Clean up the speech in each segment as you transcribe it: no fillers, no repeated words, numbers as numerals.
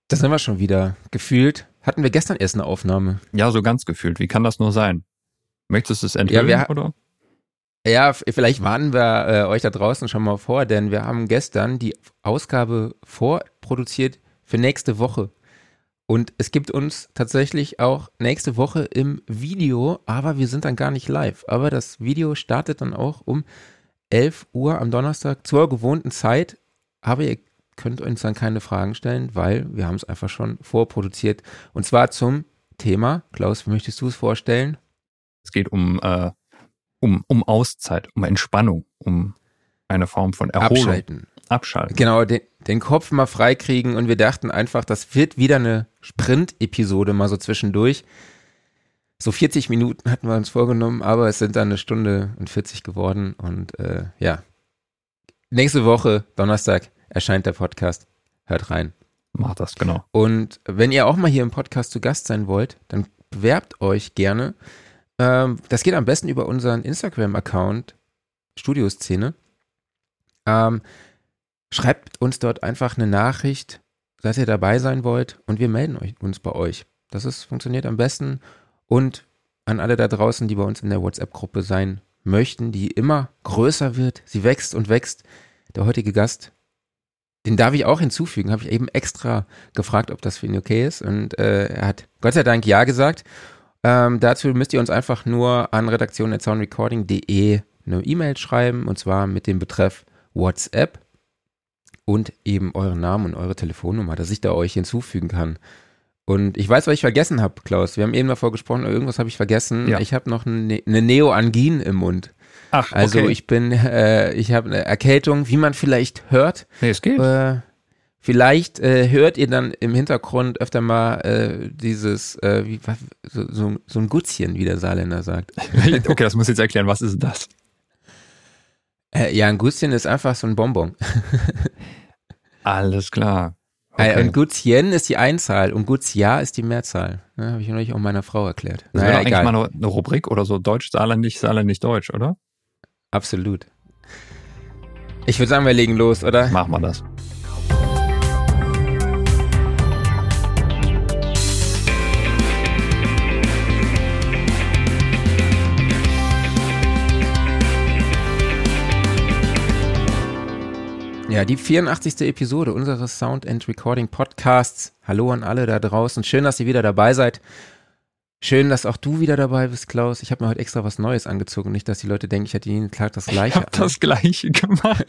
Da sind wir schon wieder. Gefühlt hatten wir gestern erst eine Aufnahme. Ja, so ganz gefühlt. Wie kann das nur sein? Möchtest du es enthüllen, oder? Ja, vielleicht warnen wir euch da draußen schon mal vor, denn wir haben gestern die Ausgabe vorproduziert für nächste Woche. Und es gibt uns tatsächlich auch nächste Woche im Video, aber wir sind dann gar nicht live. Aber das Video startet dann auch um 11 Uhr am Donnerstag zur gewohnten Zeit. Aber ihr könnt uns dann keine Fragen stellen, weil wir haben es einfach schon vorproduziert. Und zwar zum Thema, Klaus, wie möchtest du es vorstellen? Es geht um Auszeit, um Entspannung, um eine Form von Erholung. Abschalten. Genau, den Kopf mal freikriegen und wir dachten einfach, das wird wieder eine Sprint-Episode mal so zwischendurch. So 40 Minuten hatten wir uns vorgenommen, aber es sind dann 1 Stunde und 40 geworden und ja. Nächste Woche, Donnerstag, erscheint der Podcast. Hört rein. Macht das, genau. Und wenn ihr auch mal hier im Podcast zu Gast sein wollt, dann bewerbt euch gerne. Das geht am besten über unseren Instagram-Account Studioszene. Schreibt uns dort einfach eine Nachricht, dass ihr dabei sein wollt und wir melden uns bei euch. Funktioniert am besten. Und an alle da draußen, die bei uns in der WhatsApp-Gruppe sein möchten, die immer größer wird, sie wächst und wächst. Der heutige Gast, den darf ich auch hinzufügen, habe ich eben extra gefragt, ob das für ihn okay ist. Und er hat Gott sei Dank ja gesagt. Dazu müsst ihr uns einfach nur an redaktion@soundrecording.de eine E-Mail schreiben und zwar mit dem Betreff WhatsApp und eben euren Namen und eure Telefonnummer, dass ich da euch hinzufügen kann. Und ich weiß, was ich vergessen habe, Klaus. Wir haben eben davor gesprochen, irgendwas habe ich vergessen. Ja. Ich habe noch eine Neoangin im Mund. Ach, okay. Also ich habe eine Erkältung, wie man vielleicht hört. Nee, es geht. Vielleicht hört ihr dann im Hintergrund öfter mal dieses, so ein Gutzchen, wie der Saarländer sagt. Okay, das muss ich jetzt erklären. Was ist das? Ja, ein Gutzchen ist einfach so ein Bonbon. Alles klar. Okay. Und Gutzchen ist die Einzahl und Gutzjahr ist die Mehrzahl. Ne, habe ich neulich auch meiner Frau erklärt. Das wäre eigentlich mal eine Rubrik oder so, Deutsch-Saarländisch, Saarländisch-Deutsch, oder? Absolut. Ich würde sagen, wir legen los, oder? Machen wir das. Ja, die 84. Episode unseres Sound and Recording Podcasts. Hallo an alle da draußen. Schön, dass ihr wieder dabei seid. Schön, dass auch du wieder dabei bist, Klaus. Ich habe mir heute extra was Neues angezogen. Nicht, dass die Leute denken, ich hätte jeden Tag das Gleiche. Ich habe das Gleiche gemacht.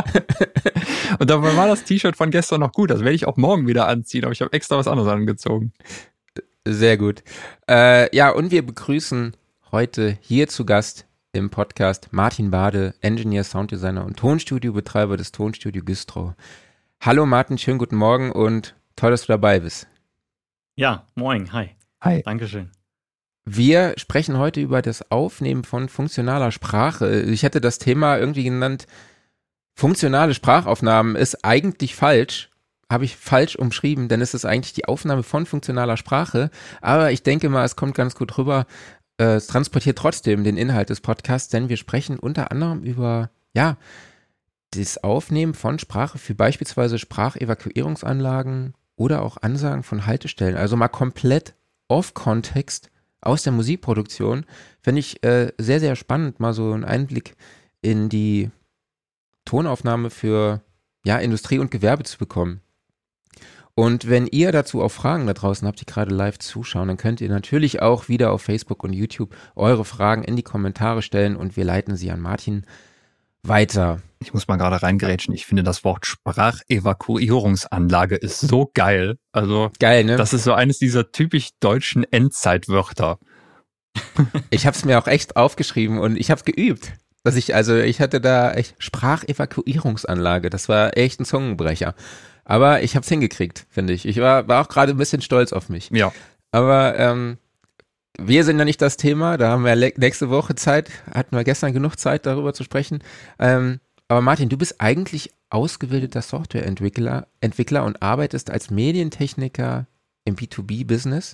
Und dabei war das T-Shirt von gestern noch gut. Das werde ich auch morgen wieder anziehen. Aber ich habe extra was anderes angezogen. Sehr gut. Ja, und wir begrüßen heute hier zu Gast im Podcast Martin Bade, Engineer, Sounddesigner und Tonstudiobetreiber des Tonstudio Güstrow. Hallo Martin, schönen guten Morgen und toll, dass du dabei bist. Ja, moin, hi. Hi. Dankeschön. Wir sprechen heute über das Aufnehmen von funktionaler Sprache. Ich hätte das Thema irgendwie genannt, funktionale Sprachaufnahmen ist eigentlich falsch. Habe ich falsch umschrieben, denn es ist eigentlich die Aufnahme von funktionaler Sprache. Aber ich denke mal, es kommt ganz gut rüber. Es transportiert trotzdem den Inhalt des Podcasts, denn wir sprechen unter anderem über, ja, das Aufnehmen von Sprache für beispielsweise Sprachevakuierungsanlagen oder auch Ansagen von Haltestellen. Also mal komplett off-Kontext aus der Musikproduktion. Finde ich sehr, sehr spannend, mal so einen Einblick in die Tonaufnahme für, ja, Industrie und Gewerbe zu bekommen. Und wenn ihr dazu auch Fragen da draußen habt, die gerade live zuschauen, dann könnt ihr natürlich auch wieder auf Facebook und YouTube eure Fragen in die Kommentare stellen und wir leiten sie an Martin weiter. Ich muss mal gerade reingrätschen. Ich finde, das Wort Sprachevakuierungsanlage ist so geil. Also geil, ne? Das ist so eines dieser typisch deutschen Endzeitwörter. Ich habe es mir auch echt aufgeschrieben und ich habe es geübt. Ich hatte da echt Sprachevakuierungsanlage. Das war echt ein Zungenbrecher. Aber ich habe es hingekriegt, finde ich. Ich war auch gerade ein bisschen stolz auf mich. Ja. Aber wir sind ja nicht das Thema. Da haben wir nächste Woche Zeit. Hatten wir gestern genug Zeit, darüber zu sprechen. Aber Martin, du bist eigentlich ausgebildeter Softwareentwickler und arbeitest als Medientechniker im B2B-Business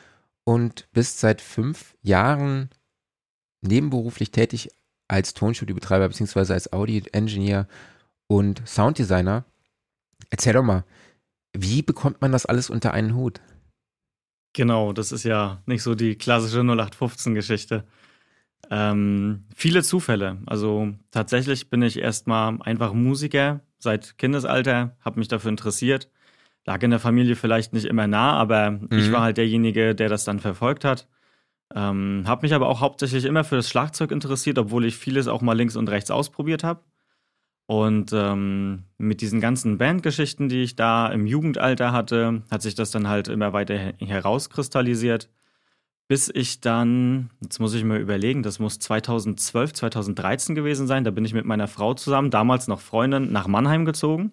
und bist seit 5 Jahren nebenberuflich tätig als Tonstudiobetreiber bzw. als Audio-Engineer und Sounddesigner. Erzähl doch mal, Wie bekommt man das alles unter einen Hut? Genau, das ist ja nicht so die klassische 0815-Geschichte. Viele Zufälle. Also tatsächlich bin ich erstmal einfach Musiker seit Kindesalter, habe mich dafür interessiert. Lag in der Familie vielleicht nicht immer nah, aber ich war halt derjenige, der das dann verfolgt hat. Habe mich aber auch hauptsächlich immer für das Schlagzeug interessiert, obwohl ich vieles auch mal links und rechts ausprobiert habe. Und mit diesen ganzen Bandgeschichten, die ich da im Jugendalter hatte, hat sich das dann halt immer weiter herauskristallisiert. Bis ich dann, jetzt muss ich mir überlegen, das muss 2012, 2013 gewesen sein. Da bin ich mit meiner Frau zusammen, damals noch Freundin, nach Mannheim gezogen.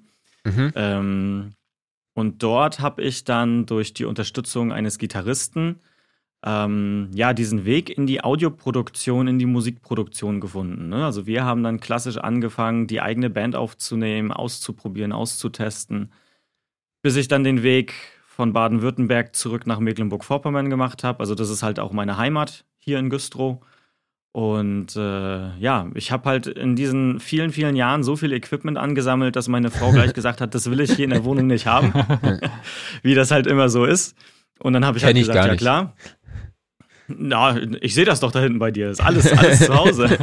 Und dort habe ich dann durch die Unterstützung eines Gitarristen diesen Weg in die Audioproduktion, in die Musikproduktion gefunden. Ne? Also wir haben dann klassisch angefangen, die eigene Band aufzunehmen, auszuprobieren, auszutesten, bis ich dann den Weg von Baden-Württemberg zurück nach Mecklenburg-Vorpommern gemacht habe. Also das ist halt auch meine Heimat hier in Güstrow. Und ich habe halt in diesen vielen, vielen Jahren so viel Equipment angesammelt, dass meine Frau gleich gesagt hat, das will ich hier in der Wohnung nicht haben. Wie das halt immer so ist. Und dann habe ich halt gesagt, ja klar. Na, ich sehe das doch da hinten bei dir. Ist alles zu Hause.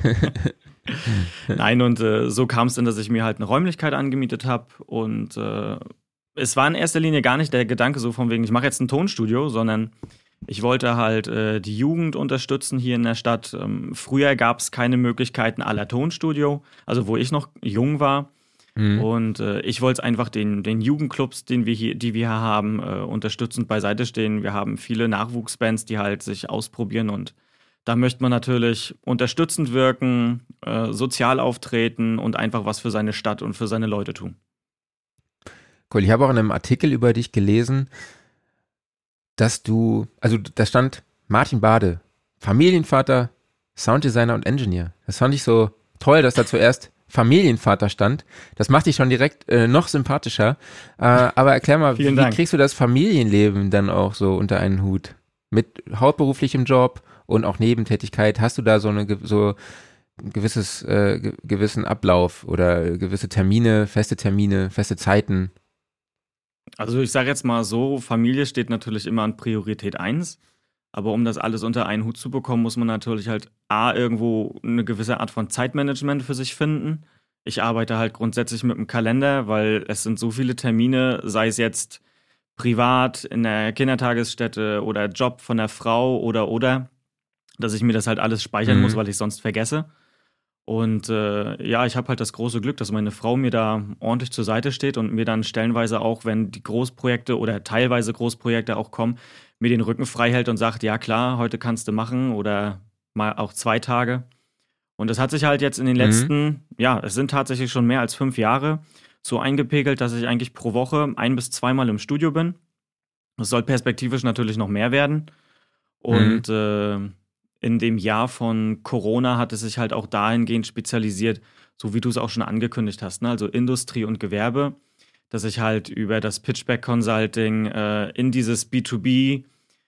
Nein, und so kam es dann, dass ich mir halt eine Räumlichkeit angemietet habe. Und es war in erster Linie gar nicht der Gedanke so von wegen, ich mache jetzt ein Tonstudio, sondern ich wollte halt die Jugend unterstützen hier in der Stadt. Früher gab es keine Möglichkeiten à la Tonstudio, also wo ich noch jung war. Und ich wollte einfach den Jugendclubs, die wir hier haben, unterstützend beiseite stehen. Wir haben viele Nachwuchsbands, die halt sich ausprobieren, und da möchte man natürlich unterstützend wirken, sozial auftreten und einfach was für seine Stadt und für seine Leute tun. Cool, ich habe auch in einem Artikel über dich gelesen, dass da stand Martin Bade, Familienvater, Sounddesigner und Engineer. Das fand ich so toll, dass da zuerst Familienvater stand. Das macht dich schon direkt noch sympathischer. Aber erklär mal, wie kriegst du das Familienleben dann auch so unter einen Hut? Mit hauptberuflichem Job und auch Nebentätigkeit, hast du da so gewissen Ablauf oder gewisse Termine, feste Zeiten? Also ich sage jetzt mal so, Familie steht natürlich immer an Priorität 1. Aber um das alles unter einen Hut zu bekommen, muss man natürlich halt irgendwo eine gewisse Art von Zeitmanagement für sich finden. Ich arbeite halt grundsätzlich mit einem Kalender, weil es sind so viele Termine, sei es jetzt privat, in der Kindertagesstätte oder Job von der Frau oder, dass ich mir das halt alles speichern muss, weil ich sonst vergesse. Und ich habe halt das große Glück, dass meine Frau mir da ordentlich zur Seite steht und mir dann stellenweise auch, wenn die Großprojekte oder teilweise Großprojekte auch kommen, mir den Rücken frei hält und sagt, ja klar, heute kannst du machen oder mal auch 2 Tage. Und das hat sich halt jetzt in den letzten, es sind tatsächlich schon mehr als 5 Jahre, so eingepegelt, dass ich eigentlich pro Woche 1 bis 2 Mal im Studio bin. Das soll perspektivisch natürlich noch mehr werden. Und in dem Jahr von Corona hat es sich halt auch dahingehend spezialisiert, so wie du es auch schon angekündigt hast, ne? Also Industrie und Gewerbe, dass ich halt über das Pitchback Consulting in dieses B2B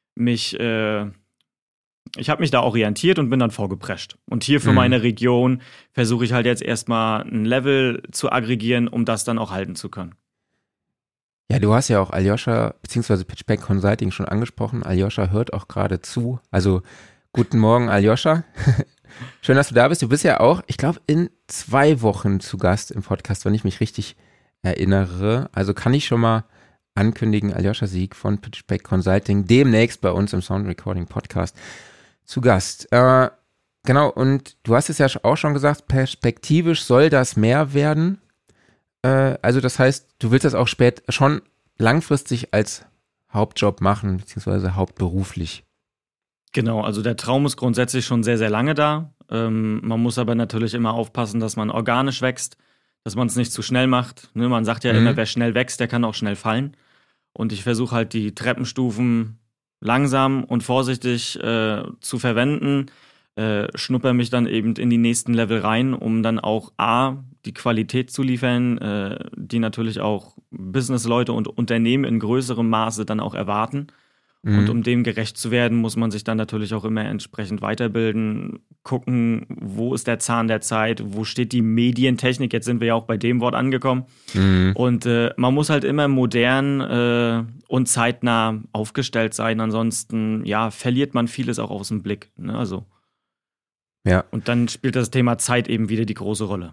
ich habe mich da orientiert und bin dann vorgeprescht. Und hier für meine Region versuche ich halt jetzt erstmal ein Level zu aggregieren, um das dann auch halten zu können. Ja, du hast ja auch Aljoscha bzw. Pitchback Consulting schon angesprochen. Aljoscha hört auch gerade zu. Also guten Morgen, Aljoscha. Schön, dass du da bist. Du bist ja auch, ich glaube, in 2 Wochen zu Gast im Podcast, wenn ich mich richtig erinnere. Also kann ich schon mal ankündigen, Aljoscha Sieg von Pitchback Consulting, demnächst bei uns im Sound Recording Podcast zu Gast. Genau, und du hast es ja auch schon gesagt, perspektivisch soll das mehr werden. Also das heißt, du willst das auch schon langfristig als Hauptjob machen, beziehungsweise hauptberuflich. Genau, also der Traum ist grundsätzlich schon sehr, sehr lange da. Man muss aber natürlich immer aufpassen, dass man organisch wächst, dass man es nicht zu schnell macht. Ne? Man sagt ja immer, wer schnell wächst, der kann auch schnell fallen. Und ich versuche halt die Treppenstufen langsam und vorsichtig zu verwenden, schnupper mich dann eben in die nächsten Level rein, um dann auch die Qualität zu liefern, die natürlich auch Businessleute und Unternehmen in größerem Maße dann auch erwarten. Und um dem gerecht zu werden, muss man sich dann natürlich auch immer entsprechend weiterbilden, gucken, wo ist der Zahn der Zeit, wo steht die Medientechnik, jetzt sind wir ja auch bei dem Wort angekommen. Und man muss halt immer modern und zeitnah aufgestellt sein, ansonsten verliert man vieles auch aus dem Blick. Ne? Also. Ja. Und dann spielt das Thema Zeit eben wieder die große Rolle.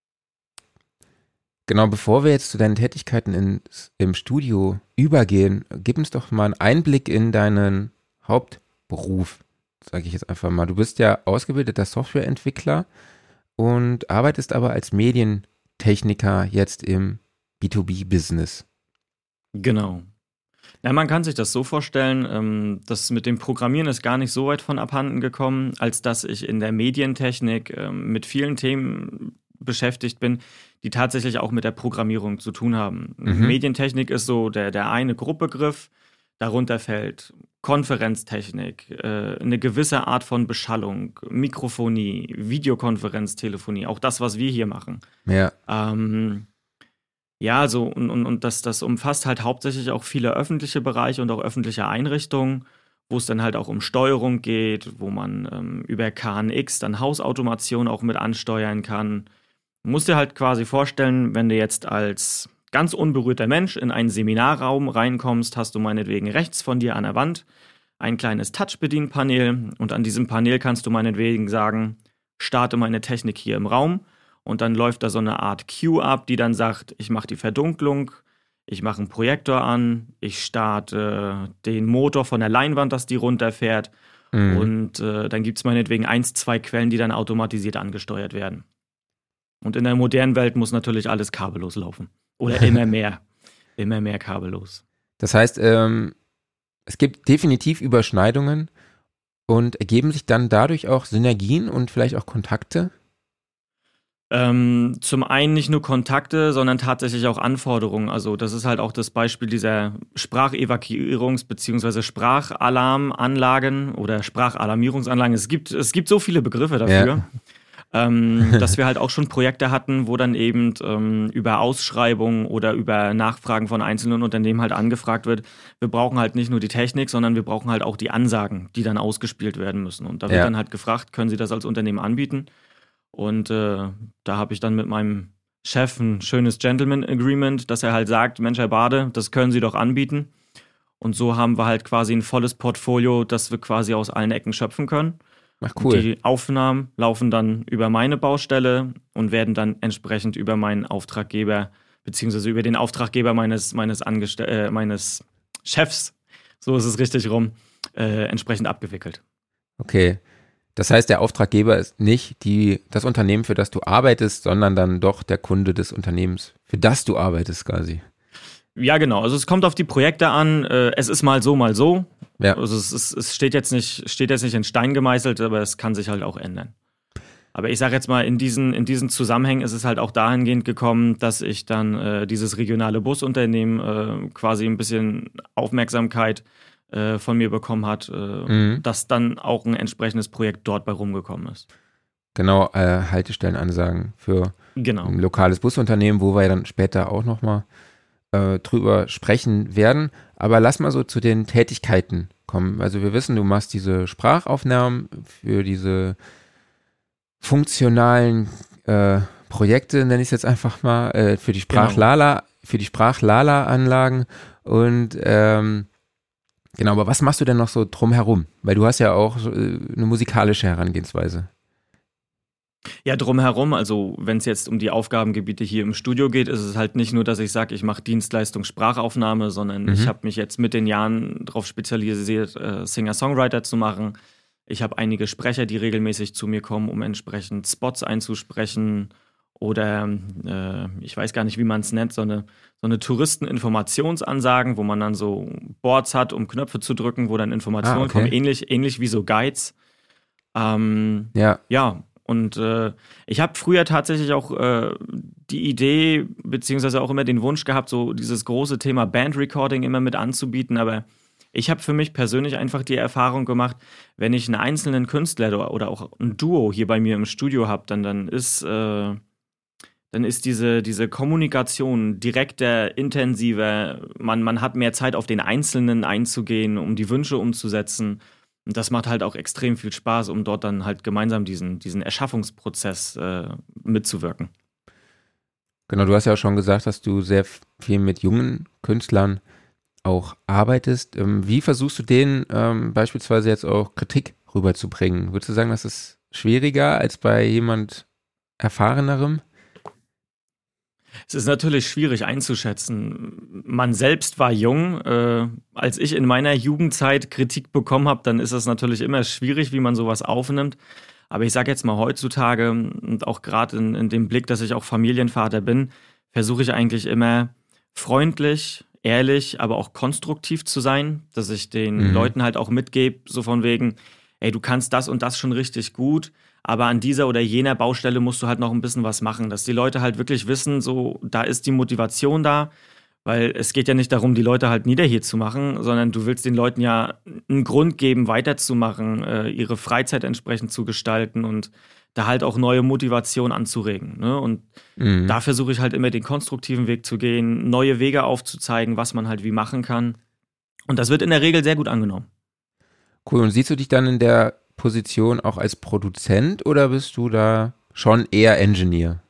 Genau, bevor wir jetzt zu deinen Tätigkeiten im Studio übergehen, gib uns doch mal einen Einblick in deinen Hauptberuf, sage ich jetzt einfach mal. Du bist ja ausgebildeter Softwareentwickler und arbeitest aber als Medientechniker jetzt im B2B-Business. Genau. Ja, man kann sich das so vorstellen, das mit dem Programmieren ist gar nicht so weit von abhanden gekommen, als dass ich in der Medientechnik mit vielen Themen beschäftigt bin, die tatsächlich auch mit der Programmierung zu tun haben. Medientechnik ist so der eine Gruppbegriff, darunter fällt Konferenztechnik, eine gewisse Art von Beschallung, Mikrofonie, Videokonferenz, Telefonie, auch das, was wir hier machen. Ja. Und das umfasst halt hauptsächlich auch viele öffentliche Bereiche und auch öffentliche Einrichtungen, wo es dann halt auch um Steuerung geht, wo man über KNX dann Hausautomation auch mit ansteuern kann. Du musst dir halt quasi vorstellen, wenn du jetzt als ganz unberührter Mensch in einen Seminarraum reinkommst, hast du meinetwegen rechts von dir an der Wand ein kleines Touch-Bedienpanel und an diesem Panel kannst du meinetwegen sagen, starte meine Technik hier im Raum und dann läuft da so eine Art Cue ab, die dann sagt, ich mache die Verdunklung, ich mache einen Projektor an, ich starte den Motor von der Leinwand, dass die runterfährt und dann gibt es meinetwegen 1, 2 Quellen, die dann automatisiert angesteuert werden. Und in der modernen Welt muss natürlich alles kabellos laufen. Oder immer mehr kabellos. Das heißt, es gibt definitiv Überschneidungen und ergeben sich dann dadurch auch Synergien und vielleicht auch Kontakte? Zum einen nicht nur Kontakte, sondern tatsächlich auch Anforderungen. Also das ist halt auch das Beispiel dieser Sprachevakuierungs- bzw. Sprachalarmanlagen oder Sprachalarmierungsanlagen. Es gibt so viele Begriffe dafür. Ja. Dass wir halt auch schon Projekte hatten, wo dann eben über Ausschreibungen oder über Nachfragen von einzelnen Unternehmen halt angefragt wird, wir brauchen halt nicht nur die Technik, sondern wir brauchen halt auch die Ansagen, die dann ausgespielt werden müssen. Und da wird dann halt gefragt, können Sie das als Unternehmen anbieten? Und da habe ich dann mit meinem Chef ein schönes Gentleman Agreement, dass er halt sagt, Mensch, Herr Bade, das können Sie doch anbieten. Und so haben wir halt quasi ein volles Portfolio, das wir quasi aus allen Ecken schöpfen können. Ach cool. Und die Aufnahmen laufen dann über meine Baustelle und werden dann entsprechend über meinen Auftraggeber beziehungsweise über den Auftraggeber meines Chefs, so ist es richtig rum, entsprechend abgewickelt. Okay. Das heißt, der Auftraggeber ist nicht das Unternehmen, für das du arbeitest, sondern dann doch der Kunde des Unternehmens, für das du arbeitest quasi. Ja, genau. Also es kommt auf die Projekte an. Es ist mal so, mal so. Ja. Also es steht jetzt nicht in Stein gemeißelt, aber es kann sich halt auch ändern. Aber ich sage jetzt mal, in diesen Zusammenhängen ist es halt auch dahingehend gekommen, dass ich dann dieses regionale Busunternehmen quasi ein bisschen Aufmerksamkeit von mir bekommen hat, dass dann auch ein entsprechendes Projekt dort bei rumgekommen ist. Genau, Haltestellenansagen für ein lokales Busunternehmen, wo wir ja dann später auch nochmal drüber sprechen werden. Aber lass mal so zu den Tätigkeiten kommen. Also wir wissen, du machst diese Sprachaufnahmen für diese funktionalen Projekte, nenne ich es jetzt einfach mal, für die Sprachlala-Anlagen und genau, aber was machst du denn noch so drumherum? Weil du hast ja auch eine musikalische Herangehensweise. Ja, drumherum, also wenn es jetzt um die Aufgabengebiete hier im Studio geht, ist es halt nicht nur, dass ich sage, ich mache Dienstleistung Sprachaufnahme, sondern ich habe mich jetzt mit den Jahren darauf spezialisiert, Singer-Songwriter zu machen. Ich habe einige Sprecher, die regelmäßig zu mir kommen, um entsprechend Spots einzusprechen oder ich weiß gar nicht, wie man es nennt, so eine Touristeninformationsansagen, wo man dann so Boards hat, um Knöpfe zu drücken, wo dann Informationen kommen, ähnlich wie so Guides. Ja. Und ich habe früher tatsächlich auch die Idee, beziehungsweise auch immer den Wunsch gehabt, so dieses große Thema Bandrecording immer mit anzubieten. Aber ich habe für mich persönlich einfach die Erfahrung gemacht, wenn ich einen einzelnen Künstler oder auch ein Duo hier bei mir im Studio habe, dann ist dann ist diese Kommunikation direkter, intensiver, man hat mehr Zeit auf den Einzelnen einzugehen, um die Wünsche umzusetzen. Und das macht halt auch extrem viel Spaß, um dort dann halt gemeinsam diesen Erschaffungsprozess mitzuwirken. Genau, du hast ja auch schon gesagt, dass du sehr viel mit jungen Künstlern auch arbeitest. Wie versuchst du denen beispielsweise jetzt auch Kritik rüberzubringen? Würdest du sagen, das ist schwieriger als bei jemand Erfahrenerem? Es ist natürlich schwierig einzuschätzen. Man selbst war jung. Als ich in meiner Jugendzeit Kritik bekommen habe, dann ist es natürlich immer schwierig, wie man sowas aufnimmt. Aber ich sage jetzt mal heutzutage und auch gerade in dem Blick, dass ich auch Familienvater bin, versuche ich eigentlich immer freundlich, ehrlich, aber auch konstruktiv zu sein, dass ich den Leuten halt auch mitgebe, so von wegen, ey, du kannst das und das schon richtig gut, aber an dieser oder jener Baustelle musst du halt noch ein bisschen was machen, dass die Leute halt wirklich wissen, so, da ist die Motivation da, weil es geht ja nicht darum, die Leute halt nieder zu machen, sondern du willst den Leuten ja einen Grund geben, weiterzumachen, ihre Freizeit entsprechend zu gestalten und da halt auch neue Motivation anzuregen. Ne? Und da versuche ich halt immer den konstruktiven Weg zu gehen, neue Wege aufzuzeigen, was man halt wie machen kann. Und das wird in der Regel sehr gut angenommen. Cool, und siehst du dich dann in der Position auch als Produzent oder bist du da schon eher Engineer?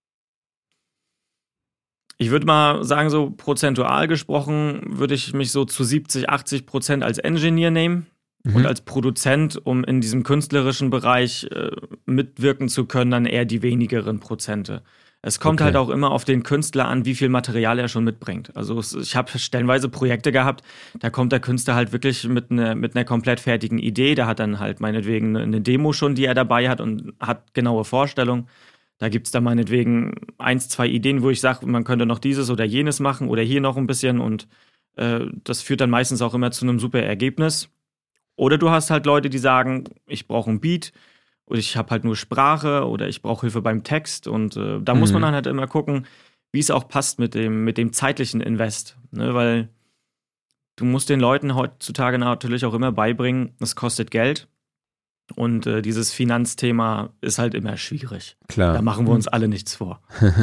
Ich würde mal sagen, so prozentual gesprochen, würde ich mich so zu 70-80% als Engineer nehmen und als Produzent, um in diesem künstlerischen Bereich mitwirken zu können, dann eher die wenigeren Prozente. Es kommt halt auch immer auf den Künstler an, wie viel Material er schon mitbringt. Also ich habe stellenweise Projekte gehabt, da kommt der Künstler halt wirklich mit einer komplett fertigen Idee. Der hat dann halt meinetwegen eine Demo schon, die er dabei hat und hat genaue Vorstellungen. Da gibt es dann meinetwegen 1, 2 Ideen, wo ich sage, man könnte noch dieses oder jenes machen oder hier noch ein bisschen und das führt dann meistens auch immer zu einem super Ergebnis. Oder du hast halt Leute, die sagen, ich brauche einen Beat oder ich habe halt nur Sprache oder ich brauche Hilfe beim Text und da muss man dann halt immer gucken, wie es auch passt mit dem zeitlichen Invest, ne? Weil du musst den Leuten heutzutage natürlich auch immer beibringen, es kostet Geld. Und dieses Finanzthema ist halt immer schwierig. Klar. Da machen wir uns alle nichts vor.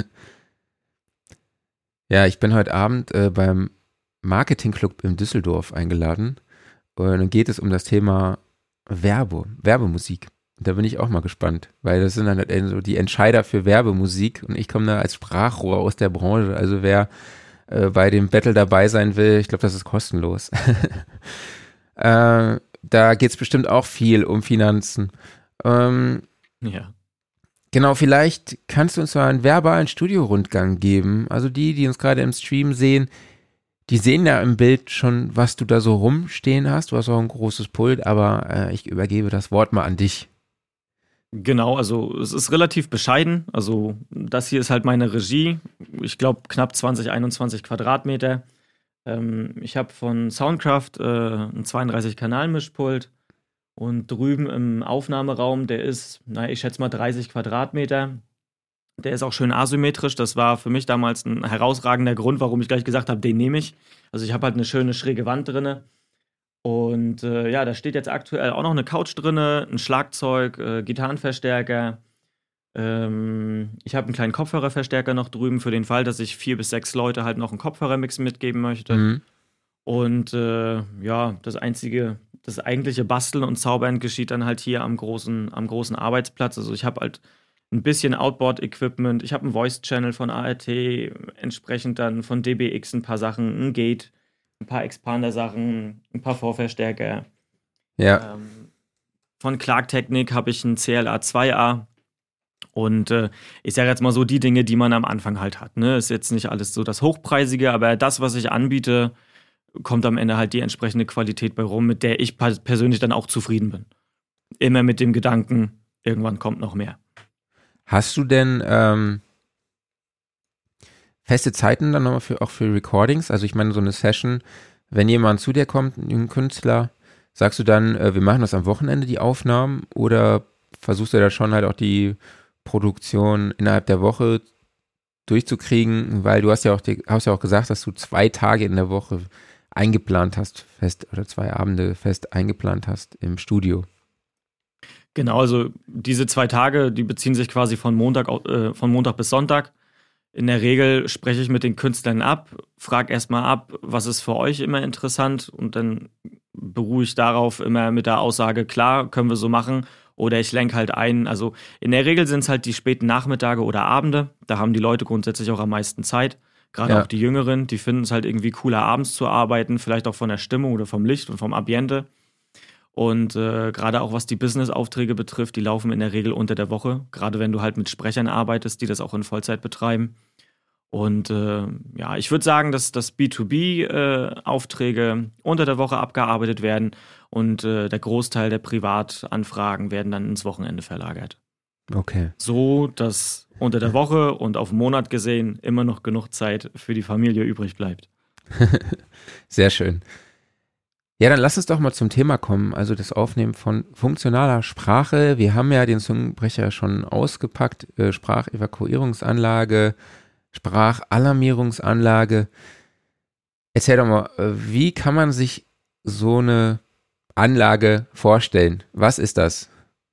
Ja, ich bin heute Abend beim Marketingclub in Düsseldorf eingeladen. Und dann geht es um das Thema Werbemusik. Und da bin ich auch mal gespannt, weil das sind dann halt so die Entscheider für Werbemusik und ich komme da als Sprachrohr aus der Branche. Also wer bei dem Battle dabei sein will, ich glaube, das ist kostenlos. Da geht es bestimmt auch viel um Finanzen. Ja. Genau, vielleicht kannst du uns mal einen verbalen Studiorundgang geben. Also die uns gerade im Stream sehen, die sehen ja im Bild schon, was du da so rumstehen hast. Du hast auch ein großes Pult, aber ich übergebe das Wort mal an dich. Genau, also es ist relativ bescheiden. Also das hier ist halt meine Regie. Ich glaube knapp 20, 21 Quadratmeter. Ich habe von Soundcraft ein 32-Kanal-Mischpult und drüben im Aufnahmeraum, der ist, ich schätze mal 30 Quadratmeter. Der ist auch schön asymmetrisch. Das war für mich damals ein herausragender Grund, warum ich gleich gesagt habe, den nehme ich. Also ich habe halt eine schöne schräge Wand drinne. Und da steht jetzt aktuell auch noch eine Couch drinne, ein Schlagzeug, Gitarrenverstärker. Ich habe einen kleinen Kopfhörerverstärker noch drüben für den Fall, dass ich 4 bis 6 Leute halt noch einen Kopfhörermix mitgeben möchte. Und das eigentliche Basteln und Zaubern geschieht dann halt hier am großen Arbeitsplatz. Also ich habe halt ein bisschen Outboard-Equipment, ich habe einen Voice-Channel von ART, entsprechend dann von DBX ein paar Sachen, ein Gate, ein paar Expander-Sachen, ein paar Vorverstärker. Ja. Von Clark Technic habe ich einen CLA 2A. Und ich sage jetzt mal so die Dinge, die man am Anfang halt hat. Ne? Ist jetzt nicht alles so das Hochpreisige, aber das, was ich anbiete, kommt am Ende halt die entsprechende Qualität bei rum, mit der ich persönlich dann auch zufrieden bin. Immer mit dem Gedanken, irgendwann kommt noch mehr. Hast du denn feste Zeiten dann nochmal auch für Recordings? Also ich meine, so eine Session, wenn jemand zu dir kommt, ein Künstler, sagst du dann, wir machen das am Wochenende, die Aufnahmen, oder versuchst du da schon halt auch die Produktion innerhalb der Woche durchzukriegen, weil du hast ja auch gesagt, dass du 2 Tage in der Woche eingeplant hast, fest, oder 2 Abende fest eingeplant hast im Studio. Genau, also diese 2 Tage, die beziehen sich quasi von Montag bis Sonntag. In der Regel spreche ich mit den Künstlern ab, frage erstmal ab, was ist für euch immer interessant und dann beruhe ich darauf immer mit der Aussage, klar, können wir so machen. Oder ich lenke halt ein. Also in der Regel sind es halt die späten Nachmittage oder Abende. Da haben die Leute grundsätzlich auch am meisten Zeit. Gerade auch die Jüngeren, die finden es halt irgendwie cooler, abends zu arbeiten. Vielleicht auch von der Stimmung oder vom Licht und vom Ambiente. Und gerade auch was die Business-Aufträge betrifft, die laufen in der Regel unter der Woche. Gerade wenn du halt mit Sprechern arbeitest, die das auch in Vollzeit betreiben. Und ich würde sagen, dass B2B-Aufträge unter der Woche abgearbeitet werden und der Großteil der Privatanfragen werden dann ins Wochenende verlagert. Okay. So, dass unter der Woche und auf den Monat gesehen immer noch genug Zeit für die Familie übrig bleibt. Sehr schön. Ja, dann lass uns doch mal zum Thema kommen, also das Aufnehmen von funktionaler Sprache. Wir haben ja den Zungenbrecher schon ausgepackt, Sprachevakuierungsanlage, Sprachalarmierungsanlage. Erzähl doch mal, wie kann man sich so eine Anlage vorstellen? Was ist das?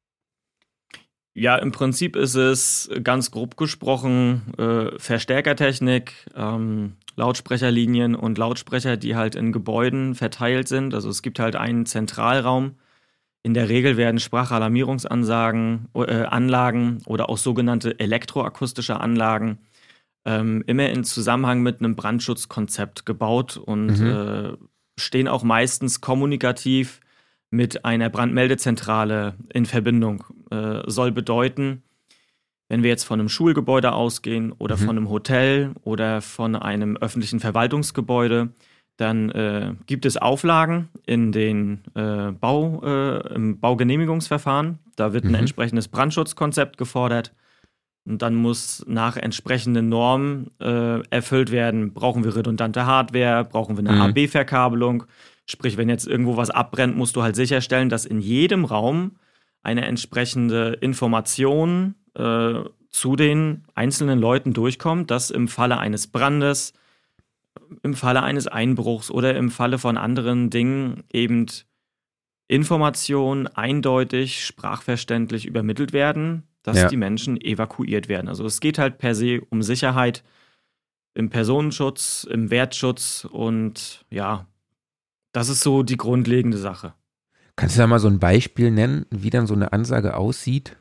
Ja, im Prinzip ist es ganz grob gesprochen Verstärkertechnik, Lautsprecherlinien und Lautsprecher, die halt in Gebäuden verteilt sind. Also es gibt halt einen Zentralraum. In der Regel werden Sprachalarmierungsanlagen oder auch sogenannte elektroakustische Anlagen immer in Zusammenhang mit einem Brandschutzkonzept gebaut und stehen auch meistens kommunikativ mit einer Brandmeldezentrale in Verbindung. Soll bedeuten, wenn wir jetzt von einem Schulgebäude ausgehen oder von einem Hotel oder von einem öffentlichen Verwaltungsgebäude, dann gibt es Auflagen in den im Baugenehmigungsverfahren. Da wird ein entsprechendes Brandschutzkonzept gefordert. Und dann muss nach entsprechenden Normen erfüllt werden, brauchen wir redundante Hardware, brauchen wir eine AB-Verkabelung. Sprich, wenn jetzt irgendwo was abbrennt, musst du halt sicherstellen, dass in jedem Raum eine entsprechende Information zu den einzelnen Leuten durchkommt, dass im Falle eines Brandes, im Falle eines Einbruchs oder im Falle von anderen Dingen eben Informationen eindeutig, sprachverständlich übermittelt werden, dass die Menschen evakuiert werden. Also es geht halt per se um Sicherheit im Personenschutz, im Wertschutz und ja, das ist so die grundlegende Sache. Kannst du da mal so ein Beispiel nennen, wie dann so eine Ansage aussieht?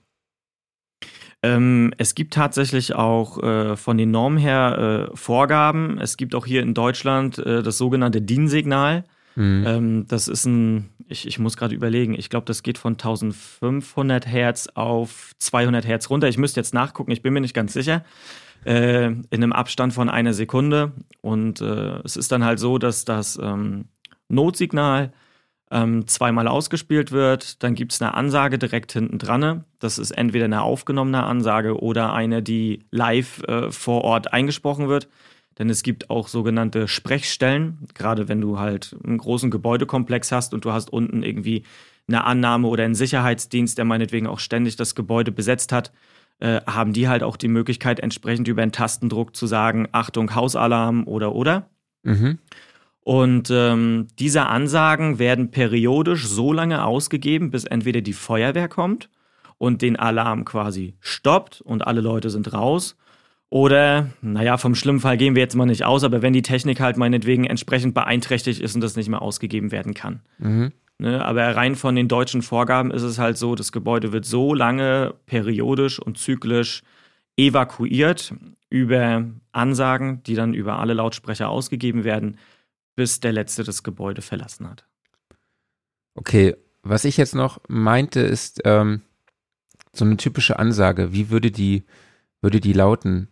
Es gibt tatsächlich auch von den Normen her Vorgaben. Es gibt auch hier in Deutschland das sogenannte DIN-Signal. Das ist ich muss gerade überlegen, ich glaube, das geht von 1500 Hertz auf 200 Hertz runter. Ich müsste jetzt nachgucken, ich bin mir nicht ganz sicher. In einem Abstand von einer Sekunde. Und es ist dann halt so, dass das Notsignal zweimal ausgespielt wird, dann gibt es eine Ansage direkt hinten dran. Das ist entweder eine aufgenommene Ansage oder eine, die live vor Ort eingesprochen wird. Denn es gibt auch sogenannte Sprechstellen, gerade wenn du halt einen großen Gebäudekomplex hast und du hast unten irgendwie eine Annahme oder einen Sicherheitsdienst, der meinetwegen auch ständig das Gebäude besetzt hat, haben die halt auch die Möglichkeit, entsprechend über einen Tastendruck zu sagen, Achtung, Hausalarm oder. Und diese Ansagen werden periodisch so lange ausgegeben, bis entweder die Feuerwehr kommt und den Alarm quasi stoppt und alle Leute sind raus. Oder, vom schlimmen Fall gehen wir jetzt mal nicht aus, aber wenn die Technik halt meinetwegen entsprechend beeinträchtigt ist und das nicht mehr ausgegeben werden kann. Ne, aber rein von den deutschen Vorgaben ist es halt so, das Gebäude wird so lange periodisch und zyklisch evakuiert über Ansagen, die dann über alle Lautsprecher ausgegeben werden, bis der Letzte das Gebäude verlassen hat. Okay, was ich jetzt noch meinte, ist so eine typische Ansage. Wie würde die lauten?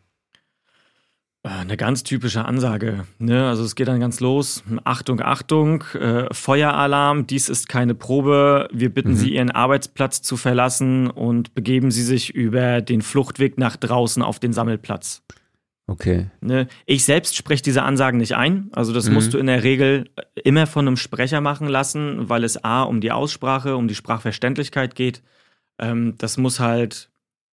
Eine ganz typische Ansage, ne? Also es geht dann ganz los. Achtung, Achtung, Feueralarm, dies ist keine Probe. Wir bitten Sie, Ihren Arbeitsplatz zu verlassen und begeben Sie sich über den Fluchtweg nach draußen auf den Sammelplatz. Okay. Ne? Ich selbst spreche diese Ansagen nicht ein. Also das musst du in der Regel immer von einem Sprecher machen lassen, weil es A, um die Aussprache, um die Sprachverständlichkeit geht. Das muss halt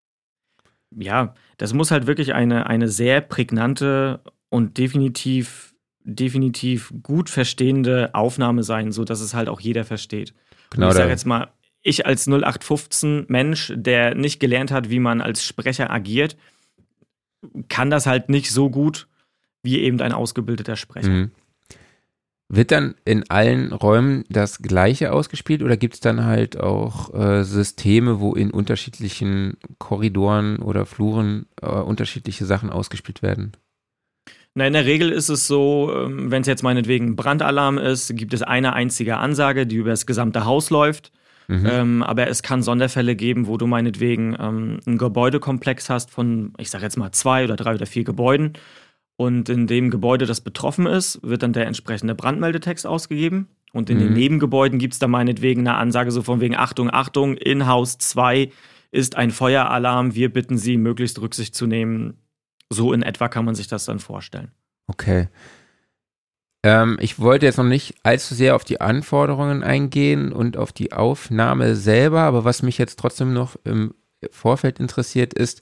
wirklich eine sehr prägnante und definitiv gut verstehende Aufnahme sein, sodass es halt auch jeder versteht. Genau, und ich sage jetzt mal, ich als 0815 Mensch, der nicht gelernt hat, wie man als Sprecher agiert, kann das halt nicht so gut wie eben ein ausgebildeter Sprecher. Mhm. Wird dann in allen Räumen das Gleiche ausgespielt oder gibt es dann halt auch Systeme, wo in unterschiedlichen Korridoren oder Fluren unterschiedliche Sachen ausgespielt werden? Na, in der Regel ist es so, wenn es jetzt meinetwegen ein Brandalarm ist, gibt es eine einzige Ansage, die über das gesamte Haus läuft. Aber es kann Sonderfälle geben, wo du meinetwegen einen Gebäudekomplex hast von, ich sag jetzt mal 2 oder 3 oder 4 Gebäuden. Und in dem Gebäude, das betroffen ist, wird dann der entsprechende Brandmeldetext ausgegeben. Und in den Nebengebäuden gibt es dann meinetwegen eine Ansage so von wegen Achtung, Achtung, in Haus 2 ist ein Feueralarm. Wir bitten Sie, möglichst Rücksicht zu nehmen. So in etwa kann man sich das dann vorstellen. Okay. Ich wollte jetzt noch nicht allzu sehr auf die Anforderungen eingehen und auf die Aufnahme selber, aber was mich jetzt trotzdem noch im Vorfeld interessiert ist,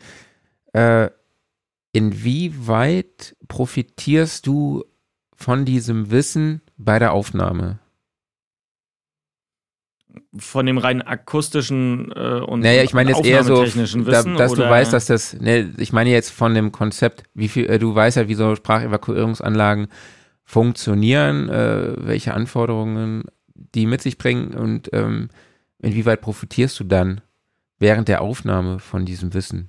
inwieweit profitierst du von diesem Wissen bei der Aufnahme? Von dem rein akustischen und ich meine jetzt eher so, aufnahmetechnischen Wissen? dass du weißt, dass das, ich meine jetzt von dem Konzept, wie viel, du weißt ja, wie so Sprachevakuierungsanlagen funktionieren, welche Anforderungen die mit sich bringen und inwieweit profitierst du dann während der Aufnahme von diesem Wissen?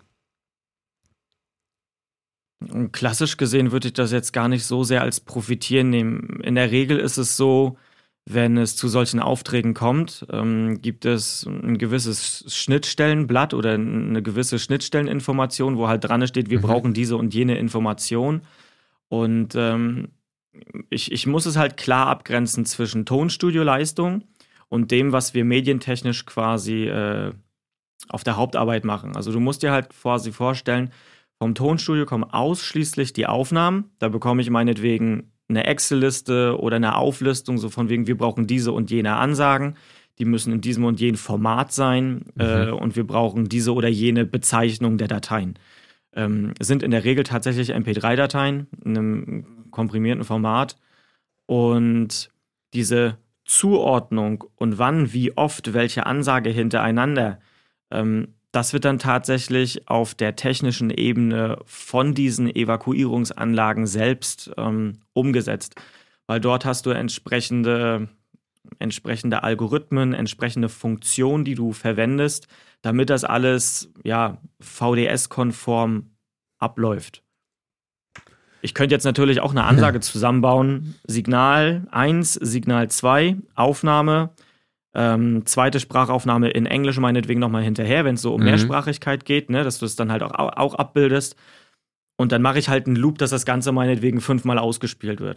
Klassisch gesehen würde ich das jetzt gar nicht so sehr als profitieren nehmen. In der Regel ist es so, wenn es zu solchen Aufträgen kommt, gibt es ein gewisses Schnittstellenblatt oder eine gewisse Schnittstelleninformation, wo halt dran steht, wir brauchen diese und jene Information. Und ich muss es halt klar abgrenzen zwischen Tonstudioleistung und dem, was wir medientechnisch quasi auf der Hauptarbeit machen. Also du musst dir halt quasi vorstellen, vom Tonstudio kommen ausschließlich die Aufnahmen. Da bekomme ich meinetwegen eine Excel-Liste oder eine Auflistung, so von wegen, wir brauchen diese und jene Ansagen. Die müssen in diesem und jenem Format sein und wir brauchen diese oder jene Bezeichnung der Dateien. Sind in der Regel tatsächlich MP3-Dateien in einem komprimierten Format. Und diese Zuordnung und wann, wie oft, welche Ansage hintereinander, das wird dann tatsächlich auf der technischen Ebene von diesen Evakuierungsanlagen selbst umgesetzt. Weil dort hast du entsprechende Algorithmen, entsprechende Funktionen, die du verwendest, damit das alles VDS-konform abläuft. Ich könnte jetzt natürlich auch eine Ansage zusammenbauen. Signal 1, Signal 2, Aufnahme, zweite Sprachaufnahme in Englisch meinetwegen nochmal hinterher, wenn es so um Mehrsprachigkeit geht, ne, dass du es dann halt auch abbildest. Und dann mache ich halt einen Loop, dass das Ganze meinetwegen 5-mal ausgespielt wird.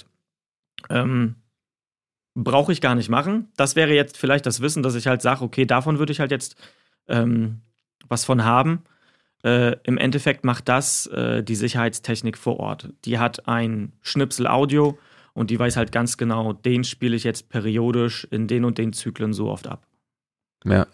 Brauche ich gar nicht machen. Das wäre jetzt vielleicht das Wissen, dass ich halt sage, okay, davon würde ich halt jetzt was von haben. Im Endeffekt macht das die Sicherheitstechnik vor Ort. Die hat ein Schnipsel Audio und die weiß halt ganz genau, den spiele ich jetzt periodisch in den und den Zyklen so oft ab. Ja.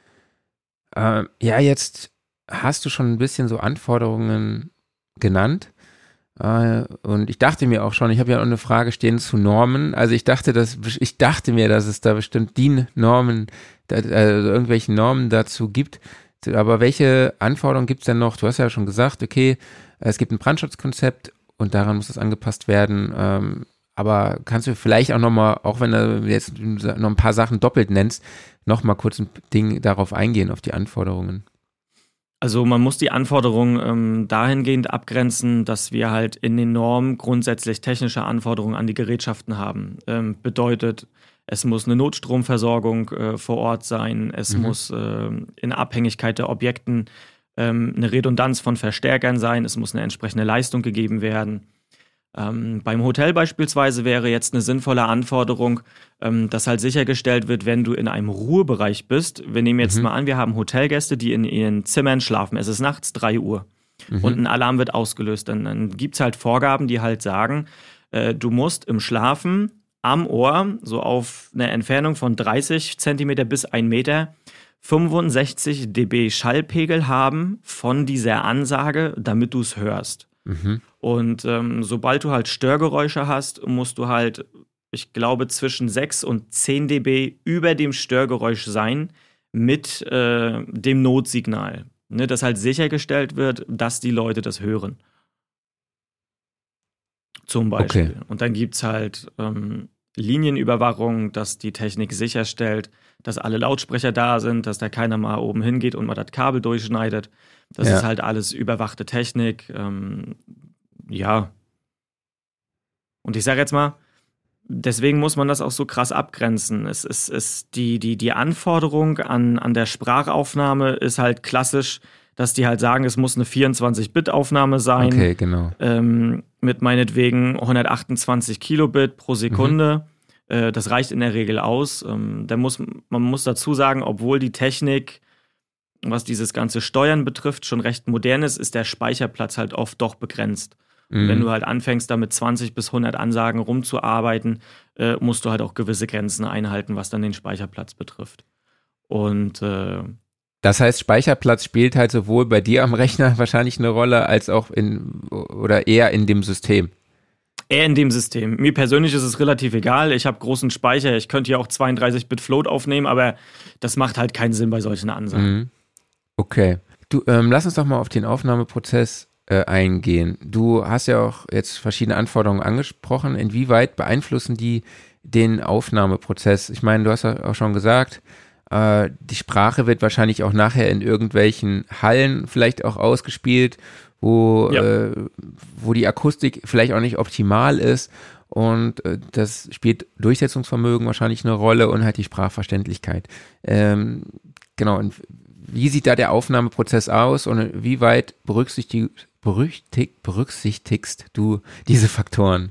Jetzt hast du schon ein bisschen so Anforderungen genannt. Und ich dachte mir auch schon, ich habe ja auch eine Frage stehen zu Normen. Also ich dachte mir, dass es da bestimmt DIN-Normen, also irgendwelche Normen dazu gibt. Aber welche Anforderungen gibt es denn noch? Du hast ja schon gesagt, okay, es gibt ein Brandschutzkonzept und daran muss es angepasst werden. Aber kannst du vielleicht auch nochmal, auch wenn du jetzt noch ein paar Sachen doppelt nennst, nochmal kurz ein Ding darauf eingehen, auf die Anforderungen? Also man muss die Anforderungen dahingehend abgrenzen, dass wir halt in den Normen grundsätzlich technische Anforderungen an die Gerätschaften haben. Bedeutet, es muss eine Notstromversorgung vor Ort sein, es muss in Abhängigkeit der Objekten eine Redundanz von Verstärkern sein, es muss eine entsprechende Leistung gegeben werden. Beim Hotel beispielsweise wäre jetzt eine sinnvolle Anforderung, dass halt sichergestellt wird, wenn du in einem Ruhebereich bist. Wir nehmen jetzt mal an, wir haben Hotelgäste, die in ihren Zimmern schlafen. Es ist nachts 3 Uhr und ein Alarm wird ausgelöst. Dann gibt es halt Vorgaben, die halt sagen, du musst im Schlafen am Ohr, so auf einer Entfernung von 30 Zentimeter bis 1 Meter, 65 dB Schallpegel haben von dieser Ansage, damit du es hörst. Und sobald du halt Störgeräusche hast, musst du halt, ich glaube, zwischen 6 und 10 dB über dem Störgeräusch sein mit dem Notsignal. Ne, dass halt sichergestellt wird, dass die Leute das hören. Zum Beispiel. Okay. Und dann gibt es halt Linienüberwachung, dass die Technik sicherstellt, dass alle Lautsprecher da sind, dass da keiner mal oben hingeht und mal das Kabel durchschneidet. Das ist halt alles überwachte Technik. Ja. Und ich sage jetzt mal, deswegen muss man das auch so krass abgrenzen. Es ist die Anforderung an der Sprachaufnahme ist halt klassisch, dass die halt sagen, es muss eine 24-Bit-Aufnahme sein. Okay, genau. Mit meinetwegen 128 Kilobit pro Sekunde. Das reicht in der Regel aus. Man muss dazu sagen, obwohl die Technik, was dieses ganze Steuern betrifft, schon recht modern ist der Speicherplatz halt oft doch begrenzt. Und wenn du halt anfängst, da mit 20 bis 100 Ansagen rumzuarbeiten, musst du halt auch gewisse Grenzen einhalten, was dann den Speicherplatz betrifft. Und das heißt, Speicherplatz spielt halt sowohl bei dir am Rechner wahrscheinlich eine Rolle, als auch oder eher in dem System. Eher in dem System. Mir persönlich ist es relativ egal. Ich habe großen Speicher. Ich könnte ja auch 32-Bit Float aufnehmen, aber das macht halt keinen Sinn bei solchen Ansagen. Okay. Du, lass uns doch mal auf den Aufnahmeprozess eingehen. Du hast ja auch jetzt verschiedene Anforderungen angesprochen. Inwieweit beeinflussen die den Aufnahmeprozess? Ich meine, du hast ja auch schon gesagt, die Sprache wird wahrscheinlich auch nachher in irgendwelchen Hallen vielleicht auch ausgespielt, wo die Akustik vielleicht auch nicht optimal ist, und das spielt Durchsetzungsvermögen wahrscheinlich eine Rolle und halt die Sprachverständlichkeit. Genau, und wie sieht da der Aufnahmeprozess aus und wie weit berücksichtigst du diese Faktoren?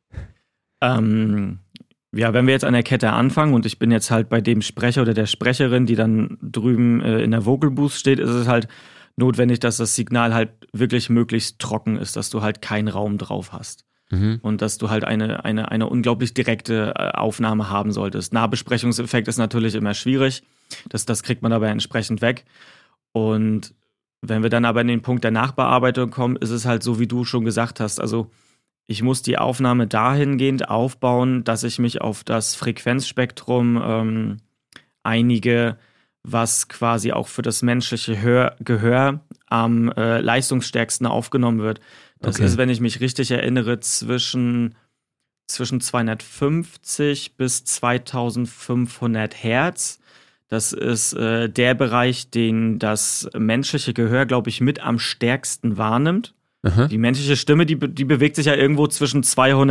Ja, wenn wir jetzt an der Kette anfangen und ich bin jetzt halt bei dem Sprecher oder der Sprecherin, die dann drüben in der Vocal Booth steht, ist es halt notwendig, dass das Signal halt wirklich möglichst trocken ist, dass du halt keinen Raum drauf hast. Und dass du halt eine unglaublich direkte Aufnahme haben solltest. Nahbesprechungseffekt ist natürlich immer schwierig. Das kriegt man aber entsprechend weg. Und wenn wir dann aber in den Punkt der Nachbearbeitung kommen, ist es halt so, wie du schon gesagt hast. Also ich muss die Aufnahme dahingehend aufbauen, dass ich mich auf das Frequenzspektrum einige, was quasi auch für das menschliche Gehör am leistungsstärksten aufgenommen wird. Das ist, wenn ich mich richtig erinnere, zwischen 250 bis 2500 Hertz. Das ist der Bereich, den das menschliche Gehör, glaube ich, mit am stärksten wahrnimmt. Aha. Die menschliche Stimme, die bewegt sich ja irgendwo zwischen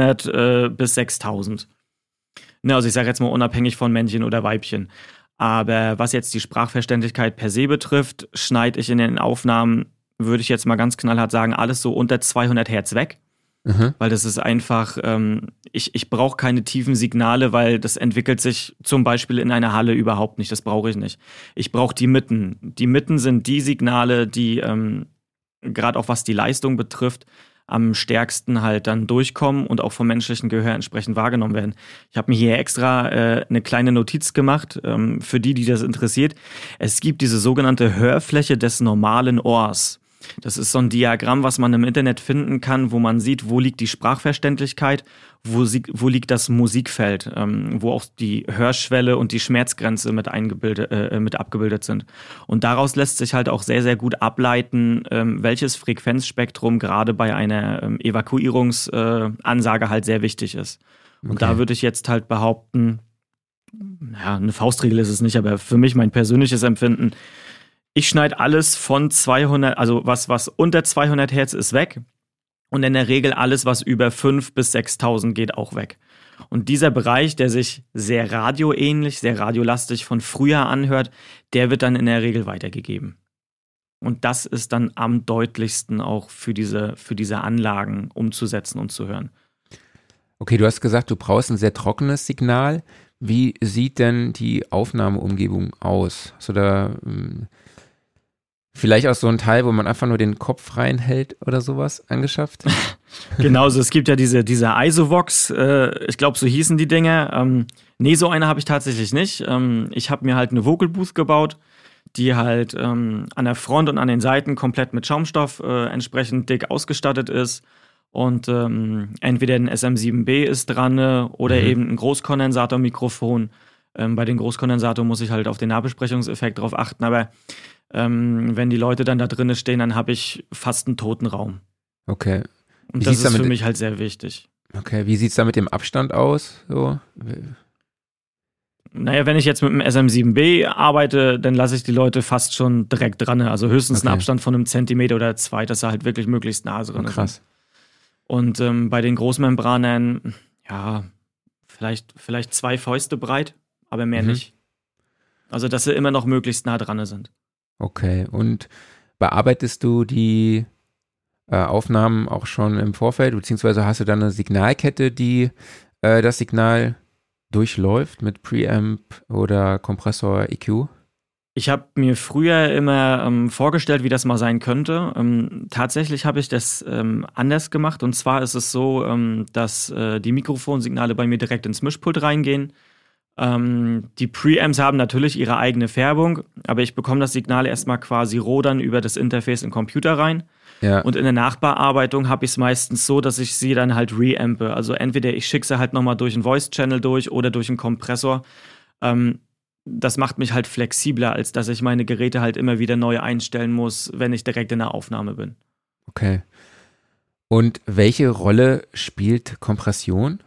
200 bis 6000. Ne, also ich sage jetzt mal unabhängig von Männchen oder Weibchen. Aber was jetzt die Sprachverständlichkeit per se betrifft, schneide ich in den Aufnahmen, würde ich jetzt mal ganz knallhart sagen, alles so unter 200 Hertz weg. Weil das ist einfach, ich brauche keine tiefen Signale, weil das entwickelt sich zum Beispiel in einer Halle überhaupt nicht. Das brauche ich nicht. Ich brauche die Mitten. Die Mitten sind die Signale, die gerade auch was die Leistung betrifft, am stärksten halt dann durchkommen und auch vom menschlichen Gehör entsprechend wahrgenommen werden. Ich habe mir hier extra eine kleine Notiz gemacht, für die das interessiert. Es gibt diese sogenannte Hörfläche des normalen Ohrs. Das ist so ein Diagramm, was man im Internet finden kann, wo man sieht, wo liegt die Sprachverständlichkeit, wo liegt das Musikfeld, wo auch die Hörschwelle und die Schmerzgrenze mit abgebildet sind. Und daraus lässt sich halt auch sehr, sehr gut ableiten, welches Frequenzspektrum gerade bei einer Evakuierungsansage halt sehr wichtig ist. Und da würde ich jetzt halt behaupten, ja, eine Faustregel ist es nicht, aber für mich mein persönliches Empfinden, ich schneide alles von 200, also was unter 200 Hertz ist, weg. Und in der Regel alles, was über 5.000 bis 6.000 geht, auch weg. Und dieser Bereich, der sich sehr radioähnlich, sehr radiolastig von früher anhört, der wird dann in der Regel weitergegeben. Und das ist dann am deutlichsten auch für diese Anlagen umzusetzen und zu hören. Okay, du hast gesagt, du brauchst ein sehr trockenes Signal. Wie sieht denn die Aufnahmeumgebung aus? Hast du da vielleicht auch so ein Teil, wo man einfach nur den Kopf reinhält oder sowas angeschafft? Genau, also es gibt ja diese Isovox, ich glaube, so hießen die Dinger. Nee, so eine habe ich tatsächlich nicht. Ich habe mir halt eine Vocal Booth gebaut, die halt an der Front und an den Seiten komplett mit Schaumstoff entsprechend dick ausgestattet ist. Und entweder ein SM7B ist dran oder eben ein Großkondensatormikrofon. Bei den Großkondensatoren muss ich halt auf den Nahbesprechungseffekt drauf achten, aber wenn die Leute dann da drinnen stehen, dann habe ich fast einen toten Raum. Okay. Und das ist für mich halt sehr wichtig. Okay, wie sieht es da mit dem Abstand aus? So? Naja, wenn ich jetzt mit dem SM7B arbeite, dann lasse ich die Leute fast schon direkt dran. Also höchstens einen Abstand von 1 Zentimeter oder 2, dass sie halt wirklich möglichst nah dran ist. Krass. Und bei den Großmembranern, ja, vielleicht 2 Fäuste breit, aber mehr nicht. Also, dass sie immer noch möglichst nah dran sind. Okay, und bearbeitest du die Aufnahmen auch schon im Vorfeld, beziehungsweise hast du dann eine Signalkette, die das Signal durchläuft mit Preamp oder Kompressor EQ? Ich habe mir früher immer vorgestellt, wie das mal sein könnte. Tatsächlich habe ich das anders gemacht. Und zwar ist es so, dass die Mikrofonsignale bei mir direkt ins Mischpult reingehen. Die Preamps haben natürlich ihre eigene Färbung, aber ich bekomme das Signal erstmal quasi roh dann über das Interface in den Computer rein. Ja. Und in der Nachbearbeitung habe ich es meistens so, dass ich sie dann halt reampe. Also entweder ich schicke sie halt nochmal durch einen Voice-Channel durch oder durch einen Kompressor. Das macht mich halt flexibler, als dass ich meine Geräte halt immer wieder neu einstellen muss, wenn ich direkt in der Aufnahme bin. Okay. Und welche Rolle spielt Kompression?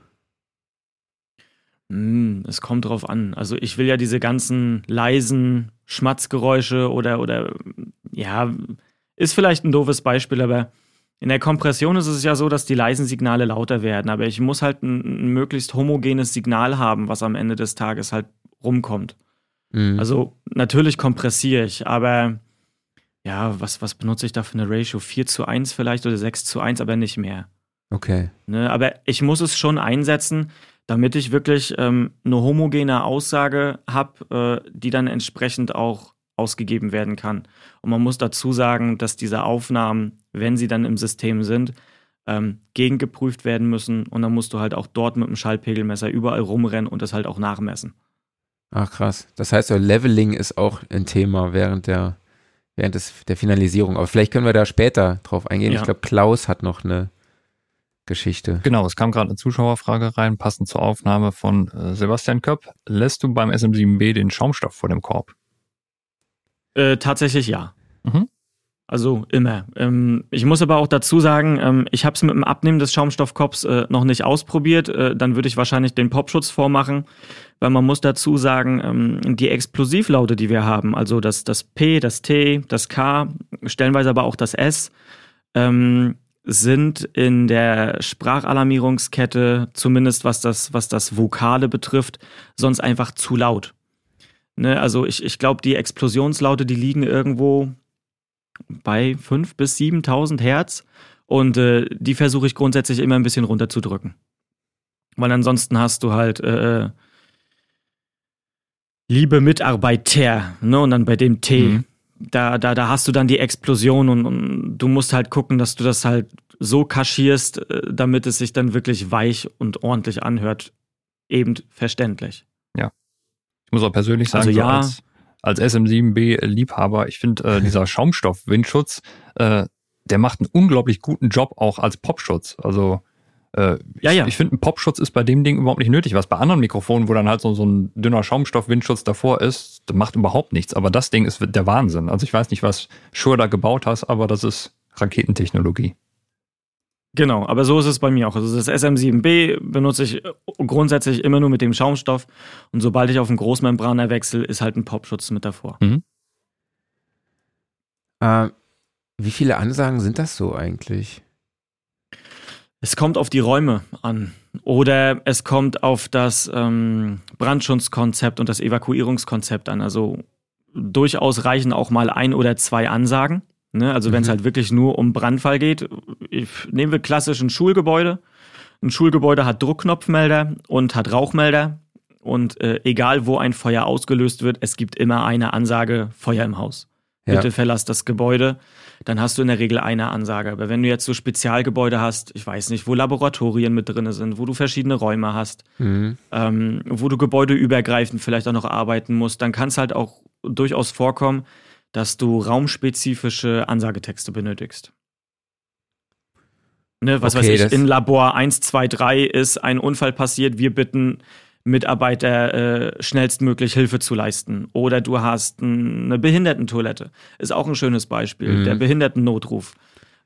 Es kommt drauf an. Also ich will ja diese ganzen leisen Schmatzgeräusche oder ja, ist vielleicht ein doofes Beispiel, aber in der Kompression ist es ja so, dass die leisen Signale lauter werden. Aber ich muss halt ein möglichst homogenes Signal haben, was am Ende des Tages halt rumkommt. Also natürlich kompressiere ich, aber ja, was benutze ich da für eine Ratio? 4:1 vielleicht oder 6:1, aber nicht mehr. Okay. Ne, aber ich muss es schon einsetzen, damit ich wirklich eine homogene Aussage habe, die dann entsprechend auch ausgegeben werden kann. Und man muss dazu sagen, dass diese Aufnahmen, wenn sie dann im System sind, gegengeprüft werden müssen. Und dann musst du halt auch dort mit dem Schallpegelmesser überall rumrennen und das halt auch nachmessen. Ach krass. Das heißt, so Leveling ist auch ein Thema während der Finalisierung. Aber vielleicht können wir da später drauf eingehen. Ja. Ich glaube, Klaus hat noch eine Geschichte. Genau, es kam gerade eine Zuschauerfrage rein, passend zur Aufnahme von Sebastian Köpp. Lässt du beim SM7B den Schaumstoff vor dem Korb? Tatsächlich ja. Also immer. Ich muss aber auch dazu sagen, ich habe es mit dem Abnehmen des Schaumstoffkorbs noch nicht ausprobiert. Dann würde ich wahrscheinlich den Popschutz vormachen, weil man muss dazu sagen, die Explosivlaute, die wir haben, also das P, das T, das K, stellenweise aber auch das S, sind in der Sprachalarmierungskette, zumindest was das Vokale betrifft, sonst einfach zu laut. Ne, also ich glaube, die Explosionslaute, die liegen irgendwo bei 5.000 bis 7.000 Hertz und die versuche ich grundsätzlich immer ein bisschen runterzudrücken. Weil ansonsten hast du halt liebe Mitarbeiter, ne, und dann bei dem T, da hast du dann die Explosion und du musst halt gucken, dass du das halt so kaschierst, damit es sich dann wirklich weich und ordentlich anhört, eben verständlich. Ja. Ich muss auch persönlich sagen, also ja, so als SM7B-Liebhaber, ich finde, dieser Schaumstoff-Windschutz, der macht einen unglaublich guten Job auch als Popschutz. Also ich finde, ein Popschutz ist bei dem Ding überhaupt nicht nötig. Was bei anderen Mikrofonen, wo dann halt so ein dünner Schaumstoff-Windschutz davor ist, das macht überhaupt nichts. Aber das Ding ist der Wahnsinn. Also ich weiß nicht, was Shure da gebaut hast, aber das ist Raketentechnologie. Genau, aber so ist es bei mir auch. Also das SM7B benutze ich grundsätzlich immer nur mit dem Schaumstoff und sobald ich auf einen Großmembraner wechsle, ist halt ein Popschutz mit davor. Wie viele Ansagen sind das so eigentlich? Es kommt auf die Räume an oder es kommt auf das Brandschutzkonzept und das Evakuierungskonzept an. Also durchaus reichen auch mal 1 oder 2 Ansagen. Ne, also wenn es halt wirklich nur um Brandfall geht, nehmen wir klassisch ein Schulgebäude. Ein Schulgebäude hat Druckknopfmelder und hat Rauchmelder. Und egal, wo ein Feuer ausgelöst wird, es gibt immer eine Ansage, Feuer im Haus. Bitte verlass das Gebäude. Dann hast du in der Regel eine Ansage. Aber wenn du jetzt so Spezialgebäude hast, ich weiß nicht, wo Laboratorien mit drin sind, wo du verschiedene Räume hast, wo du gebäudeübergreifend vielleicht auch noch arbeiten musst, dann kann es halt auch durchaus vorkommen, dass du raumspezifische Ansagetexte benötigst. Ne, was weiß ich, in Labor 1, 2, 3 ist ein Unfall passiert, wir bitten Mitarbeiter schnellstmöglich Hilfe zu leisten. Oder du hast eine Behindertentoilette. Ist auch ein schönes Beispiel, der Behindertennotruf.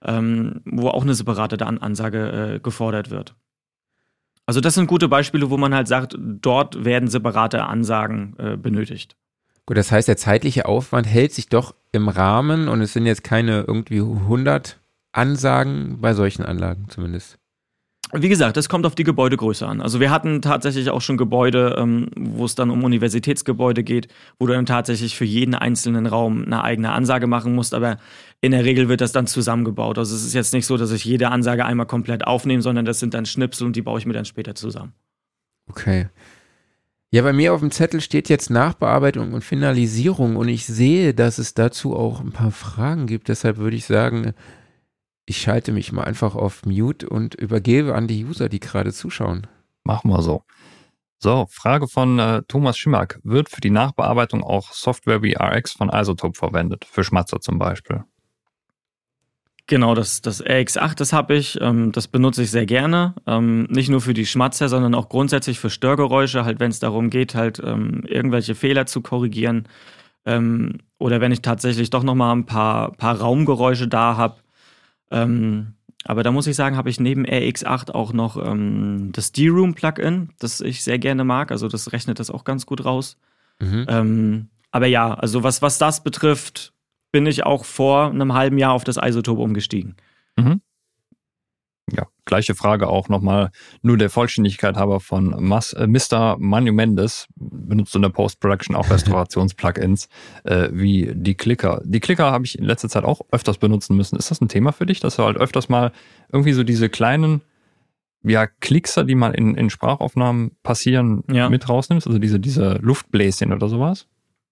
wo auch eine separate Ansage gefordert wird. Also das sind gute Beispiele, wo man halt sagt, dort werden separate Ansagen benötigt. Gut, das heißt, der zeitliche Aufwand hält sich doch im Rahmen und es sind jetzt keine irgendwie 100 Ansagen bei solchen Anlagen zumindest. Wie gesagt, das kommt auf die Gebäudegröße an. Also wir hatten tatsächlich auch schon Gebäude, wo es dann um Universitätsgebäude geht, wo du dann tatsächlich für jeden einzelnen Raum eine eigene Ansage machen musst, aber in der Regel wird das dann zusammengebaut. Also es ist jetzt nicht so, dass ich jede Ansage einmal komplett aufnehme, sondern das sind dann Schnipsel und die baue ich mir dann später zusammen. Okay. Ja, bei mir auf dem Zettel steht jetzt Nachbearbeitung und Finalisierung und ich sehe, dass es dazu auch ein paar Fragen gibt. Deshalb würde ich sagen, ich schalte mich mal einfach auf Mute und übergebe an die User, die gerade zuschauen. Machen wir so. So, Frage von Thomas Schimack. Wird für die Nachbearbeitung auch Software wie RX von Isotope verwendet? Für Schmatzer zum Beispiel. Genau, das RX8, das habe ich. Das benutze ich sehr gerne. Nicht nur für die Schmatzer, sondern auch grundsätzlich für Störgeräusche, halt wenn es darum geht, halt irgendwelche Fehler zu korrigieren. Oder wenn ich tatsächlich doch nochmal ein paar Raumgeräusche da habe. Aber da muss ich sagen, habe ich neben RX8 auch noch das D-Room-Plugin, das ich sehr gerne mag. Also das rechnet das auch ganz gut raus. Aber ja, also was das betrifft, bin ich auch vor einem halben Jahr auf das Isotope umgestiegen. Mhm. Ja, gleiche Frage auch nochmal, nur der Vollständigkeit halber von Mr. Manu Mendes, benutzt in der Post-Production auch Restaurations-Plugins wie die Clicker. Die Clicker habe ich in letzter Zeit auch öfters benutzen müssen. Ist das ein Thema für dich, dass du halt öfters mal irgendwie so diese kleinen Klickser, die mal in Sprachaufnahmen passieren, mit rausnimmst? Also diese Luftbläschen oder sowas?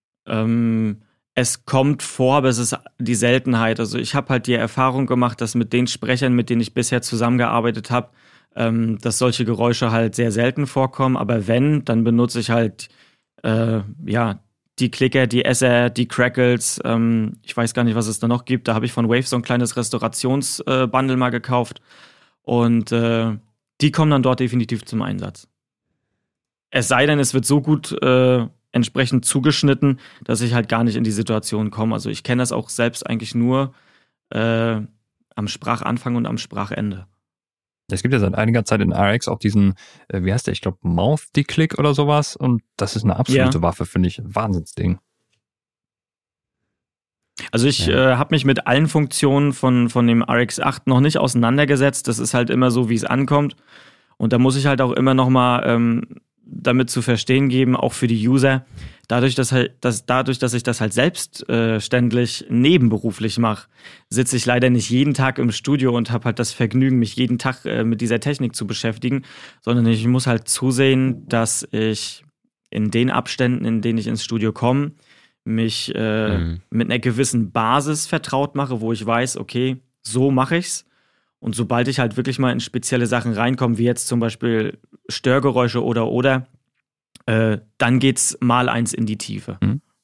Es kommt vor, aber es ist die Seltenheit. Also ich habe halt die Erfahrung gemacht, dass mit den Sprechern, mit denen ich bisher zusammengearbeitet habe, dass solche Geräusche halt sehr selten vorkommen. Aber wenn, dann benutze ich halt die Clicker, die Esser, die Crackles. Ich weiß gar nicht, was es da noch gibt. Da habe ich von Wave so ein kleines Restaurationsbundle mal gekauft. Und die kommen dann dort definitiv zum Einsatz. Es sei denn, es wird so gut entsprechend zugeschnitten, dass ich halt gar nicht in die Situation komme. Also ich kenne das auch selbst eigentlich nur am Sprachanfang und am Sprachende. Es gibt ja seit einiger Zeit in RX auch diesen, wie heißt der, ich glaube Mouth-Declick oder sowas, und das ist eine absolute Waffe, finde ich. Wahnsinnsding. Also ich habe mich mit allen Funktionen von dem RX8 noch nicht auseinandergesetzt. Das ist halt immer so, wie es ankommt. Und da muss ich halt auch immer noch mal damit zu verstehen geben, auch für die User, dadurch, dass ich das halt selbstständig nebenberuflich mache, sitze ich leider nicht jeden Tag im Studio und habe halt das Vergnügen, mich jeden Tag mit dieser Technik zu beschäftigen, sondern ich muss halt zusehen, dass ich in den Abständen, in denen ich ins Studio komme, mich mit einer gewissen Basis vertraut mache, wo ich weiß, okay, so mache ich's. Und sobald ich halt wirklich mal in spezielle Sachen reinkomme, wie jetzt zum Beispiel Störgeräusche oder, dann geht's mal eins in die Tiefe.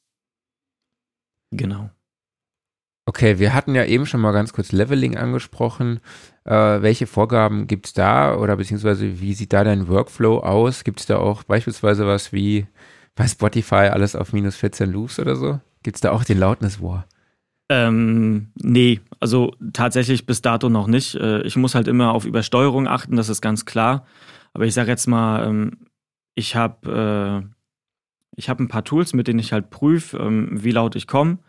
Genau. Okay, wir hatten ja eben schon mal ganz kurz Leveling angesprochen. Welche Vorgaben gibt's da oder beziehungsweise wie sieht da dein Workflow aus? Gibt's da auch beispielsweise was wie bei Spotify alles auf minus 14 Loops oder so? Gibt's da auch den Loudness War? Nee, also tatsächlich bis dato noch nicht. Ich muss halt immer auf Übersteuerung achten, das ist ganz klar. Aber ich sage jetzt mal, ich habe ein paar Tools, mit denen ich halt prüfe, wie laut ich komme.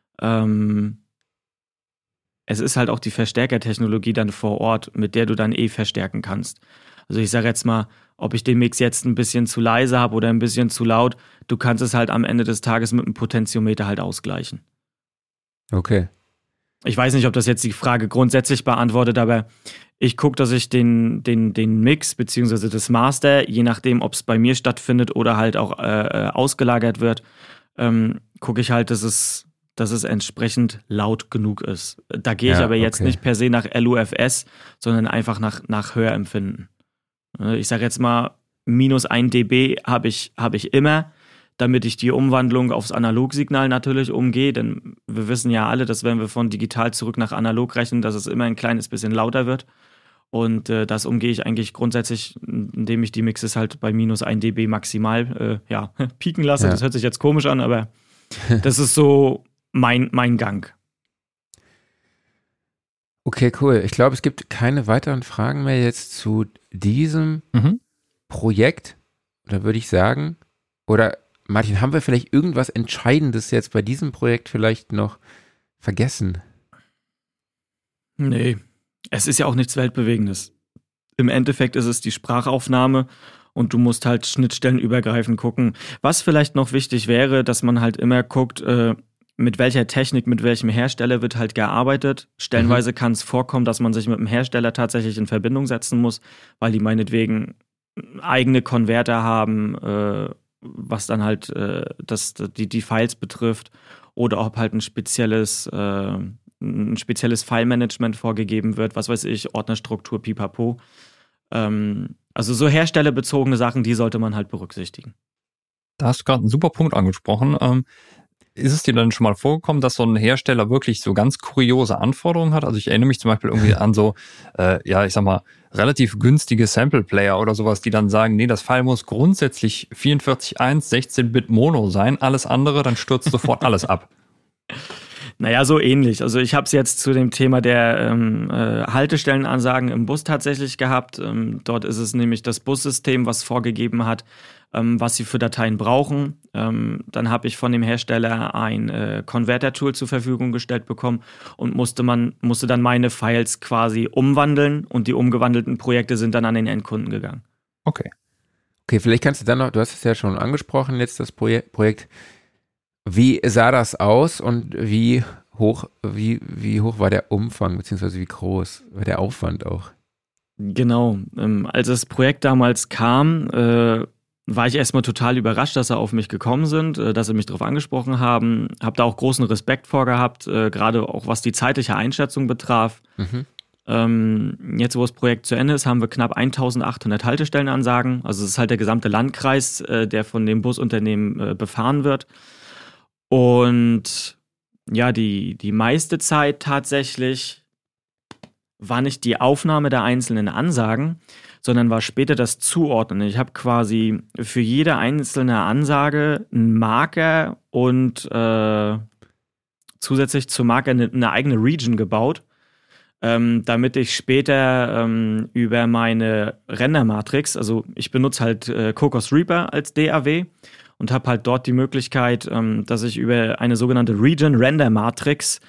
Es ist halt auch die Verstärkertechnologie dann vor Ort, mit der du dann verstärken kannst. Also ich sage jetzt mal, ob ich den Mix jetzt ein bisschen zu leise habe oder ein bisschen zu laut, du kannst es halt am Ende des Tages mit einem Potentiometer halt ausgleichen. Okay. Ich weiß nicht, ob das jetzt die Frage grundsätzlich beantwortet, aber ich gucke, dass ich den Mix bzw. das Master, je nachdem, ob es bei mir stattfindet oder halt auch ausgelagert wird, gucke ich halt, dass es entsprechend laut genug ist. Da gehe ich aber jetzt nicht per se nach LUFS, sondern einfach nach Hörempfinden. Ich sage jetzt mal, minus 1 dB habe ich immer, damit ich die Umwandlung aufs Analogsignal natürlich umgehe, denn wir wissen ja alle, dass wenn wir von digital zurück nach analog rechnen, dass es immer ein kleines bisschen lauter wird. Und das umgehe ich eigentlich grundsätzlich, indem ich die Mixes halt bei minus 1 dB maximal pieken lasse. Ja. Das hört sich jetzt komisch an, aber das ist so mein Gang. Okay, cool. Ich glaube, es gibt keine weiteren Fragen mehr jetzt zu diesem Projekt. Oder würde ich sagen, oder Martin, haben wir vielleicht irgendwas Entscheidendes jetzt bei diesem Projekt vielleicht noch vergessen? Nee, es ist ja auch nichts Weltbewegendes. Im Endeffekt ist es die Sprachaufnahme und du musst halt schnittstellenübergreifend gucken. Was vielleicht noch wichtig wäre, dass man halt immer guckt, mit welcher Technik, mit welchem Hersteller wird halt gearbeitet. Stellenweise kann es vorkommen, dass man sich mit dem Hersteller tatsächlich in Verbindung setzen muss, weil die meinetwegen eigene Konverter haben, was dann halt die Files betrifft, oder ob halt ein spezielles File-Management vorgegeben wird, was weiß ich, Ordnerstruktur, pipapo. Also so herstellerbezogene Sachen, die sollte man halt berücksichtigen. Da hast du gerade einen super Punkt angesprochen. Ist es dir dann schon mal vorgekommen, dass so ein Hersteller wirklich so ganz kuriose Anforderungen hat? Also ich erinnere mich zum Beispiel irgendwie an so, ich sag mal, relativ günstige Sample-Player oder sowas, die dann sagen, nee, das File muss grundsätzlich 44.1, 16-Bit Mono sein, alles andere, dann stürzt sofort alles ab. Naja, so ähnlich. Also ich habe es jetzt zu dem Thema der Haltestellenansagen im Bus tatsächlich gehabt. Dort ist es nämlich das Bussystem, was vorgegeben hat, was sie für Dateien brauchen. Dann habe ich von dem Hersteller ein Converter-Tool zur Verfügung gestellt bekommen und musste dann meine Files quasi umwandeln und die umgewandelten Projekte sind dann an den Endkunden gegangen. Okay, vielleicht kannst du dann noch, du hast es ja schon angesprochen, jetzt das Projekt. Wie sah das aus und wie hoch war der Umfang, beziehungsweise wie groß war der Aufwand auch? Genau. Als das Projekt damals kam, war ich erstmal total überrascht, dass sie auf mich gekommen sind, dass sie mich darauf angesprochen haben. Habe da auch großen Respekt vor gehabt, gerade auch was die zeitliche Einschätzung betraf. Jetzt, wo das Projekt zu Ende ist, haben wir knapp 1800 Haltestellenansagen. Also es ist halt der gesamte Landkreis, der von dem Busunternehmen befahren wird. Und ja, die meiste Zeit tatsächlich war nicht die Aufnahme der einzelnen Ansagen, sondern war später das Zuordnen. Ich habe quasi für jede einzelne Ansage einen Marker und zusätzlich zum Marker eine eigene Region gebaut, damit ich später über meine Rendermatrix, also ich benutze halt Cocos Reaper als DAW, und habe halt dort die Möglichkeit, dass ich über eine sogenannte Region Render Matrix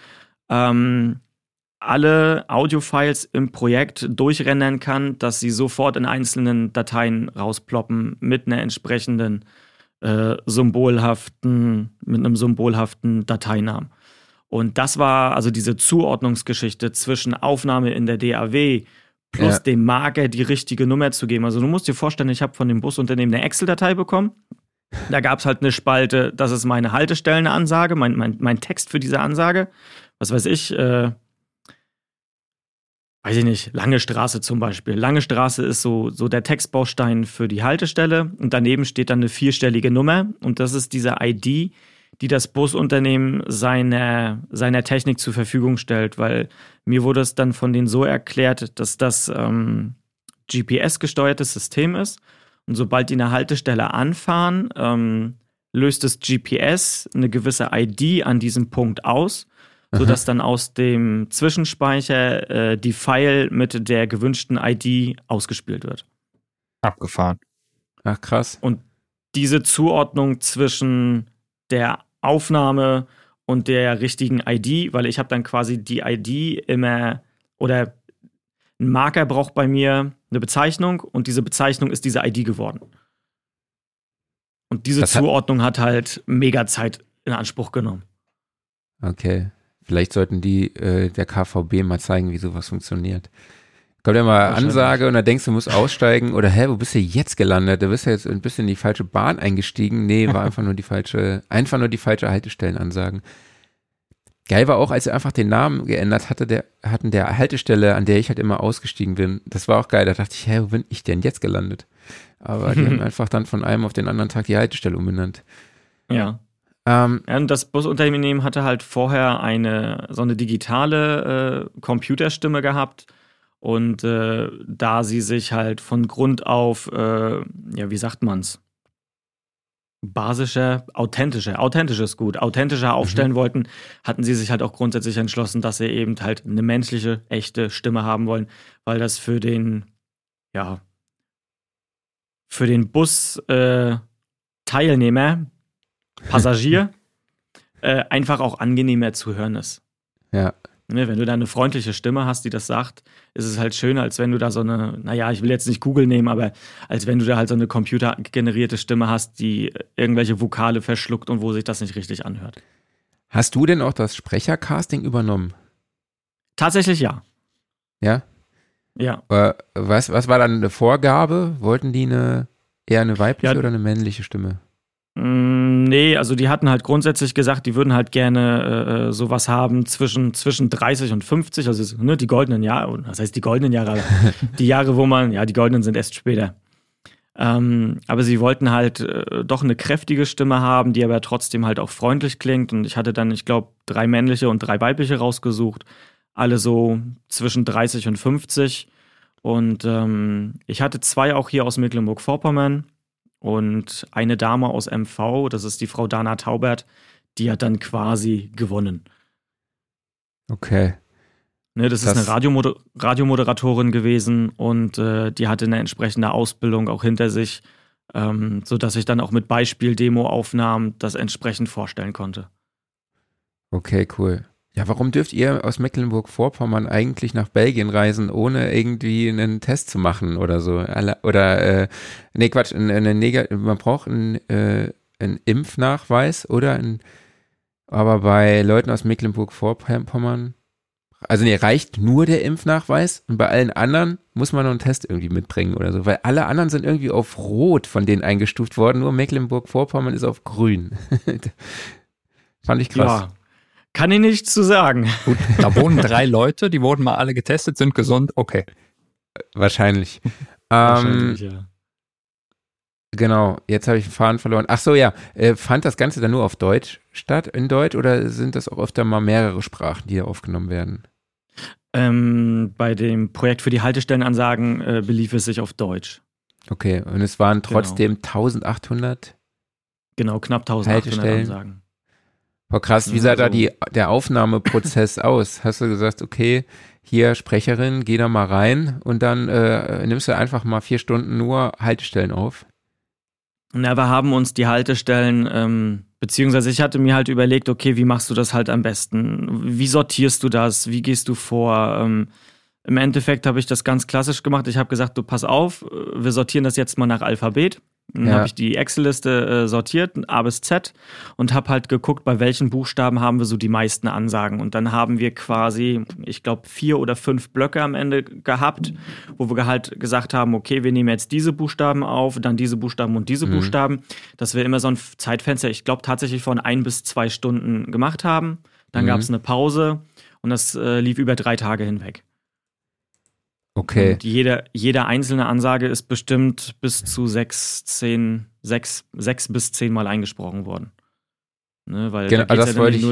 alle Audio-Files im Projekt durchrendern kann, dass sie sofort in einzelnen Dateien rausploppen mit einer entsprechenden mit einem symbolhaften Dateinamen. Und das war also diese Zuordnungsgeschichte zwischen Aufnahme in der DAW plus dem Marker die richtige Nummer zu geben. Also du musst dir vorstellen, ich habe von dem Busunternehmen eine Excel-Datei bekommen. Da gab es halt eine Spalte, das ist meine Haltestellenansage, mein Text für diese Ansage. Was weiß ich, Lange Straße zum Beispiel. Lange Straße ist so der Textbaustein für die Haltestelle und daneben steht dann eine 4-stellige Nummer und das ist diese ID, die das Busunternehmen seiner Technik zur Verfügung stellt, weil mir wurde es dann von denen so erklärt, dass das GPS-gesteuertes System ist. Und sobald die eine Haltestelle anfahren, löst das GPS eine gewisse ID an diesem Punkt aus, sodass dann aus dem Zwischenspeicher die File mit der gewünschten ID ausgespielt wird. Abgefahren. Ach, krass. Und diese Zuordnung zwischen der Aufnahme und der richtigen ID, weil ich habe dann quasi die ID immer, oder ein Marker braucht bei mir eine Bezeichnung und diese Bezeichnung ist diese ID geworden. Und diese Zuordnung hat halt mega Zeit in Anspruch genommen. Okay. Vielleicht sollten die der KVB mal zeigen, wie sowas funktioniert. Kommt ja mal Ansage und dann denkst du, musst aussteigen oder wo bist du jetzt gelandet? Du bist ja jetzt ein bisschen in die falsche Bahn eingestiegen. Nee, war einfach nur die falsche Haltestellenansagen. Geil war auch, als er einfach den Namen geändert hatten der Haltestelle, an der ich halt immer ausgestiegen bin. Das war auch geil. Da dachte ich, wo bin ich denn jetzt gelandet? Aber die haben einfach dann von einem auf den anderen Tag die Haltestelle umbenannt. Ja. Und das Busunternehmen hatte halt vorher so eine digitale Computerstimme gehabt. Und da sie sich halt von Grund auf, wie sagt man's? basischer, authentisches Gut, authentischer aufstellen wollten, hatten sie sich halt auch grundsätzlich entschlossen, dass sie eben halt eine menschliche, echte Stimme haben wollen, weil das für den Bus-Teilnehmer, Passagier, einfach auch angenehmer zu hören ist. Ja. Wenn du da eine freundliche Stimme hast, die das sagt, ist es halt schöner, als wenn du da so eine, ich will jetzt nicht Google nehmen, aber als wenn du da halt so eine computergenerierte Stimme hast, die irgendwelche Vokale verschluckt und wo sich das nicht richtig anhört. Hast du denn auch das Sprechercasting übernommen? Tatsächlich ja. Ja? Ja. Was war dann eine Vorgabe? Wollten die eher eine weibliche oder eine männliche Stimme? Nee, also die hatten halt grundsätzlich gesagt, die würden halt gerne sowas haben zwischen 30 und 50, also die goldenen Jahre, was heißt die goldenen Jahre, aber die Jahre, die goldenen sind erst später. Aber sie wollten halt doch eine kräftige Stimme haben, die aber trotzdem halt auch freundlich klingt, und ich hatte dann, ich glaube, 3 männliche und 3 weibliche rausgesucht, alle so zwischen 30 und 50, und ich hatte 2 auch hier aus Mecklenburg-Vorpommern. Und eine Dame aus MV, das ist die Frau Dana Taubert, die hat dann quasi gewonnen. Okay. Das ist eine Radiomoderatorin gewesen, und die hatte eine entsprechende Ausbildung auch hinter sich, sodass ich dann auch mit Beispiel-Demo-Aufnahmen das entsprechend vorstellen konnte. Okay, cool. Ja, warum dürft ihr aus Mecklenburg-Vorpommern eigentlich nach Belgien reisen, ohne irgendwie einen Test zu machen oder so? Man braucht einen Impfnachweis aber bei Leuten aus Mecklenburg-Vorpommern, reicht nur der Impfnachweis, und bei allen anderen muss man noch einen Test irgendwie mitbringen oder so, weil alle anderen sind irgendwie auf Rot von denen eingestuft worden, nur Mecklenburg-Vorpommern ist auf Grün. Fand ich krass. Ja. Kann ich nichts zu sagen. Gut, da wohnen 3 Leute, die wurden mal alle getestet, sind gesund, okay. Wahrscheinlich. Wahrscheinlich, ja. Genau, jetzt habe ich den Faden verloren. Ach so, ja. Fand das Ganze dann nur auf Deutsch statt, in Deutsch, oder sind das auch öfter mal mehrere Sprachen, die da aufgenommen werden? Bei dem Projekt für die Haltestellenansagen belief es sich auf Deutsch. Okay, und es waren trotzdem 1800? Genau, knapp 1800 Ansagen. Oh, krass, wie sah da der Aufnahmeprozess aus? Hast du gesagt, okay, hier Sprecherin, geh da mal rein, und dann nimmst du einfach mal 4 Stunden nur Haltestellen auf? Na, wir haben uns die Haltestellen, beziehungsweise ich hatte mir halt überlegt, okay, wie machst du das halt am besten? Wie sortierst du das? Wie gehst du vor? Im Endeffekt habe ich das ganz klassisch gemacht. Ich habe gesagt, du pass auf, wir sortieren das jetzt mal nach Alphabet. Dann habe ich die Excel-Liste sortiert, A bis Z, und habe halt geguckt, bei welchen Buchstaben haben wir so die meisten Ansagen. Und dann haben wir quasi, ich glaube, 4 oder 5 Blöcke am Ende gehabt, wo wir halt gesagt haben, okay, wir nehmen jetzt diese Buchstaben auf, dann diese Buchstaben und diese Buchstaben, dass wir immer so ein Zeitfenster, ich glaube, tatsächlich von 1 bis 2 Stunden gemacht haben. Dann gab es eine Pause, und das lief über 3 Tage hinweg. Okay. Und jede einzelne Ansage ist bestimmt bis zu 6 bis 10 Mal eingesprochen worden. Ne, weil genau, das wollte ich. Nur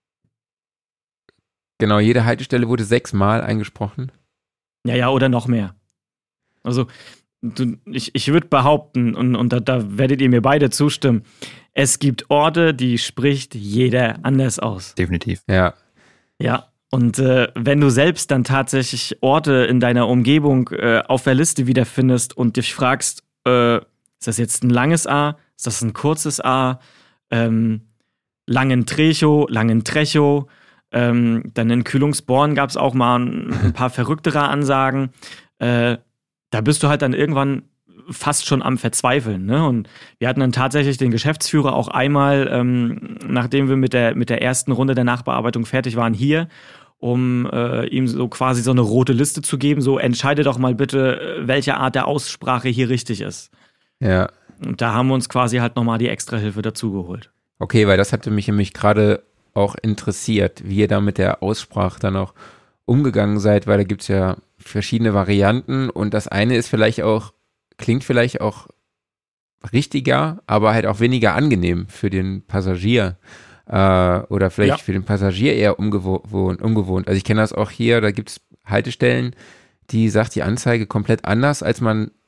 Genau, jede Haltestelle wurde 6 Mal eingesprochen. Ja, oder noch mehr. Also, ich würde behaupten, und da werdet ihr mir beide zustimmen, es gibt Orte, die spricht jeder anders aus. Definitiv. Ja. Ja. Und wenn du selbst dann tatsächlich Orte in deiner Umgebung auf der Liste wiederfindest und dich fragst, ist das jetzt ein langes A, ist das ein kurzes A, Langen-Trecho, dann in Kühlungsborn gab es auch mal ein paar verrücktere Ansagen. Da bist du halt dann irgendwann fast schon am Verzweifeln, ne? Und wir hatten dann tatsächlich den Geschäftsführer auch einmal, nachdem wir mit der ersten Runde der Nachbearbeitung fertig waren, hier, um ihm so quasi so eine rote Liste zu geben, so entscheide doch mal bitte, welche Art der Aussprache hier richtig ist. Ja. Und da haben wir uns quasi halt nochmal die Extrahilfe dazugeholt. Okay, weil das hatte mich nämlich gerade auch interessiert, wie ihr da mit der Aussprache dann auch umgegangen seid, weil da gibt es ja verschiedene Varianten, und das eine ist klingt vielleicht auch richtiger, aber halt auch weniger angenehm für den Passagier. Oder vielleicht für den Passagier eher ungewohnt. Also ich kenne das auch hier, da gibt es Haltestellen, die sagt die Anzeige komplett anders, als man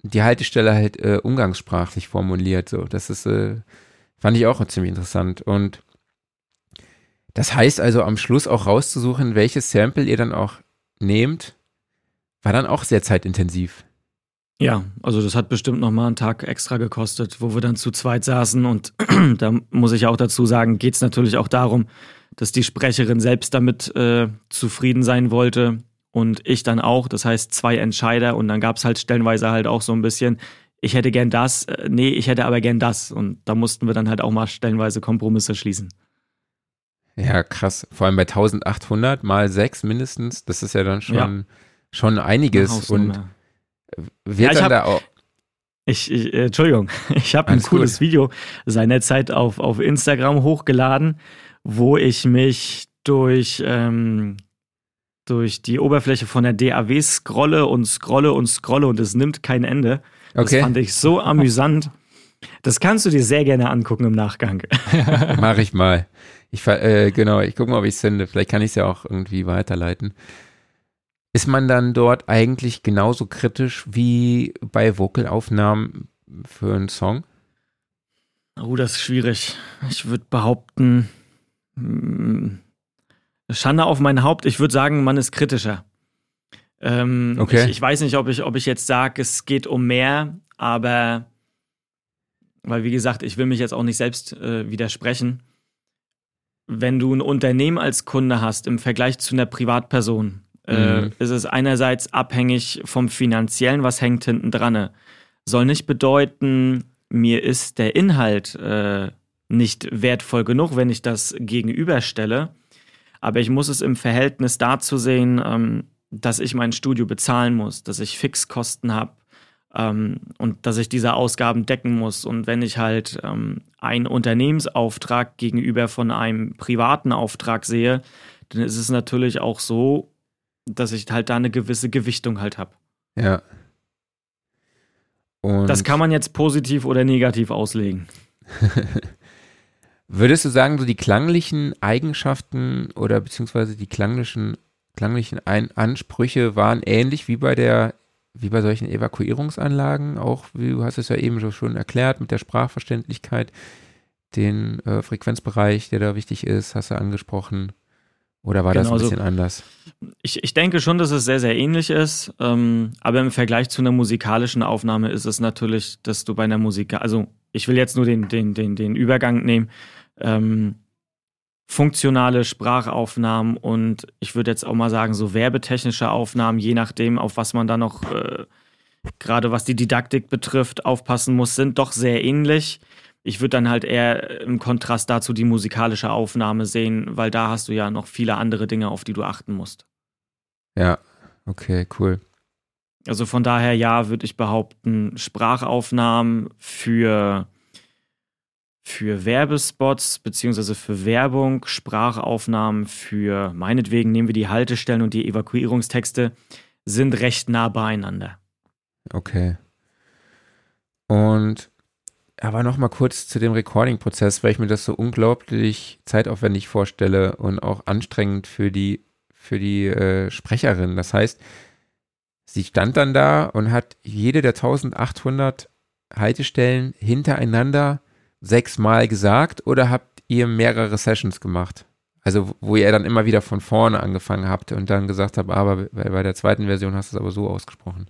die Haltestelle halt umgangssprachlich formuliert. So, das ist, fand ich auch ziemlich interessant. Und das heißt also am Schluss auch rauszusuchen, welches Sample ihr dann auch nehmt, war dann auch sehr zeitintensiv. Ja, also das hat bestimmt nochmal einen Tag extra gekostet, wo wir dann zu zweit saßen und da muss ich auch dazu sagen, geht es natürlich auch darum, dass die Sprecherin selbst damit zufrieden sein wollte und ich dann auch, das heißt 2 Entscheider und dann gab es halt stellenweise halt auch so ein bisschen, ich hätte gern das, nee, ich hätte aber gern das und da mussten wir dann halt auch mal stellenweise Kompromisse schließen. Ja, krass, vor allem bei 1800 mal 6 mindestens, das ist ja dann schon einiges und wird dann da auch. Entschuldigung, ich habe ein cooles Video seinerzeit auf Instagram hochgeladen, wo ich mich durch die Oberfläche von der DAW scrolle und es nimmt kein Ende. Das fand ich so amüsant. Das kannst du dir sehr gerne angucken im Nachgang. Mach ich mal. Genau, ich gucke mal, ob ich es finde. Vielleicht kann ich es ja auch irgendwie weiterleiten. Ist man dann dort eigentlich genauso kritisch wie bei Vocalaufnahmen für einen Song? Oh, das ist schwierig. Ich würde behaupten, Schande auf mein Haupt, ich würde sagen, man ist kritischer. Ich weiß nicht, ob ich jetzt sage, es geht um mehr, aber weil, wie gesagt, ich will mich jetzt auch nicht selbst widersprechen. Wenn du ein Unternehmen als Kunde hast im Vergleich zu einer Privatperson, ist es einerseits abhängig vom Finanziellen, was hängt hinten dran. Soll nicht bedeuten, mir ist der Inhalt nicht wertvoll genug, wenn ich das gegenüberstelle. Aber ich muss es im Verhältnis dazu sehen, dass ich mein Studio bezahlen muss, dass ich Fixkosten habe und dass ich diese Ausgaben decken muss. Und wenn ich halt einen Unternehmensauftrag gegenüber von einem privaten Auftrag sehe, dann ist es natürlich auch so, dass ich halt da eine gewisse Gewichtung halt habe. Ja. Und das kann man jetzt positiv oder negativ auslegen. Würdest du sagen, so die klanglichen Eigenschaften oder beziehungsweise die klanglichen Ansprüche waren ähnlich wie bei solchen Evakuierungsanlagen, auch wie du hast es ja eben schon erklärt, mit der Sprachverständlichkeit, den Frequenzbereich, der da wichtig ist, hast du angesprochen. Oder war das ein bisschen anders? Ich denke schon, dass es sehr, sehr ähnlich ist. Aber im Vergleich zu einer musikalischen Aufnahme ist es natürlich, dass du bei einer Musik, also ich will jetzt nur den Übergang nehmen, funktionale Sprachaufnahmen und ich würde jetzt auch mal sagen, so werbetechnische Aufnahmen, je nachdem, auf was man da noch, gerade was die Didaktik betrifft, aufpassen muss, sind doch sehr ähnlich. Ich würde dann halt eher im Kontrast dazu die musikalische Aufnahme sehen, weil da hast du ja noch viele andere Dinge, auf die du achten musst. Ja, okay, cool. Also von daher, ja, würde ich behaupten, Sprachaufnahmen für Werbespots beziehungsweise für Werbung, Sprachaufnahmen für, meinetwegen nehmen wir die Haltestellen und die Evakuierungstexte, sind recht nah beieinander. Okay. Und aber noch mal kurz zu dem Recording-Prozess, weil ich mir das so unglaublich zeitaufwendig vorstelle und auch anstrengend für die Sprecherin. Das heißt, sie stand dann da und hat jede der 1800 Haltestellen hintereinander 6-mal gesagt oder habt ihr mehrere Sessions gemacht? Also wo ihr dann immer wieder von vorne angefangen habt und dann gesagt habt, aber bei der zweiten Version hast du es aber so ausgesprochen.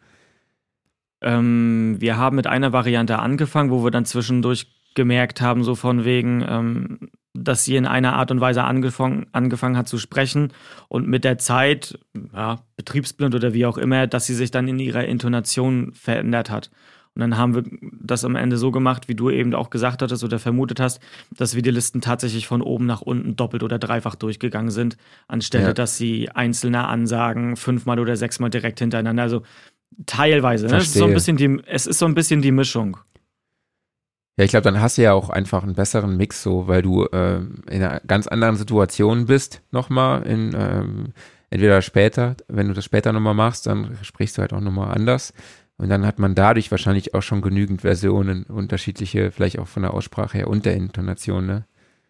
Wir haben mit einer Variante angefangen, wo wir dann zwischendurch gemerkt haben, so von wegen, dass sie in einer Art und Weise angefangen hat zu sprechen und mit der Zeit, ja, betriebsblind oder wie auch immer, dass sie sich dann in ihrer Intonation verändert hat. Und dann haben wir das am Ende so gemacht, wie du eben auch gesagt hattest oder vermutet hast, dass wir die Listen tatsächlich von oben nach unten doppelt oder dreifach durchgegangen sind, anstelle, dass sie einzelne Ansagen 5-mal oder 6-mal direkt hintereinander, also teilweise. Ne? Es ist so ein bisschen die Mischung. Ja, ich glaube, dann hast du ja auch einfach einen besseren Mix so, weil du in einer ganz anderen Situation bist nochmal, entweder später, wenn du das später nochmal machst, dann sprichst du halt auch nochmal anders. Und dann hat man dadurch wahrscheinlich auch schon genügend Versionen, unterschiedliche, vielleicht auch von der Aussprache her und der Intonation, ne?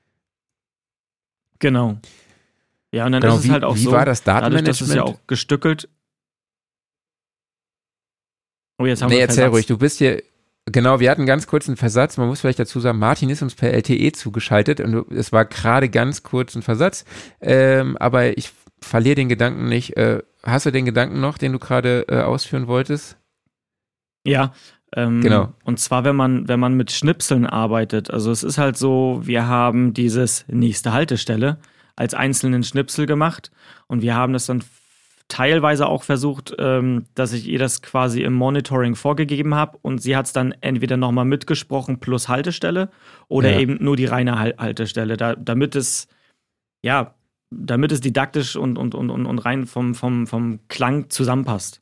Genau. Ja, und dann ist es halt auch so, wie war das Datenmanagement? Dadurch, dass es ja auch gestückelt. Oh, jetzt haben wir erzähl ruhig, du bist hier, genau, wir hatten ganz kurz einen Versatz, man muss vielleicht dazu sagen, Martin ist uns per LTE zugeschaltet und es war gerade ganz kurz ein Versatz, aber ich verliere den Gedanken nicht. Hast du den Gedanken noch, den du gerade ausführen wolltest? Ja, genau. Und zwar, wenn man mit Schnipseln arbeitet, also es ist halt so, wir haben dieses nächste Haltestelle als einzelnen Schnipsel gemacht und wir haben das dann teilweise auch versucht, dass ich ihr das quasi im Monitoring vorgegeben habe und sie hat es dann entweder nochmal mitgesprochen plus Haltestelle oder eben nur die reine Haltestelle, damit es didaktisch und rein vom Klang zusammenpasst.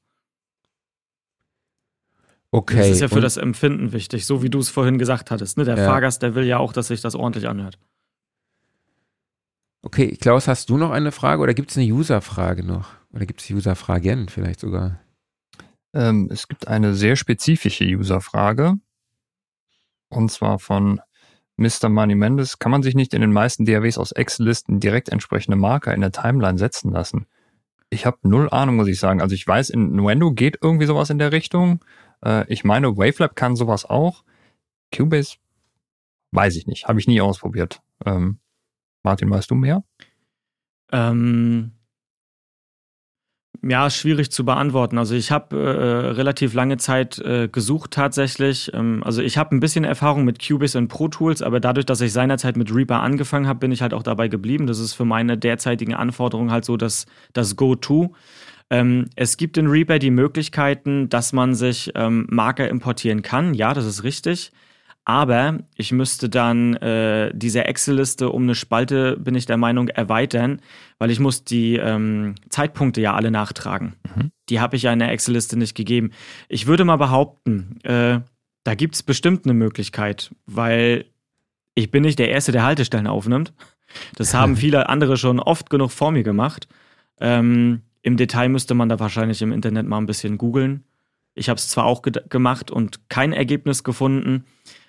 Okay. Das ist ja für das Empfinden wichtig, so wie du es vorhin gesagt hattest. Ne? Der Fahrgast, der will ja auch, dass sich das ordentlich anhört. Okay, Klaus, hast du noch eine Frage oder gibt es eine User-Frage noch? Oder gibt es User-Fragen vielleicht sogar? Es gibt eine sehr spezifische User-Frage. Und zwar von Mr. Money Mendes. Kann man sich nicht in den meisten DAWs aus Excel-Listen direkt entsprechende Marker in der Timeline setzen lassen? Ich habe null Ahnung, muss ich sagen. Also ich weiß, in Nuendo geht irgendwie sowas in der Richtung. Ich meine, Wavelab kann sowas auch. Cubase weiß ich nicht. Habe ich nie ausprobiert. Martin, weißt du mehr? Ja, schwierig zu beantworten. Also ich habe relativ lange Zeit gesucht tatsächlich. Also ich habe ein bisschen Erfahrung mit Cubase und Pro Tools, aber dadurch, dass ich seinerzeit mit Reaper angefangen habe, bin ich halt auch dabei geblieben. Das ist für meine derzeitigen Anforderungen halt so das Go-To. Es gibt in Reaper die Möglichkeiten, dass man sich Marker importieren kann. Ja, das ist richtig. Aber ich müsste dann diese Excel-Liste um eine Spalte, bin ich der Meinung, erweitern, weil ich muss die Zeitpunkte ja alle nachtragen. Die habe ich ja in der Excel-Liste nicht gegeben. Ich würde mal behaupten, da gibt es bestimmt eine Möglichkeit, weil ich bin nicht der Erste, der Haltestellen aufnimmt. Das haben viele andere schon oft genug vor mir gemacht. Im Detail müsste man da wahrscheinlich im Internet mal ein bisschen googeln. Ich habe es zwar auch gemacht und kein Ergebnis gefunden,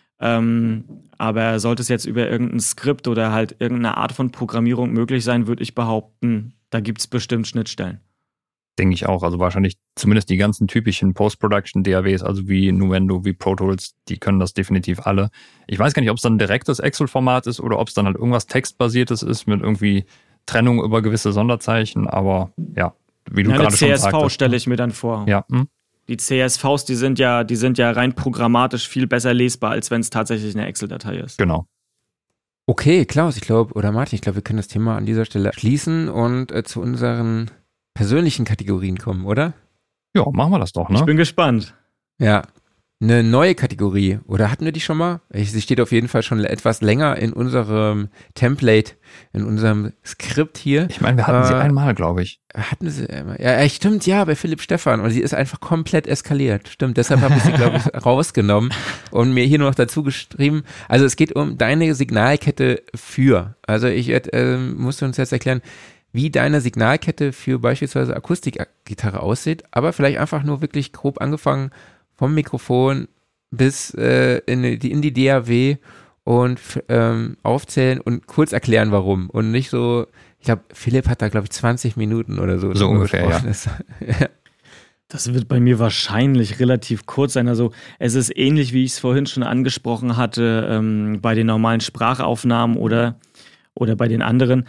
aber sollte es jetzt über irgendein Skript oder halt irgendeine Art von Programmierung möglich sein, würde ich behaupten, da gibt es bestimmt Schnittstellen. Denke ich auch. Also wahrscheinlich zumindest die ganzen typischen Post-Production-DAWs, also wie Nuendo, wie Pro Tools, die können das definitiv alle. Ich weiß gar nicht, ob es dann direkt das Excel-Format ist oder ob es dann halt irgendwas Textbasiertes ist mit irgendwie Trennung über gewisse Sonderzeichen, aber ja, wie du gerade schon sagtest. Eine CSV stelle ich mir dann vor. Ja. Die CSVs, die sind ja rein programmatisch viel besser lesbar, als wenn es tatsächlich eine Excel-Datei ist. Genau. Okay, Klaus, oder Martin, ich glaube, wir können das Thema an dieser Stelle schließen und zu unseren persönlichen Kategorien kommen, oder? Ja, machen wir das doch, ne? Ich bin gespannt. Ja, eine neue Kategorie, oder hatten wir die schon mal? Sie steht auf jeden Fall schon etwas länger in unserem Template, in unserem Skript hier. Ich meine, wir hatten sie einmal, glaube ich. Hatten sie einmal? Ja, stimmt, ja, bei Philipp Stephan. Und sie ist einfach komplett eskaliert. Stimmt, deshalb habe ich sie, glaube ich, rausgenommen und mir hier nur noch dazu geschrieben. Also es geht um deine Signalkette für. Also ich musste uns jetzt erklären, wie deine Signalkette für beispielsweise Akustikgitarre aussieht, aber vielleicht einfach nur wirklich grob angefangen vom Mikrofon bis in die DAW und aufzählen und kurz erklären, warum. Und nicht so, ich glaube, Philipp hat da, glaube ich, 20 Minuten oder so. So ungefähr, ja. Das wird bei mir wahrscheinlich relativ kurz sein. Also es ist ähnlich, wie ich es vorhin schon angesprochen hatte, bei den normalen Sprachaufnahmen oder bei den anderen.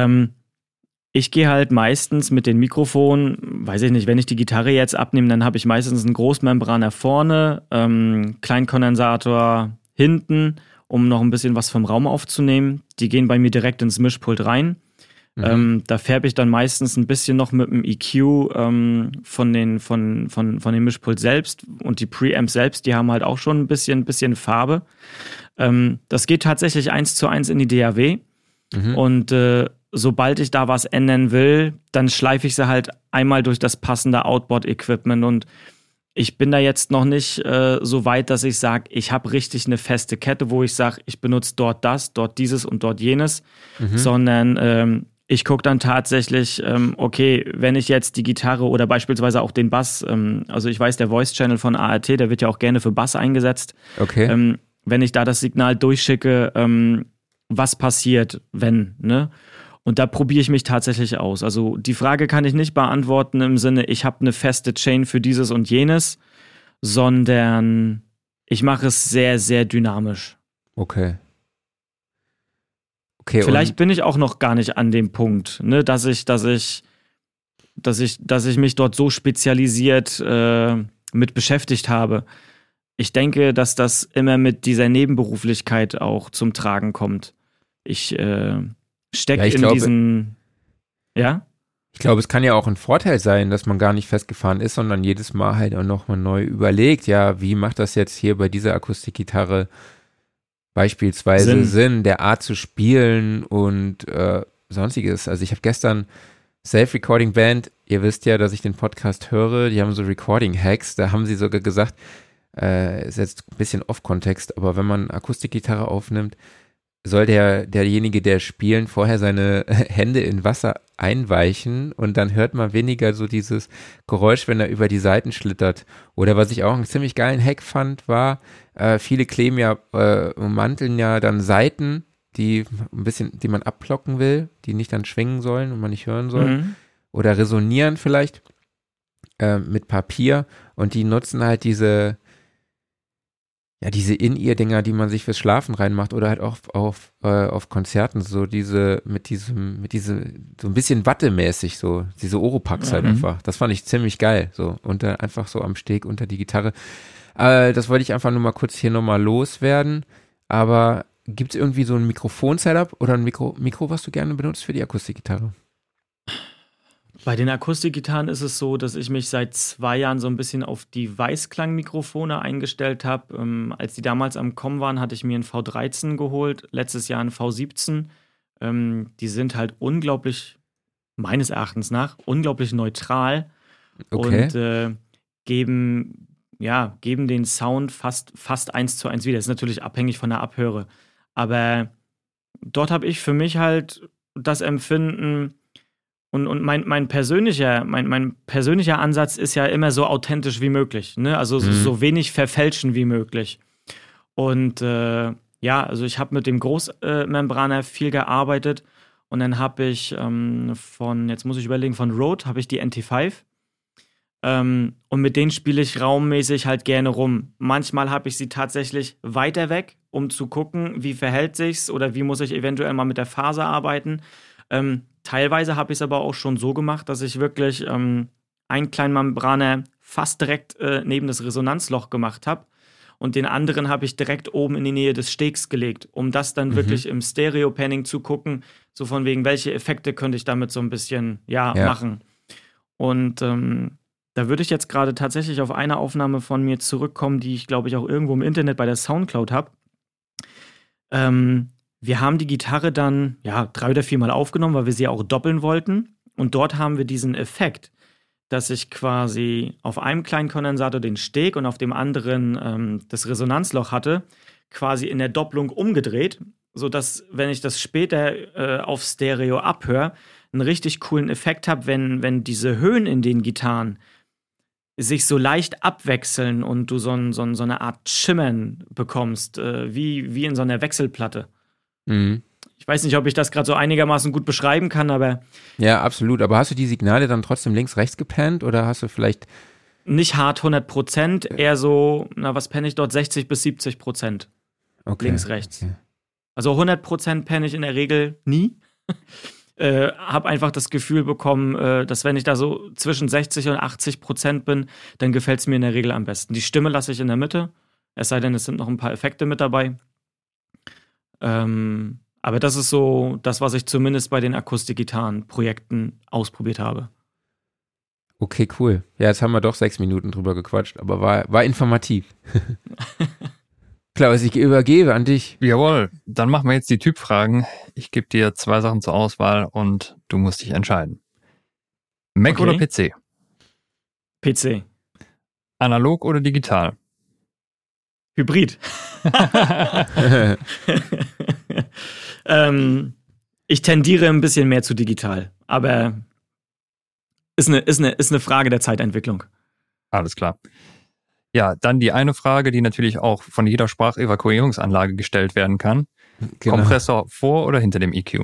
Ich gehe halt meistens mit den Mikrofonen, weiß ich nicht, wenn ich die Gitarre jetzt abnehme, dann habe ich meistens einen Großmembraner vorne, Kleinkondensator hinten, um noch ein bisschen was vom Raum aufzunehmen. Die gehen bei mir direkt ins Mischpult rein. Da färbe ich dann meistens ein bisschen noch mit dem EQ von dem Mischpult selbst, und die Preamps selbst, die haben halt auch schon ein bisschen Farbe. Das geht tatsächlich 1:1 in die DAW. Und sobald ich da was ändern will, dann schleife ich sie halt einmal durch das passende Outboard-Equipment, und ich bin da jetzt noch nicht so weit, dass ich sage, ich habe richtig eine feste Kette, wo ich sage, ich benutze dort das, dort dieses und dort jenes, sondern ich gucke dann tatsächlich, okay, wenn ich jetzt die Gitarre oder beispielsweise auch den Bass, also ich weiß, der Voice-Channel von ART, der wird ja auch gerne für Bass eingesetzt. Okay. Wenn ich da das Signal durchschicke, was passiert, wenn, ne? Und da probiere ich mich tatsächlich aus. Also die Frage kann ich nicht beantworten im Sinne, ich habe eine feste Chain für dieses und jenes, sondern ich mache es sehr, sehr dynamisch. Okay. Vielleicht bin ich auch noch gar nicht an dem Punkt, ne, dass ich mich dort so spezialisiert mit beschäftigt habe. Ich denke, dass das immer mit dieser Nebenberuflichkeit auch zum Tragen kommt. Ich stecke diesen. Ja? Ich glaube, es kann ja auch ein Vorteil sein, dass man gar nicht festgefahren ist, sondern jedes Mal halt auch nochmal neu überlegt, ja, wie macht das jetzt hier bei dieser Akustikgitarre beispielsweise Sinn, der Art zu spielen und sonstiges. Also ich habe gestern Self-Recording-Band, ihr wisst ja, dass ich den Podcast höre, die haben so Recording-Hacks, da haben sie sogar gesagt, ist jetzt ein bisschen off-Kontext, aber wenn man Akustikgitarre aufnimmt, soll derjenige, der spielen, vorher seine Hände in Wasser einweichen und dann hört man weniger so dieses Geräusch, wenn er über die Seiten schlittert. Oder was ich auch einen ziemlich geilen Hack fand, war, viele kleben ja, ummanteln ja dann Saiten, die man abplocken will, die nicht dann schwingen sollen und man nicht hören soll. Oder resonieren vielleicht mit Papier und die nutzen halt diese In-Ear-Dinger, die man sich fürs Schlafen reinmacht oder halt auch auf Konzerten, so so ein bisschen wattemäßig, so diese Oropax halt einfach. Das fand ich ziemlich geil, so einfach so am Steg unter die Gitarre. Das wollte ich einfach nur mal kurz hier nochmal loswerden, aber gibt es irgendwie so ein Mikrofon-Setup oder ein Mikro, was du gerne benutzt für die Akustikgitarre? Bei den Akustikgitarren ist es so, dass ich mich seit 2 Jahren so ein bisschen auf die Weißklangmikrofone eingestellt habe. Als die damals am Kommen waren, hatte ich mir einen V13 geholt, letztes Jahr einen V17. Die sind halt meines Erachtens nach, unglaublich neutral und geben den Sound fast 1:1 wieder. Das ist natürlich abhängig von der Abhöre. Aber dort habe ich für mich halt das Empfinden. Und mein persönlicher Ansatz ist ja immer so authentisch wie möglich, ne? Also so wenig verfälschen wie möglich. Und also ich habe mit dem Großmembraner viel gearbeitet und dann habe ich von Rode habe ich die NT5 und mit denen spiele ich raummäßig halt gerne rum. Manchmal habe ich sie tatsächlich weiter weg, um zu gucken, wie verhält sich's oder wie muss ich eventuell mal mit der Phase arbeiten. Teilweise habe ich es aber auch schon so gemacht, dass ich wirklich einen kleinen Membraner fast direkt neben das Resonanzloch gemacht habe und den anderen habe ich direkt oben in die Nähe des Stegs gelegt, um das dann wirklich im Stereo-Panning zu gucken, so von wegen, welche Effekte könnte ich damit so ein bisschen machen. Und da würde ich jetzt gerade tatsächlich auf eine Aufnahme von mir zurückkommen, die ich, glaube ich, auch irgendwo im Internet bei der Soundcloud habe. Wir haben die Gitarre dann 3 oder 4 Mal aufgenommen, weil wir sie auch doppeln wollten. Und dort haben wir diesen Effekt, dass ich quasi auf einem kleinen Kondensator den Steg und auf dem anderen das Resonanzloch hatte, quasi in der Doppelung umgedreht, sodass, wenn ich das später auf Stereo abhöre, einen richtig coolen Effekt habe, wenn diese Höhen in den Gitarren sich so leicht abwechseln und du so eine Art Schimmern bekommst, wie in so einer Wechselplatte. Ich weiß nicht, ob ich das gerade so einigermaßen gut beschreiben kann, aber. Ja, absolut. Aber hast du die Signale dann trotzdem links-rechts gepannt oder hast du vielleicht. Nicht hart 100%, eher so, was penne ich dort? 60-70%. Okay. Links-rechts. Okay. Also 100% penne ich in der Regel nie. Hab einfach das Gefühl bekommen, dass wenn ich da so zwischen 60 und 80% bin, dann gefällt es mir in der Regel am besten. Die Stimme lasse ich in der Mitte, es sei denn, es sind noch ein paar Effekte mit dabei. Aber das ist so das, was ich zumindest bei den Akustikgitarren-Projekten ausprobiert habe. Okay, cool. Ja, jetzt haben wir doch 6 Minuten drüber gequatscht, aber war informativ. Klaus, ich übergebe an dich. Jawohl, dann machen wir jetzt die Typfragen. Ich gebe dir 2 Sachen zur Auswahl und du musst dich entscheiden. Mac oder PC? PC. Analog oder digital? Hybrid. Ich tendiere ein bisschen mehr zu digital, aber ist eine Frage der Zeitentwicklung. Alles klar. Ja, dann die eine Frage, die natürlich auch von jeder Sprachevakuierungsanlage gestellt werden kann. Genau. Kompressor vor oder hinter dem EQ?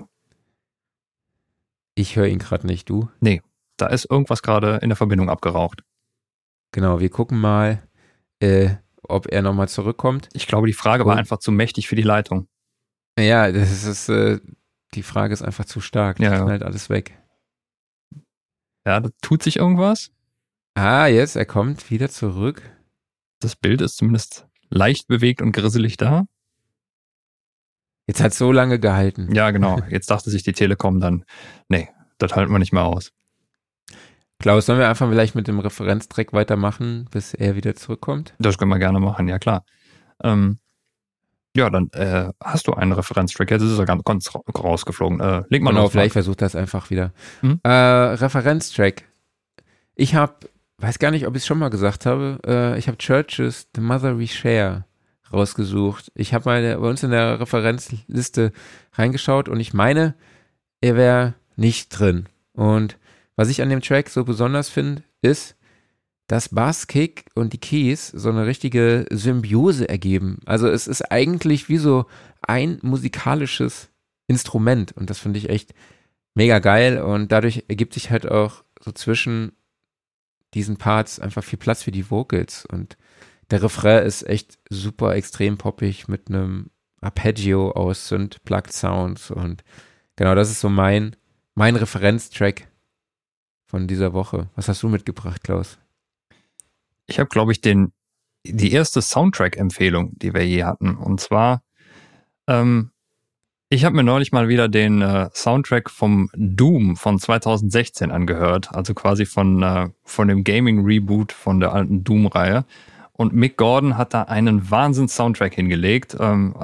Ich höre ihn gerade nicht, du? Nee, da ist irgendwas gerade in der Verbindung abgeraucht. Genau, wir gucken mal. ob er nochmal zurückkommt. Ich glaube, die Frage war einfach zu mächtig für die Leitung. Ja, die Frage ist einfach zu stark. Ja, die knallt alles weg. Ja, da tut sich irgendwas. Jetzt, er kommt wieder zurück. Das Bild ist zumindest leicht bewegt und grisselig da. Jetzt hat es so lange gehalten. Ja, genau. Jetzt dachte sich die Telekom dann, nee, das halten wir nicht mehr aus. Klaus, sollen wir einfach vielleicht mit dem Referenztrack weitermachen, bis er wieder zurückkommt? Das können wir gerne machen, ja klar. Dann hast du einen Referenztrack. Jetzt ist er ganz rausgeflogen. Leg mal genau, los. Vielleicht versucht das einfach wieder. Referenztrack. Ich weiß gar nicht, ob ich es schon mal gesagt habe, ich habe Churches The Mother We Share rausgesucht. Ich habe mal bei uns in der Referenzliste reingeschaut und ich meine, er wäre nicht drin. Und was ich an dem Track so besonders finde, ist, dass Bass, Kick und die Keys so eine richtige Symbiose ergeben. Also es ist eigentlich wie so ein musikalisches Instrument und das finde ich echt mega geil und dadurch ergibt sich halt auch so zwischen diesen Parts einfach viel Platz für die Vocals und der Refrain ist echt super extrem poppig mit einem Arpeggio aus Synth-Plugged Sounds und genau, das ist so mein Referenztrack von dieser Woche. Was hast du mitgebracht, Klaus? Ich habe, glaube ich, die erste Soundtrack-Empfehlung, die wir je hatten. Und zwar, ich habe mir neulich mal wieder den Soundtrack vom Doom von 2016 angehört. Also quasi von dem Gaming-Reboot von der alten Doom-Reihe. Und Mick Gordon hat da einen Wahnsinns-Soundtrack hingelegt.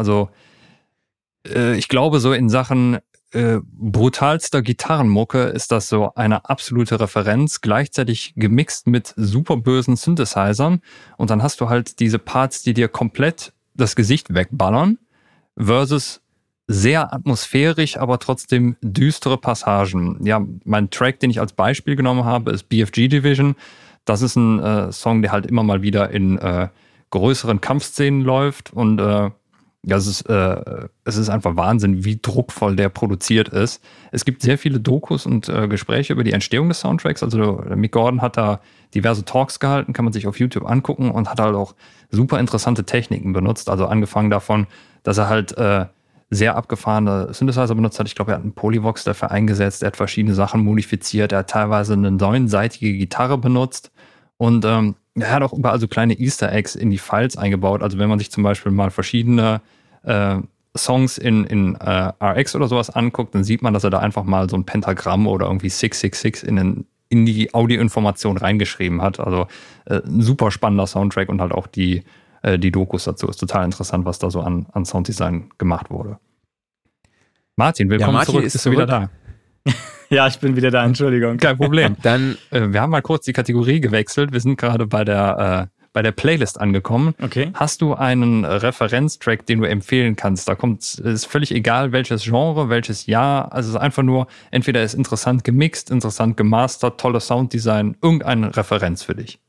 Ich glaube, so in Sachen brutalster Gitarrenmucke ist das so eine absolute Referenz, gleichzeitig gemixt mit super bösen Synthesizern und dann hast du halt diese Parts, die dir komplett das Gesicht wegballern versus sehr atmosphärisch, aber trotzdem düstere Passagen. Ja, mein Track, den ich als Beispiel genommen habe, ist BFG Division. Das ist ein Song, der halt immer mal wieder in größeren Kampfszenen läuft und es ist einfach Wahnsinn, wie druckvoll der produziert ist. Es gibt sehr viele Dokus und Gespräche über die Entstehung des Soundtracks. Also Mick Gordon hat da diverse Talks gehalten, kann man sich auf YouTube angucken und hat halt auch super interessante Techniken benutzt. Also angefangen davon, dass er halt sehr abgefahrene Synthesizer benutzt hat. Ich glaube, er hat einen Polyvox dafür eingesetzt, er hat verschiedene Sachen modifiziert, er hat teilweise eine 9-seitige Gitarre benutzt und er hat auch überall so kleine Easter Eggs in die Files eingebaut. Also wenn man sich zum Beispiel mal verschiedene Songs in RX oder sowas anguckt, dann sieht man, dass er da einfach mal so ein Pentagramm oder irgendwie 666 in die Audioinformation reingeschrieben hat. Also ein super spannender Soundtrack und halt auch die Dokus dazu. Ist total interessant, was da so an Sounddesign gemacht wurde. Martin, willkommen zurück. Bist du wieder da? Ja, ich bin wieder da, Entschuldigung. Kein Problem. Dann, wir haben mal kurz die Kategorie gewechselt. Wir sind gerade bei der Playlist angekommen. Okay. Hast du einen Referenztrack, den du empfehlen kannst? Ist völlig egal, welches Genre, welches Jahr. Also es ist einfach nur, entweder ist interessant gemixt, interessant gemastert, tolles Sounddesign, irgendeine Referenz für dich.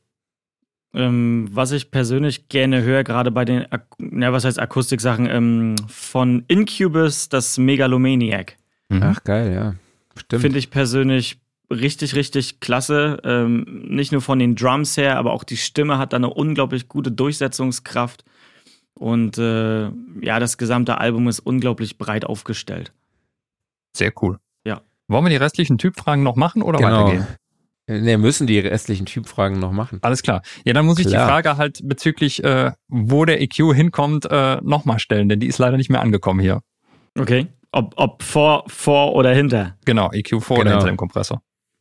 Was ich persönlich gerne höre, gerade bei den, Akustiksachen, von Incubus, das Megalomaniac. Ach, geil, ja. Stimmt. Finde ich persönlich richtig, richtig klasse. Nicht nur von den Drums her, aber auch die Stimme hat da eine unglaublich gute Durchsetzungskraft. Und das gesamte Album ist unglaublich breit aufgestellt. Sehr cool. Ja. Wollen wir die restlichen Typfragen noch machen oder weitergehen? Ne, müssen die restlichen Typfragen noch machen. Alles klar. Ja, dann muss ich die Frage halt bezüglich, wo der EQ hinkommt, nochmal stellen, denn die ist leider nicht mehr angekommen hier. Okay. Ob vor oder hinter? Genau, EQ vor oder hinter dem Kompressor.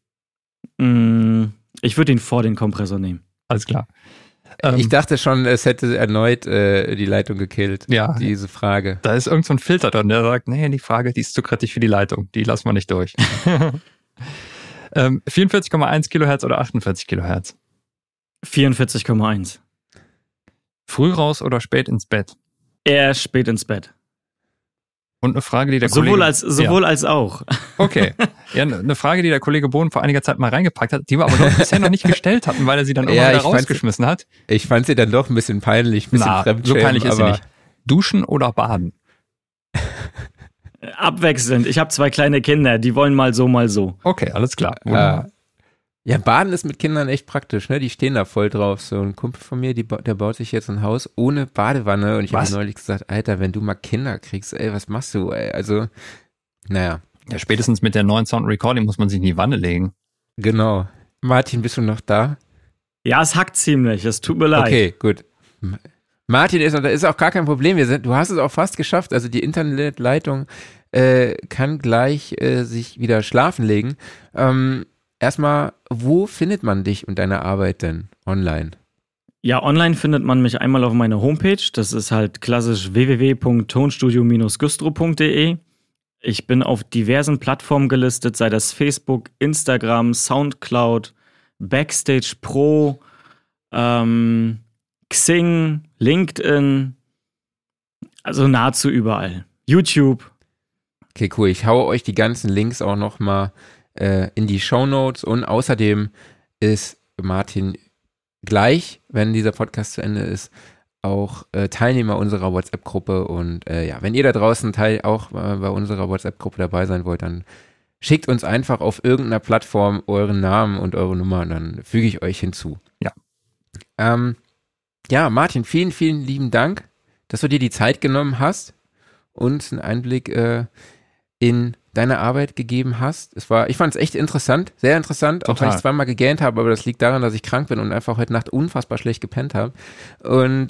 Ich würde ihn vor den Kompressor nehmen. Alles klar. Ich dachte schon, es hätte erneut die Leitung gekillt, diese Frage. Da ist irgend so ein Filter drin, der sagt, nee, die Frage, die ist zu kritisch für die Leitung, die lassen wir nicht durch. 44,1 Kilohertz oder 48 Kilohertz? 44,1. Früh raus oder spät ins Bett? Eher spät ins Bett. Und eine Frage, die der Sowohl Kollege... als auch. Okay. Ja, eine Frage, die der Kollege Bohn vor einiger Zeit mal reingepackt hat, die wir aber doch bisher noch nicht gestellt hatten, weil er sie dann irgendwann wieder rausgeschmissen hat. Ich fand sie dann doch ein bisschen peinlich, ein bisschen fremdschämen. So peinlich ist sie nicht. Duschen oder baden? Abwechselnd. Ich habe 2 kleine Kinder, die wollen mal so, mal so. Okay, alles klar. Ja, Baden ist mit Kindern echt praktisch, ne? Die stehen da voll drauf. So ein Kumpel von mir, der baut sich jetzt ein Haus ohne Badewanne. Und ich habe neulich gesagt, Alter, wenn du mal Kinder kriegst, ey, was machst du, ey? Also, naja. Ja, spätestens mit der neuen Sound Recording muss man sich in die Wanne legen. Genau. Martin, bist du noch da? Ja, es hackt ziemlich, es tut mir leid. Okay, gut. Martin ist, und da ist auch gar kein Problem. Du hast es auch fast geschafft. Also die Internetleitung kann gleich sich wieder schlafen legen. Erstmal, wo findet man dich und deine Arbeit denn online? Ja, online findet man mich einmal auf meiner Homepage. Das ist halt klassisch www.tonstudio-güstrow.de. Ich bin auf diversen Plattformen gelistet, sei das Facebook, Instagram, Soundcloud, Backstage Pro, Xing, LinkedIn, also nahezu überall. YouTube. Okay, cool. Ich haue euch die ganzen Links auch nochmal in die Shownotes und außerdem ist Martin gleich, wenn dieser Podcast zu Ende ist, auch Teilnehmer unserer WhatsApp-Gruppe und wenn ihr da draußen auch bei unserer WhatsApp-Gruppe dabei sein wollt, dann schickt uns einfach auf irgendeiner Plattform euren Namen und eure Nummer und dann füge ich euch hinzu. Ja. Martin, vielen, vielen lieben Dank, dass du dir die Zeit genommen hast und einen Einblick in deine Arbeit gegeben hast. Ich fand es echt interessant, sehr interessant, Total. auch wenn ich zweimal gegähnt habe, aber das liegt daran, dass ich krank bin und einfach heute Nacht unfassbar schlecht gepennt habe. Und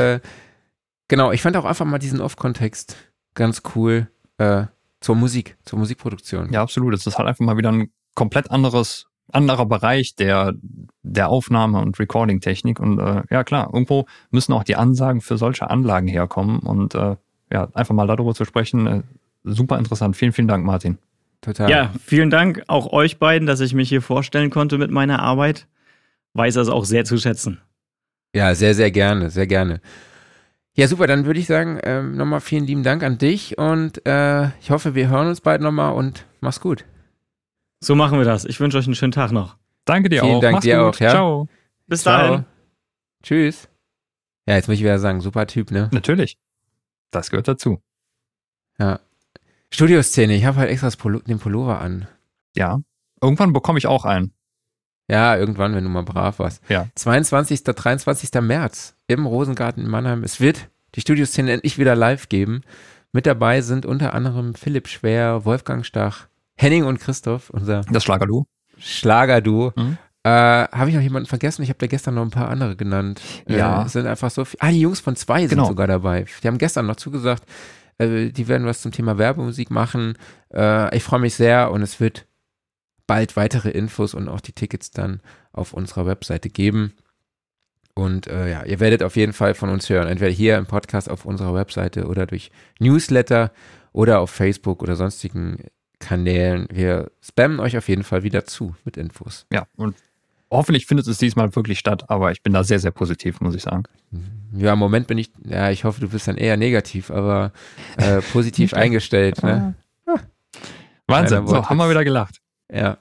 genau, ich fand auch einfach mal diesen Off-Kontext ganz cool zur Musikproduktion. Ja, absolut. Es ist halt einfach mal wieder ein komplett anderer Bereich der Aufnahme- und Recording-Technik. Und ja klar, irgendwo müssen auch die Ansagen für solche Anlagen herkommen. Und einfach mal darüber zu sprechen, super interessant. Vielen, vielen Dank, Martin. Total. Ja, vielen Dank auch euch beiden, dass ich mich hier vorstellen konnte mit meiner Arbeit. Weiß das auch sehr zu schätzen. Ja, sehr, sehr gerne, sehr gerne. Ja, super, dann würde ich sagen, nochmal vielen lieben Dank an dich und ich hoffe, wir hören uns bald nochmal und mach's gut. So machen wir das. Ich wünsche euch einen schönen Tag noch. Danke dir Vielen auch. Dank Mach's dir gut. auch, ja. Ciao. Bis Ciao. dahin. Tschüss. Ja, jetzt muss ich wieder sagen, super Typ, ne? Natürlich. Das gehört dazu. Ja. Studioszene, ich habe halt extra den Pullover an. Ja. Irgendwann bekomme ich auch einen. Ja, irgendwann, wenn du mal brav warst. Ja. 22., 23. März im Rosengarten in Mannheim. Es wird die Studioszene endlich wieder live geben. Mit dabei sind unter anderem Philipp Schwer, Wolfgang Stach, Henning und Christoph, unser Das Schlagerduo. Schlagerduo. Mhm. Habe ich noch jemanden vergessen? Ich habe da gestern noch ein paar andere genannt. Ja. Es sind einfach so viele. Die Jungs von 2 sind sogar dabei. Die haben gestern noch zugesagt, die werden was zum Thema Werbemusik machen. Ich freue mich sehr und es wird bald weitere Infos und auch die Tickets dann auf unserer Webseite geben. Und ihr werdet auf jeden Fall von uns hören. Entweder hier im Podcast auf unserer Webseite oder durch Newsletter oder auf Facebook oder sonstigen Kanälen. Wir spammen euch auf jeden Fall wieder zu mit Infos. Ja, und hoffentlich findet es diesmal wirklich statt, aber ich bin da sehr, sehr positiv, muss ich sagen. Ja, im Moment bin ich hoffe, du bist dann eher negativ, aber positiv eingestellt. Ne? Wahnsinn, so, haben wir wieder gelacht. Ja.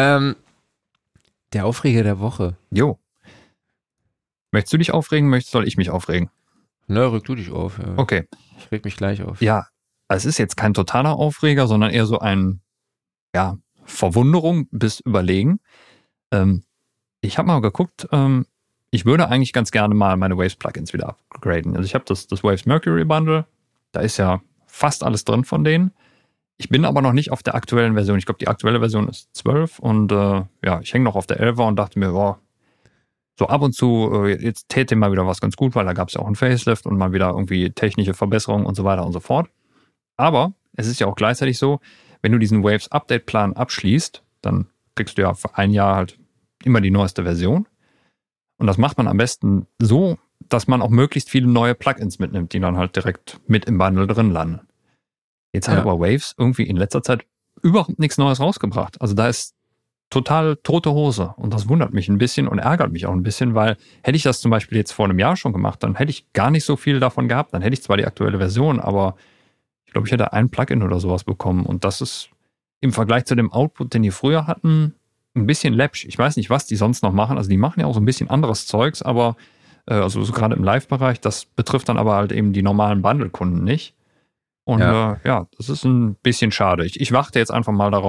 Der Aufreger der Woche. Jo. Möchtest du dich aufregen, soll ich mich aufregen? Ne, rück du dich auf. Ja. Okay. Ich reg mich gleich auf. Ja, es ist jetzt kein totaler Aufreger, sondern eher so ein, Verwunderung bis Überlegen. Ich habe mal geguckt, ich würde eigentlich ganz gerne mal meine Waves-Plugins wieder upgraden. Also ich habe das Waves Mercury Bundle, da ist ja fast alles drin von denen. Ich bin aber noch nicht auf der aktuellen Version. Ich glaube, die aktuelle Version ist 12 und ich hänge noch auf der 11er und dachte mir, so ab und zu, jetzt täte mal wieder was ganz gut, weil da gab es ja auch einen Facelift und mal wieder irgendwie technische Verbesserungen und so weiter und so fort. Aber es ist ja auch gleichzeitig so, wenn du diesen Waves-Update-Plan abschließt, dann kriegst du ja für ein Jahr halt immer die neueste Version. Und das macht man am besten so, dass man auch möglichst viele neue Plugins mitnimmt, die dann halt direkt mit im Bundle drin landen. Jetzt hat aber Waves irgendwie in letzter Zeit überhaupt nichts Neues rausgebracht. Also da ist total tote Hose. Und das wundert mich ein bisschen und ärgert mich auch ein bisschen, weil hätte ich das zum Beispiel jetzt vor einem Jahr schon gemacht, dann hätte ich gar nicht so viel davon gehabt. Dann hätte ich zwar die aktuelle Version, aber ich glaube, ich hätte ein Plugin oder sowas bekommen. Und das ist im Vergleich zu dem Output, den die früher hatten, ein bisschen läppsch. Ich weiß nicht, was die sonst noch machen. Also die machen ja auch so ein bisschen anderes Zeugs, aber also so gerade im Live-Bereich, das betrifft dann aber halt eben die normalen Bundle-Kunden nicht. Und das ist ein bisschen schade. Ich warte jetzt einfach mal darauf,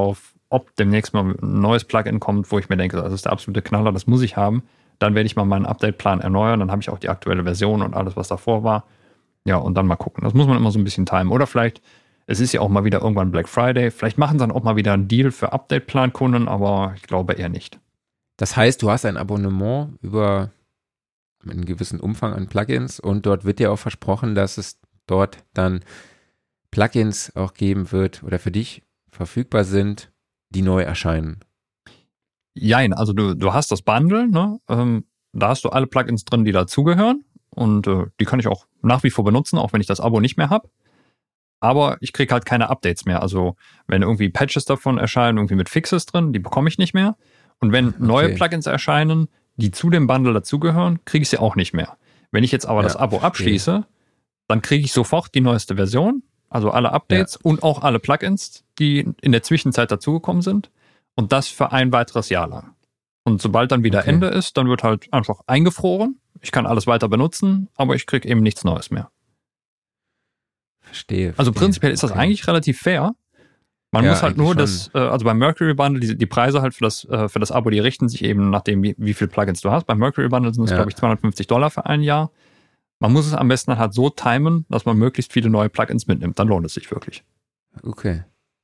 ob demnächst mal ein neues Plugin kommt, wo ich mir denke, das ist der absolute Knaller, das muss ich haben. Dann werde ich mal meinen Update-Plan erneuern, dann habe ich auch die aktuelle Version und alles, was davor war. Ja, und dann mal gucken. Das muss man immer so ein bisschen timen. Oder vielleicht, es ist ja auch mal wieder irgendwann Black Friday, vielleicht machen sie dann auch mal wieder einen Deal für Update-Plan-Kunden, aber ich glaube eher nicht. Das heißt, du hast ein Abonnement über einen gewissen Umfang an Plugins und dort wird dir auch versprochen, dass es dort dann Plugins auch geben wird oder für dich verfügbar sind, die neu erscheinen. Jein, also du hast das Bundle, ne? Da hast du alle Plugins drin, die dazugehören und die kann ich auch nach wie vor benutzen, auch wenn ich das Abo nicht mehr habe. Aber ich kriege halt keine Updates mehr. Also wenn irgendwie Patches davon erscheinen, irgendwie mit Fixes drin, die bekomme ich nicht mehr. Und wenn neue Plugins erscheinen, die zu dem Bundle dazugehören, kriege ich sie auch nicht mehr. Wenn ich jetzt aber das Abo abschließe, dann kriege ich sofort die neueste Version, also alle Updates und auch alle Plugins, die in der Zwischenzeit dazugekommen sind. Und das für ein weiteres Jahr lang. Und sobald dann wieder Ende ist, dann wird halt einfach eingefroren. Ich kann alles weiter benutzen, aber ich kriege eben nichts Neues mehr. Verstehe. Also prinzipiell ist das eigentlich relativ fair. Man muss halt nur also beim Mercury Bundle, die Preise halt für das Abo, die richten sich eben nach dem, wie viele Plugins du hast. Beim Mercury Bundle sind es, glaube ich, $250 für ein Jahr. Man muss es am besten halt so timen, dass man möglichst viele neue Plugins mitnimmt. Dann lohnt es sich wirklich. Okay.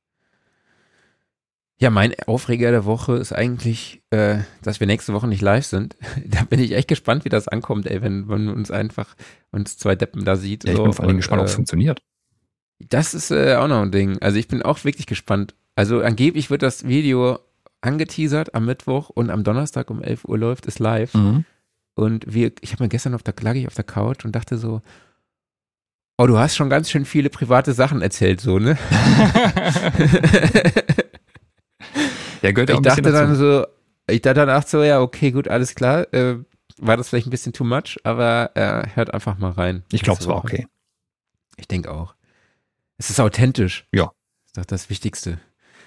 Ja, mein Aufreger der Woche ist eigentlich, dass wir nächste Woche nicht live sind. Da bin ich echt gespannt, wie das ankommt, ey, wenn man uns zwei Deppen da sieht. Ja, ich bin vor allem gespannt, ob es funktioniert. Das ist auch noch ein Ding. Also ich bin auch wirklich gespannt. Also angeblich wird das Video angeteasert am Mittwoch und am Donnerstag um 11 Uhr läuft es live. Mhm. Und ich habe mir gestern lag ich auf der Couch und dachte so, oh, du hast schon ganz schön viele private Sachen erzählt, so, ne? Ja, gehört auch ich dachte danach so, ja, okay, gut, alles klar. War das vielleicht ein bisschen too much, aber hört einfach mal rein. Ich glaube, es war okay. Ich denke auch. Es ist authentisch. Ja. Das ist doch das Wichtigste.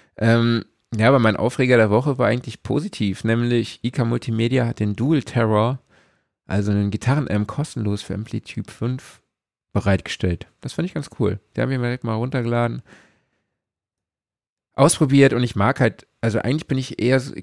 Ja, aber mein Aufreger der Woche war eigentlich positiv, nämlich IK Multimedia hat den Dual Terror, also einen Gitarren-Amp kostenlos für Amplitude 5 bereitgestellt. Das fand ich ganz cool. Der habe ich mir direkt mal runtergeladen, ausprobiert und ich mag halt, also eigentlich bin ich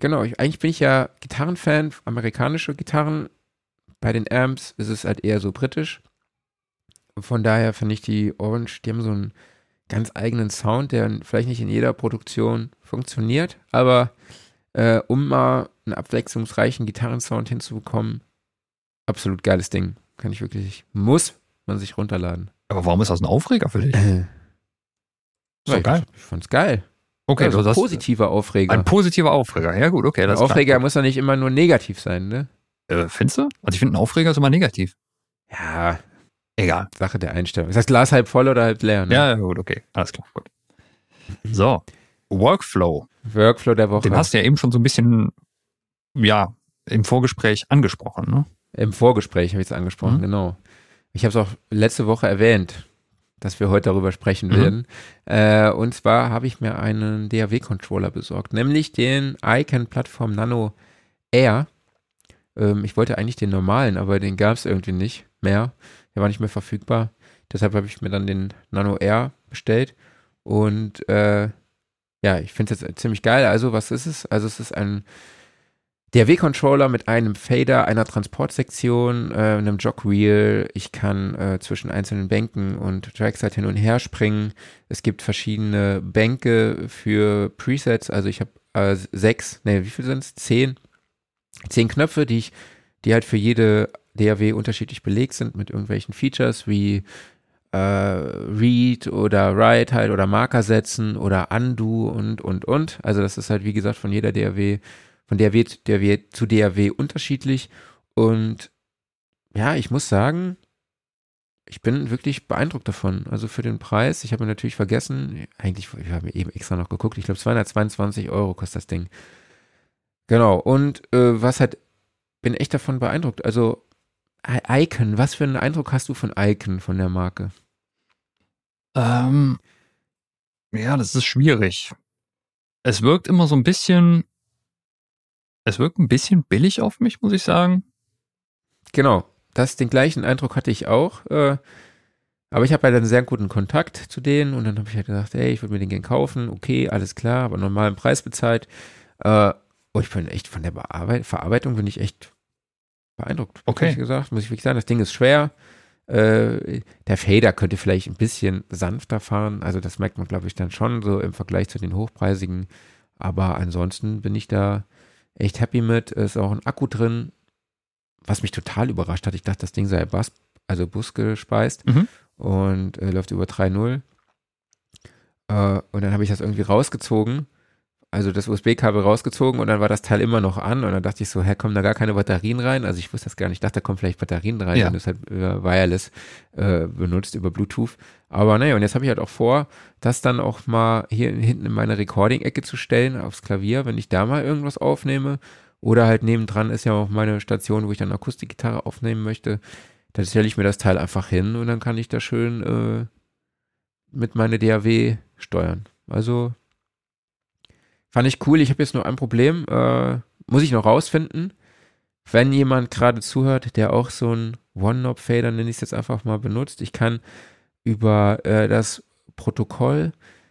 ja Gitarrenfan, amerikanische Gitarren. Bei den Amps ist es halt eher so britisch. Von daher finde ich die Orange, die haben so einen ganz eigenen Sound, der vielleicht nicht in jeder Produktion funktioniert, aber um mal einen abwechslungsreichen Gitarrensound hinzubekommen, absolut geiles Ding. Muss man sich runterladen. Aber warum ist das ein Aufreger für dich? Ist doch geil. Ich fand's geil. Okay, also positiver Aufreger. Ein positiver Aufreger, ja gut, okay. Das Aufreger muss ja nicht immer nur negativ sein, ne? Findest du? Also ich finde, ein Aufreger ist immer negativ. Ja, egal. Sache der Einstellung. Ist das Glas halb voll oder halb leer? Ne? Ja, gut, okay. Alles klar, gut. So, Workflow der Woche. Den hast du ja eben schon so ein bisschen, ja, im Vorgespräch angesprochen, ne? Im Vorgespräch habe ich es angesprochen, genau. Ich habe es auch letzte Woche erwähnt, dass wir heute darüber sprechen werden. Und zwar habe ich mir einen DAW-Controller besorgt, nämlich den Icon Plattform Nano Air. Ich wollte eigentlich den normalen, aber den gab es irgendwie nicht mehr. Der war nicht mehr verfügbar. Deshalb habe ich mir dann den Nano Air bestellt. Und ich finde es jetzt ziemlich geil. Also was ist es? Also es ist ein DAW-Controller mit einem Fader, einer Transportsektion, einem Jogwheel. Ich kann zwischen einzelnen Bänken und Tracks halt hin und her springen. Es gibt verschiedene Bänke für Presets. Also ich habe 6, wie viel sind es? 10 Knöpfe, die halt für jede DAW unterschiedlich belegt sind mit irgendwelchen Features wie Read oder Write halt oder Marker setzen oder Undo und. Also das ist halt wie gesagt von jeder DAW, von DAW zu DAW unterschiedlich und ja, ich muss sagen, ich bin wirklich beeindruckt davon. Also für den Preis, ich habe mir natürlich vergessen, ich habe mir eben extra noch geguckt, ich glaube 222 € kostet das Ding. Genau, und bin echt davon beeindruckt. Also Icon, was für einen Eindruck hast du von Icon, von der Marke? Ja, das ist schwierig. Es wirkt immer so ein bisschen billig auf mich, muss ich sagen. Genau, den gleichen Eindruck hatte ich auch. Aber ich habe halt einen sehr guten Kontakt zu denen und dann habe ich halt gesagt, hey, ich würde mir den gerne kaufen. Okay, alles klar, aber normalen Preis bezahlt. Ich bin echt von der Verarbeitung bin ich echt beeindruckt. Okay. Ehrlich gesagt, muss ich wirklich sagen, das Ding ist schwer. Der Fader könnte vielleicht ein bisschen sanfter fahren. Also das merkt man, glaube ich, dann schon so im Vergleich zu den hochpreisigen. Aber ansonsten bin ich da echt happy mit. Ist auch ein Akku drin, was mich total überrascht hat. Ich dachte, das Ding sei Bus gespeist und läuft über 3.0. Und dann habe ich das irgendwie rausgezogen, also das USB-Kabel rausgezogen und dann war das Teil immer noch an und dann dachte ich so, kommen da gar keine Batterien rein? Also ich wusste das gar nicht, ich dachte, da kommen vielleicht Batterien rein, wenn du es halt wireless benutzt, über Bluetooth. Aber naja, und jetzt habe ich halt auch vor, das dann auch mal hier hinten in meine Recording-Ecke zu stellen, aufs Klavier, wenn ich da mal irgendwas aufnehme. Oder halt nebendran ist ja auch meine Station, wo ich dann Akustikgitarre aufnehmen möchte. Dann stelle ich mir das Teil einfach hin und dann kann ich da schön mit meiner DAW steuern. Also fand ich cool. Ich habe jetzt nur ein Problem, muss ich noch rausfinden. Wenn jemand gerade zuhört, der auch so ein One-Knob-Fader, nenne ich es jetzt einfach mal, benutzt. Ich kann über das Protokoll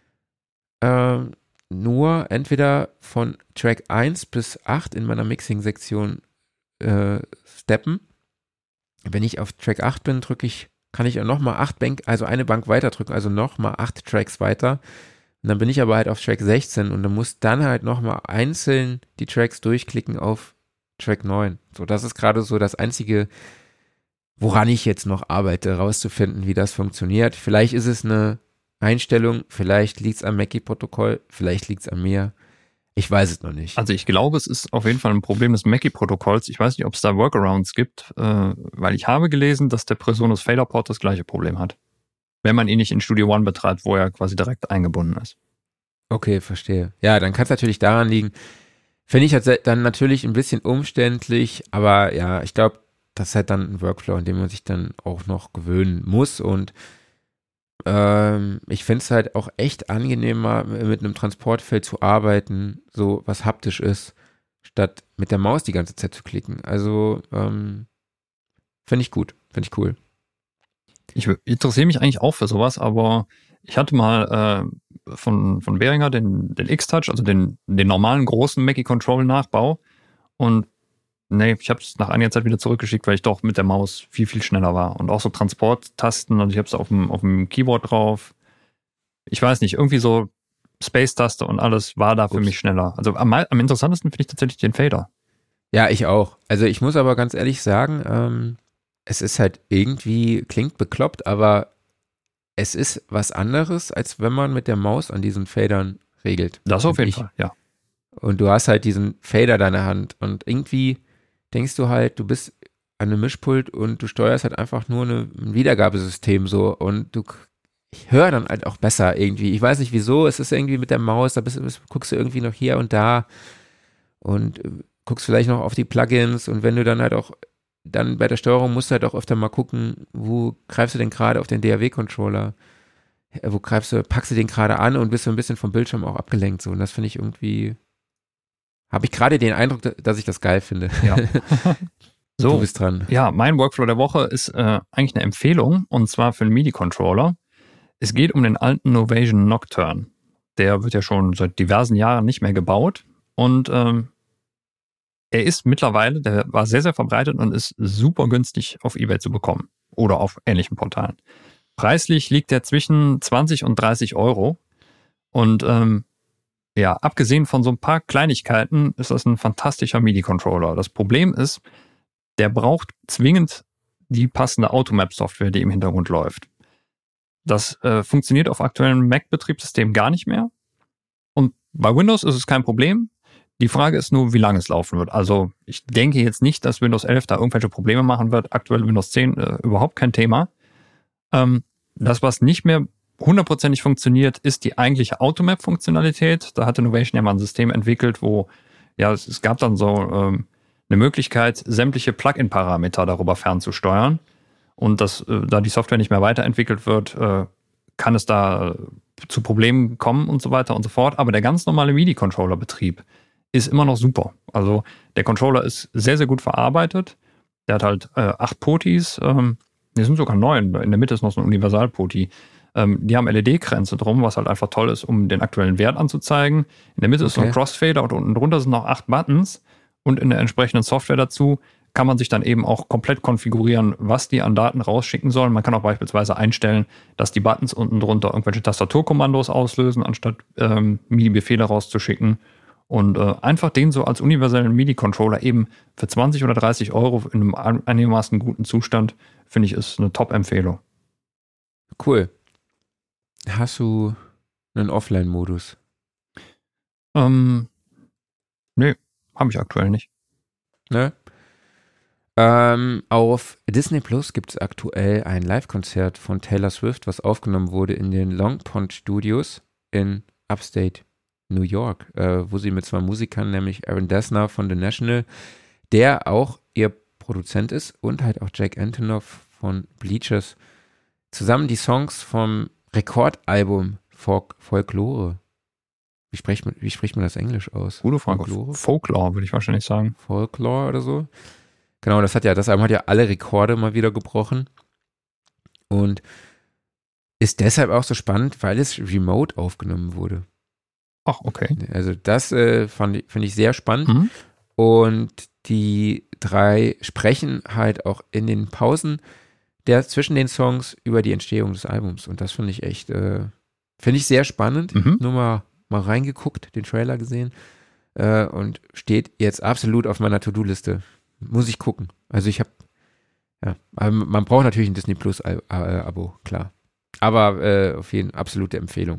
nur entweder von Track 1 bis 8 in meiner Mixing-Sektion steppen. Wenn ich auf Track 8 bin, kann ich auch nochmal 8 eine Bank weiter drücken, also nochmal 8 Tracks weiter. Und dann bin ich aber halt auf Track 16 und dann muss dann halt nochmal einzeln die Tracks durchklicken auf Track 9. So, das ist gerade so das Einzige, woran ich jetzt noch arbeite, rauszufinden, wie das funktioniert. Vielleicht ist es eine Einstellung, vielleicht liegt es am Mackie-Protokoll, vielleicht liegt es an mir. Ich weiß es noch nicht. Also ich glaube, es ist auf jeden Fall ein Problem des Mackie-Protokolls. Ich weiß nicht, ob es da Workarounds gibt, weil ich habe gelesen, dass der Presonus Faderport das gleiche Problem hat. Wenn man ihn nicht in Studio One betreibt, wo er quasi direkt eingebunden ist. Okay, verstehe. Ja, dann kann es natürlich daran liegen. Finde ich halt dann natürlich ein bisschen umständlich, aber ja, ich glaube, das ist halt dann ein Workflow, an dem man sich dann auch noch gewöhnen muss und ich finde es halt auch echt angenehmer, mit einem Transportfeld zu arbeiten, so was haptisch ist, statt mit der Maus die ganze Zeit zu klicken. Also finde ich gut, finde ich cool. Ich interessiere mich eigentlich auch für sowas, aber ich hatte mal von Behringer den X-Touch, also den normalen großen Mackie-Control-Nachbau und ich habe es nach einiger Zeit wieder zurückgeschickt, weil ich doch mit der Maus viel, viel schneller war. Und auch so Transporttasten, also ich habe es auf dem Keyboard drauf. Ich weiß nicht, irgendwie so Space-Taste und alles war da für mich schneller. Also am interessantesten finde ich tatsächlich den Fader. Ja, ich auch. Also ich muss aber ganz ehrlich sagen, es ist halt irgendwie, klingt bekloppt, aber es ist was anderes, als wenn man mit der Maus an diesen Fadern regelt. Das auf jeden Fall, ja. Und du hast halt diesen Fader in der Hand und irgendwie denkst du halt, du bist an einem Mischpult und du steuerst halt einfach nur ein Wiedergabesystem so und ich höre dann halt auch besser irgendwie. Ich weiß nicht wieso, es ist irgendwie mit der Maus, da guckst du irgendwie noch hier und da und guckst vielleicht noch auf die Plugins und wenn du dann halt auch, dann bei der Steuerung musst du halt auch öfter mal gucken, wo greifst du denn gerade auf den DAW-Controller, packst du den gerade an und bist so ein bisschen vom Bildschirm auch abgelenkt so und das finde ich irgendwie, habe ich gerade den Eindruck, dass ich das geil finde. Ja. So, du bist dran. Ja, mein Workflow der Woche ist eigentlich eine Empfehlung und zwar für einen MIDI-Controller. Es geht um den alten Novation Nocturne. Der wird ja schon seit diversen Jahren nicht mehr gebaut und er ist mittlerweile, der war sehr, sehr verbreitet und ist super günstig auf eBay zu bekommen oder auf ähnlichen Portalen. Preislich liegt er zwischen 20 und 30 Euro und abgesehen von so ein paar Kleinigkeiten ist das ein fantastischer MIDI-Controller. Das Problem ist, der braucht zwingend die passende Automap-Software, die im Hintergrund läuft. Das funktioniert auf aktuellen Mac-Betriebssystemen gar nicht mehr. Und bei Windows ist es kein Problem. Die Frage ist nur, wie lange es laufen wird. Also ich denke jetzt nicht, dass Windows 11 da irgendwelche Probleme machen wird. Aktuell Windows 10 überhaupt kein Thema. Das, was nicht mehr hundertprozentig funktioniert, ist die eigentliche Automap-Funktionalität. Da hatte Novation ja mal ein System entwickelt, wo es gab dann so eine Möglichkeit, sämtliche Plugin-Parameter darüber fernzusteuern. Und da die Software nicht mehr weiterentwickelt wird, kann es da zu Problemen kommen und so weiter und so fort. Aber der ganz normale MIDI-Controller-Betrieb ist immer noch super. Also der Controller ist sehr, sehr gut verarbeitet. Der hat halt 8 Potis Die sind sogar 9. In der Mitte ist noch so ein Universal-Poti. Die haben LED-Grenze drum, was halt einfach toll ist, um den aktuellen Wert anzuzeigen. In der Mitte ist so ein Crossfader und unten drunter sind noch 8 Buttons. Und in der entsprechenden Software dazu kann man sich dann eben auch komplett konfigurieren, was die an Daten rausschicken sollen. Man kann auch beispielsweise einstellen, dass die Buttons unten drunter irgendwelche Tastaturkommandos auslösen, anstatt MIDI-Befehle rauszuschicken. Und einfach den so als universellen MIDI-Controller eben für 20 oder 30 Euro in einem einigermaßen guten Zustand, finde ich, ist eine Top-Empfehlung. Cool. Hast du einen Offline-Modus? Nee, habe ich aktuell nicht. Ne? Auf Disney Plus gibt es aktuell ein Live-Konzert von Taylor Swift, was aufgenommen wurde in den Long Pond Studios in Upstate New York, wo sie mit 2 Musikern, nämlich Aaron Dessner von The National, der auch ihr Produzent ist, und halt auch Jack Antonoff von Bleachers, zusammen die Songs vom Rekordalbum Folklore. Wie spricht man das Englisch aus? Gute Frage. Folklore würde ich wahrscheinlich sagen. Folklore oder so. Genau, das Album hat ja alle Rekorde mal wieder gebrochen und ist deshalb auch so spannend, weil es remote aufgenommen wurde. Ach, okay. Also das finde ich sehr spannend. Und die 3 sprechen halt auch in den Pausen zwischen den Songs über die Entstehung des Albums, und das finde ich echt, sehr spannend. Nur mal reingeguckt, den Trailer gesehen, und steht jetzt absolut auf meiner To-Do-Liste. Muss ich gucken. Also aber man braucht natürlich ein Disney Plus Abo, klar. Aber auf jeden Fall absolute Empfehlung.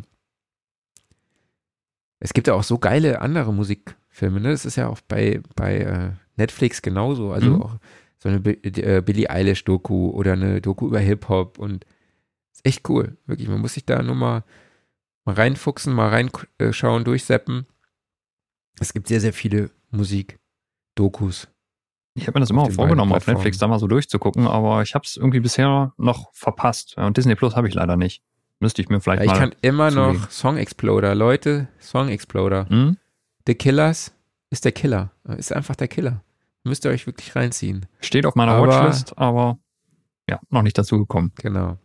Es gibt ja auch so geile andere Musikfilme, ne? Das ist ja auch bei Netflix genauso. Also auch so eine Billie Eilish Doku oder eine Doku über Hip-Hop, und ist echt cool. Wirklich, man muss sich da nur mal reinfuchsen, mal reinschauen, durchseppen. Es gibt sehr, sehr viele Musik-Dokus. Ich habe mir das immer vorgenommen, auf Netflix da mal so durchzugucken, aber ich habe es irgendwie bisher noch verpasst. Und Disney Plus habe ich leider nicht. Müsste ich mir vielleicht mal Ich kann immer noch Song Exploder. Leute, Song Exploder. The Killers ist der Killer. Ist einfach der Killer. Müsst ihr euch wirklich reinziehen. Steht auf meiner Watchlist, aber ja, noch nicht dazu gekommen. Genau.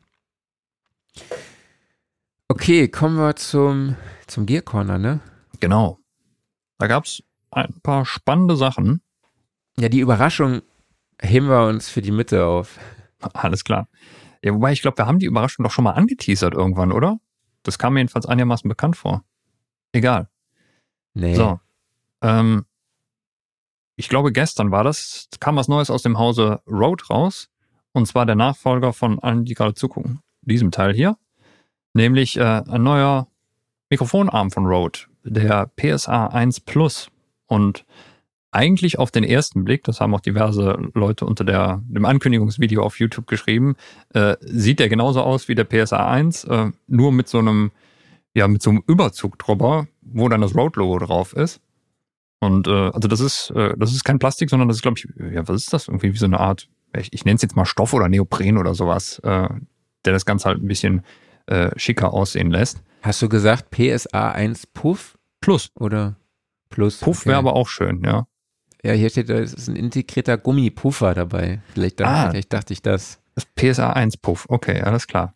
Okay, kommen wir zum Gear Corner, ne? Genau. Da gab es ein paar spannende Sachen. Ja, die Überraschung heben wir uns für die Mitte auf. Alles klar. Ja, wobei ich glaube, wir haben die Überraschung doch schon mal angeteasert irgendwann, oder? Das kam mir jedenfalls einigermaßen bekannt vor. Egal. Nee. So. Ich glaube, gestern kam was Neues aus dem Hause Rode raus. Und zwar der Nachfolger von allen, die gerade zugucken. Diesem Teil hier. Nämlich ein neuer Mikrofonarm von Rode. Der PSA 1 Plus. Und eigentlich auf den ersten Blick, das haben auch diverse Leute unter dem Ankündigungsvideo auf YouTube geschrieben, sieht der genauso aus wie der PSA 1, nur mit so einem Überzug drüber, wo dann das Rode-Logo drauf ist. Und also das ist kein Plastik, sondern das ist, glaube ich, was ist das? Irgendwie wie so eine Art, ich nenne es jetzt mal Stoff oder Neopren oder sowas, der das Ganze halt ein bisschen schicker aussehen lässt. Hast du gesagt PSA 1 Puff? Plus. Oder Plus? Puff wäre aber auch schön, ja. Ja, hier steht, es ist ein integrierter Gummipuffer dabei. Vielleicht dachte ich das. Das PSA 1 Puff, okay, alles klar.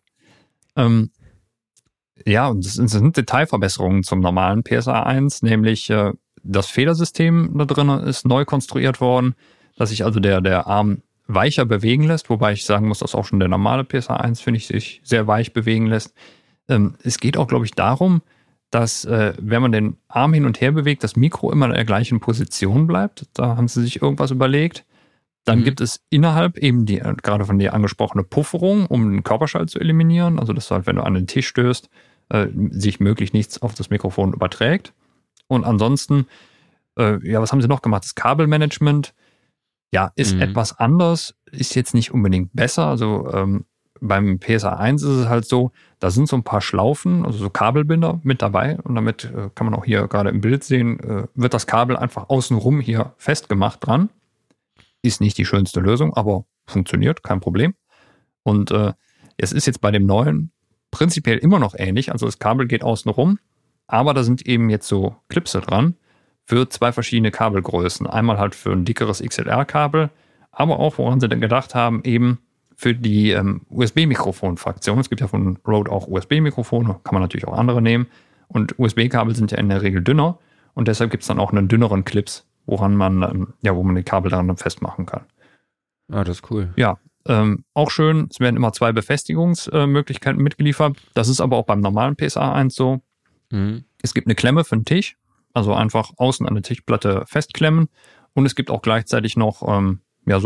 Ja, und das sind Detailverbesserungen zum normalen PSA 1, nämlich das Federsystem da drin ist neu konstruiert worden, dass sich also der Arm weicher bewegen lässt, wobei ich sagen muss, dass auch schon der normale PSA 1, finde ich, sich sehr weich bewegen lässt. Es geht auch, glaube ich, darum, dass, wenn man den Arm hin und her bewegt, das Mikro immer in der gleichen Position bleibt. Da haben sie sich irgendwas überlegt. Dann gibt es innerhalb eben die gerade von dir angesprochene Pufferung, um den Körperschall zu eliminieren. Also, dass du halt, wenn du an den Tisch stößt, sich möglichst nichts auf das Mikrofon überträgt. Und ansonsten, was haben sie noch gemacht? Das Kabelmanagement, ja, ist etwas anders, ist jetzt nicht unbedingt besser. Also, beim PSA 1 ist es halt so, da sind so ein paar Schlaufen, also so Kabelbinder mit dabei, und damit kann man auch hier gerade im Bild sehen, wird das Kabel einfach außenrum hier festgemacht dran. Ist nicht die schönste Lösung, aber funktioniert, kein Problem. Und es ist jetzt bei dem neuen prinzipiell immer noch ähnlich, also das Kabel geht außenrum, aber da sind eben jetzt so Clipse dran für 2 verschiedene Kabelgrößen. Einmal halt für ein dickeres XLR-Kabel, aber auch, woran sie denn gedacht haben, eben für die USB-Mikrofon-Fraktion. Es gibt ja von Rode auch USB-Mikrofone, kann man natürlich auch andere nehmen. Und USB-Kabel sind ja in der Regel dünner und deshalb gibt es dann auch einen dünneren Clips, wo man die Kabel daran festmachen kann. Ah, das ist cool. Ja, auch schön, es werden immer 2 Befestigungsmöglichkeiten mitgeliefert. Das ist aber auch beim normalen PSA 1 so. Mhm. Es gibt eine Klemme für den Tisch, also einfach außen an der Tischplatte festklemmen. Und es gibt auch gleichzeitig noch so einen,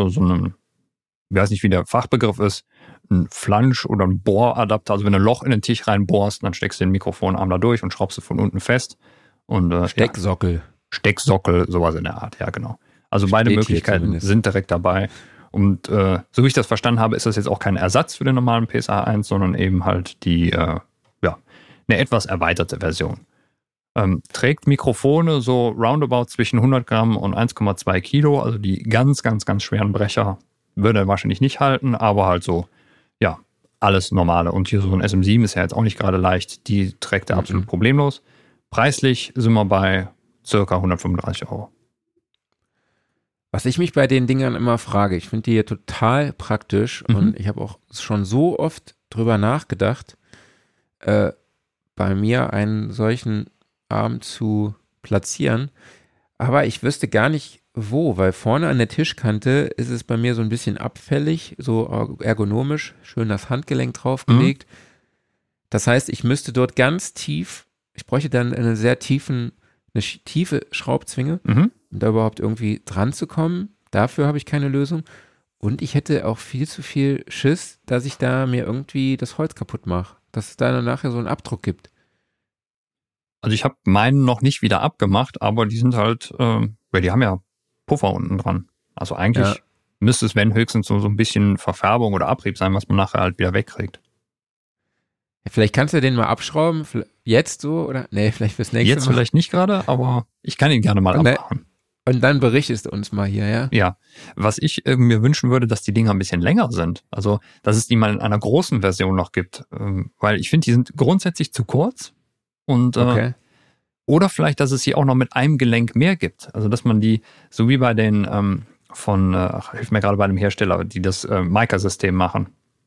ich weiß nicht, wie der Fachbegriff ist, ein Flansch oder ein Bohradapter. Also wenn du ein Loch in den Tisch reinbohrst, dann steckst du den Mikrofonarm da durch und schraubst du von unten fest. Und, Stecksockel. Ja, Stecksockel, sowas in der Art, ja genau. Also beide Möglichkeiten sind direkt dabei. Und so wie ich das verstanden habe, ist das jetzt auch kein Ersatz für den normalen PSA 1, sondern eben halt eine etwas erweiterte Version. Trägt Mikrofone so roundabout zwischen 100 Gramm und 1,2 Kilo, also die ganz, ganz, ganz schweren Brecher würde er wahrscheinlich nicht halten, aber halt so, ja, alles Normale. Und hier so ein SM7 ist ja jetzt auch nicht gerade leicht, die trägt er absolut problemlos. Preislich sind wir bei circa 135 €. Was ich mich bei den Dingern immer frage, ich finde die hier total praktisch und ich habe auch schon so oft drüber nachgedacht, bei mir einen solchen Arm zu platzieren, aber ich wüsste gar nicht wo, weil vorne an der Tischkante ist es bei mir so ein bisschen abfällig, so ergonomisch, schön das Handgelenk draufgelegt. Das heißt, ich müsste dort ganz tief, ich bräuchte dann eine tiefe Schraubzwinge, um da überhaupt irgendwie dran zu kommen. Dafür habe ich keine Lösung. Und ich hätte auch viel zu viel Schiss, dass ich da mir irgendwie das Holz kaputt mache. Dass es da dann nachher so einen Abdruck gibt. Also ich habe meinen noch nicht wieder abgemacht, aber die sind halt, die haben ja Puffer unten dran. Also eigentlich müsste es, wenn höchstens so ein bisschen Verfärbung oder Abrieb sein, was man nachher halt wieder wegkriegt. Ja, vielleicht kannst du den mal abschrauben, jetzt so, oder? Nee, vielleicht fürs nächste Mal. Jetzt vielleicht nicht gerade, aber ich kann ihn gerne mal abmachen. Und dann berichtest du uns mal hier, ja? Ja, was ich mir wünschen würde, dass die Dinger ein bisschen länger sind. Also, dass es die mal in einer großen Version noch gibt. Weil ich finde, die sind grundsätzlich zu kurz. Und oder vielleicht, dass es sie auch noch mit einem Gelenk mehr gibt. Also, dass man die, so wie bei den hilf mir gerade bei dem Hersteller, die das Mica-System machen.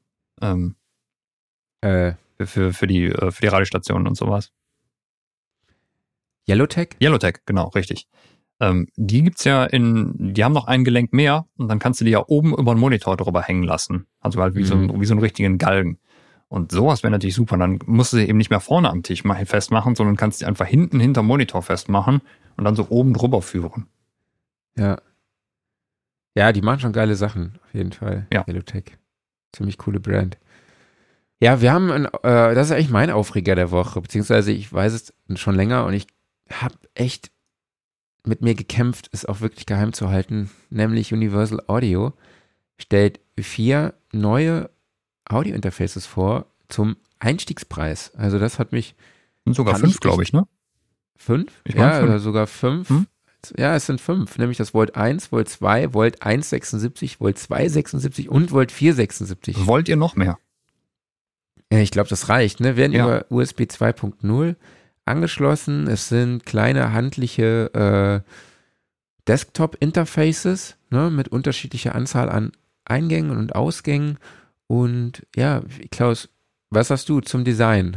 Für die Radiostationen und sowas. Yellowtech? Yellowtech, genau, richtig. Die gibt's ja die haben noch ein Gelenk mehr und dann kannst du die ja oben über den Monitor drüber hängen lassen. Also halt wie so einen richtigen Galgen. Und sowas wäre natürlich super. Dann musst du sie eben nicht mehr vorne am Tisch festmachen, sondern kannst sie einfach hinten hinterm Monitor festmachen und dann so oben drüber führen. Ja. Ja, die machen schon geile Sachen, auf jeden Fall. Ja. Yellowtech. Ziemlich coole Brand. Ja, wir haben, das ist eigentlich mein Aufreger der Woche, beziehungsweise ich weiß es schon länger und ich habe echt mit mir gekämpft, es auch wirklich geheim zu halten, nämlich Universal Audio stellt 4 neue Audio-Interfaces vor zum Einstiegspreis. Also das hat mich... Und sogar 5, glaube ich, ne? 5? Ja, 5. Oder sogar 5. Ja, es sind 5, nämlich das Volt 1, Volt 2, Volt 176, Volt 276 und Volt 476. Wollt ihr noch mehr? Ja, ich glaube, das reicht, ne? Werden über USB 2.0 angeschlossen. Es sind kleine handliche Desktop-Interfaces, ne? Mit unterschiedlicher Anzahl an Eingängen und Ausgängen. Und ja, Klaus, was hast du zum Design?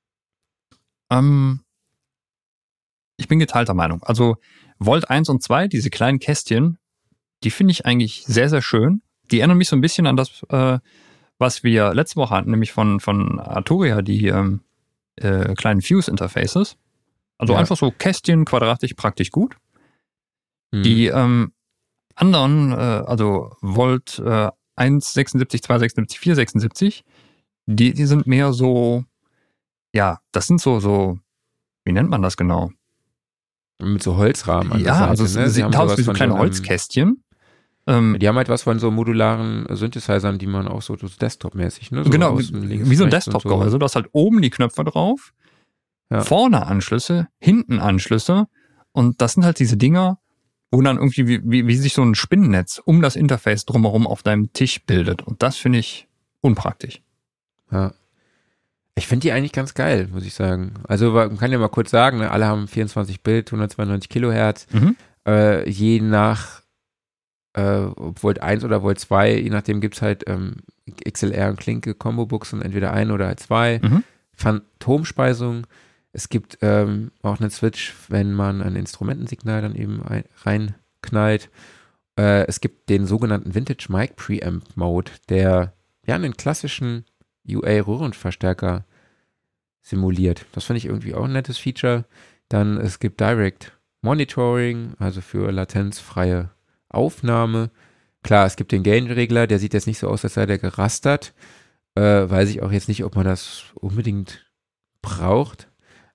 Ich bin geteilter Meinung. Also Volt 1 und 2, diese kleinen Kästchen, die finde ich eigentlich sehr, sehr schön. Die erinnern mich so ein bisschen an das, was wir letzte Woche hatten, nämlich von Arturia, die kleinen Fuse-Interfaces. Also einfach so Kästchen, quadratisch, praktisch gut. Die anderen, also Volt 176, 276, 476, die sind mehr so, ja, das sind so, wie nennt man das genau? Mit so Holzrahmen an der Ja, Seite, also ne? sie haben wie so kleine Holzkästchen. Die haben halt was von so modularen Synthesizern, die man auch so Desktop-mäßig, ne? So genau, wie so ein Desktop-Gehäuse. So. Du hast halt oben die Knöpfe drauf, vorne Anschlüsse, hinten Anschlüsse und das sind halt diese Dinger, wo dann irgendwie wie sich so ein Spinnennetz um das Interface drumherum auf deinem Tisch bildet. Und das finde ich unpraktisch. Ja. Ich finde die eigentlich ganz geil, muss ich sagen. Also man kann ja mal kurz sagen, ne, alle haben 24 Bit, 192 Kilohertz. Je nach Volt 1 oder Volt 2, je nachdem gibt es halt XLR und Klinke Combo-Buchsen, entweder ein oder halt zwei. Phantomspeisung. Es gibt auch einen Switch, wenn man ein Instrumentensignal dann eben reinknallt. Es gibt den sogenannten Vintage Mic Preamp Mode, der ja einen klassischen UA-Röhrenverstärker simuliert. Das finde ich irgendwie auch ein nettes Feature. Dann es gibt Direct Monitoring, also für latenzfreie Aufnahme. Klar, es gibt den Gain-Regler, der sieht jetzt nicht so aus, als sei der gerastert. Weiß ich auch jetzt nicht, ob man das unbedingt braucht.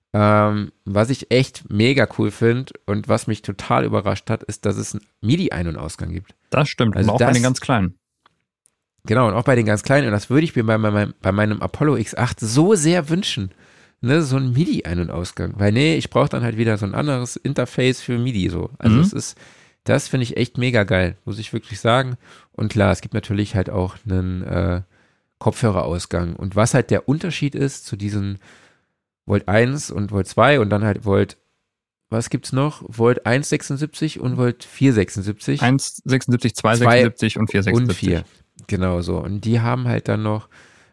Was ich echt mega cool finde und was mich total überrascht hat, ist, dass es einen MIDI-Ein- und Ausgang gibt. Das stimmt, also aber auch bei den ganz Kleinen. Genau, und auch bei den ganz Kleinen. Und das würde ich mir bei meinem Apollo X8 so sehr wünschen. Ne, so ein MIDI-Ein- und Ausgang. Weil ich brauche dann halt wieder so ein anderes Interface für MIDI so. Also das finde ich echt mega geil, muss ich wirklich sagen. Und klar, es gibt natürlich halt auch einen Kopfhörerausgang. Und was halt der Unterschied ist zu diesen Volt 1 und Volt 2 und dann halt Volt, was gibt's noch? Volt 1,76 und Volt 4,76. 1,76, 2,76 und 4,76. Und 4, genau so. Und die haben halt dann noch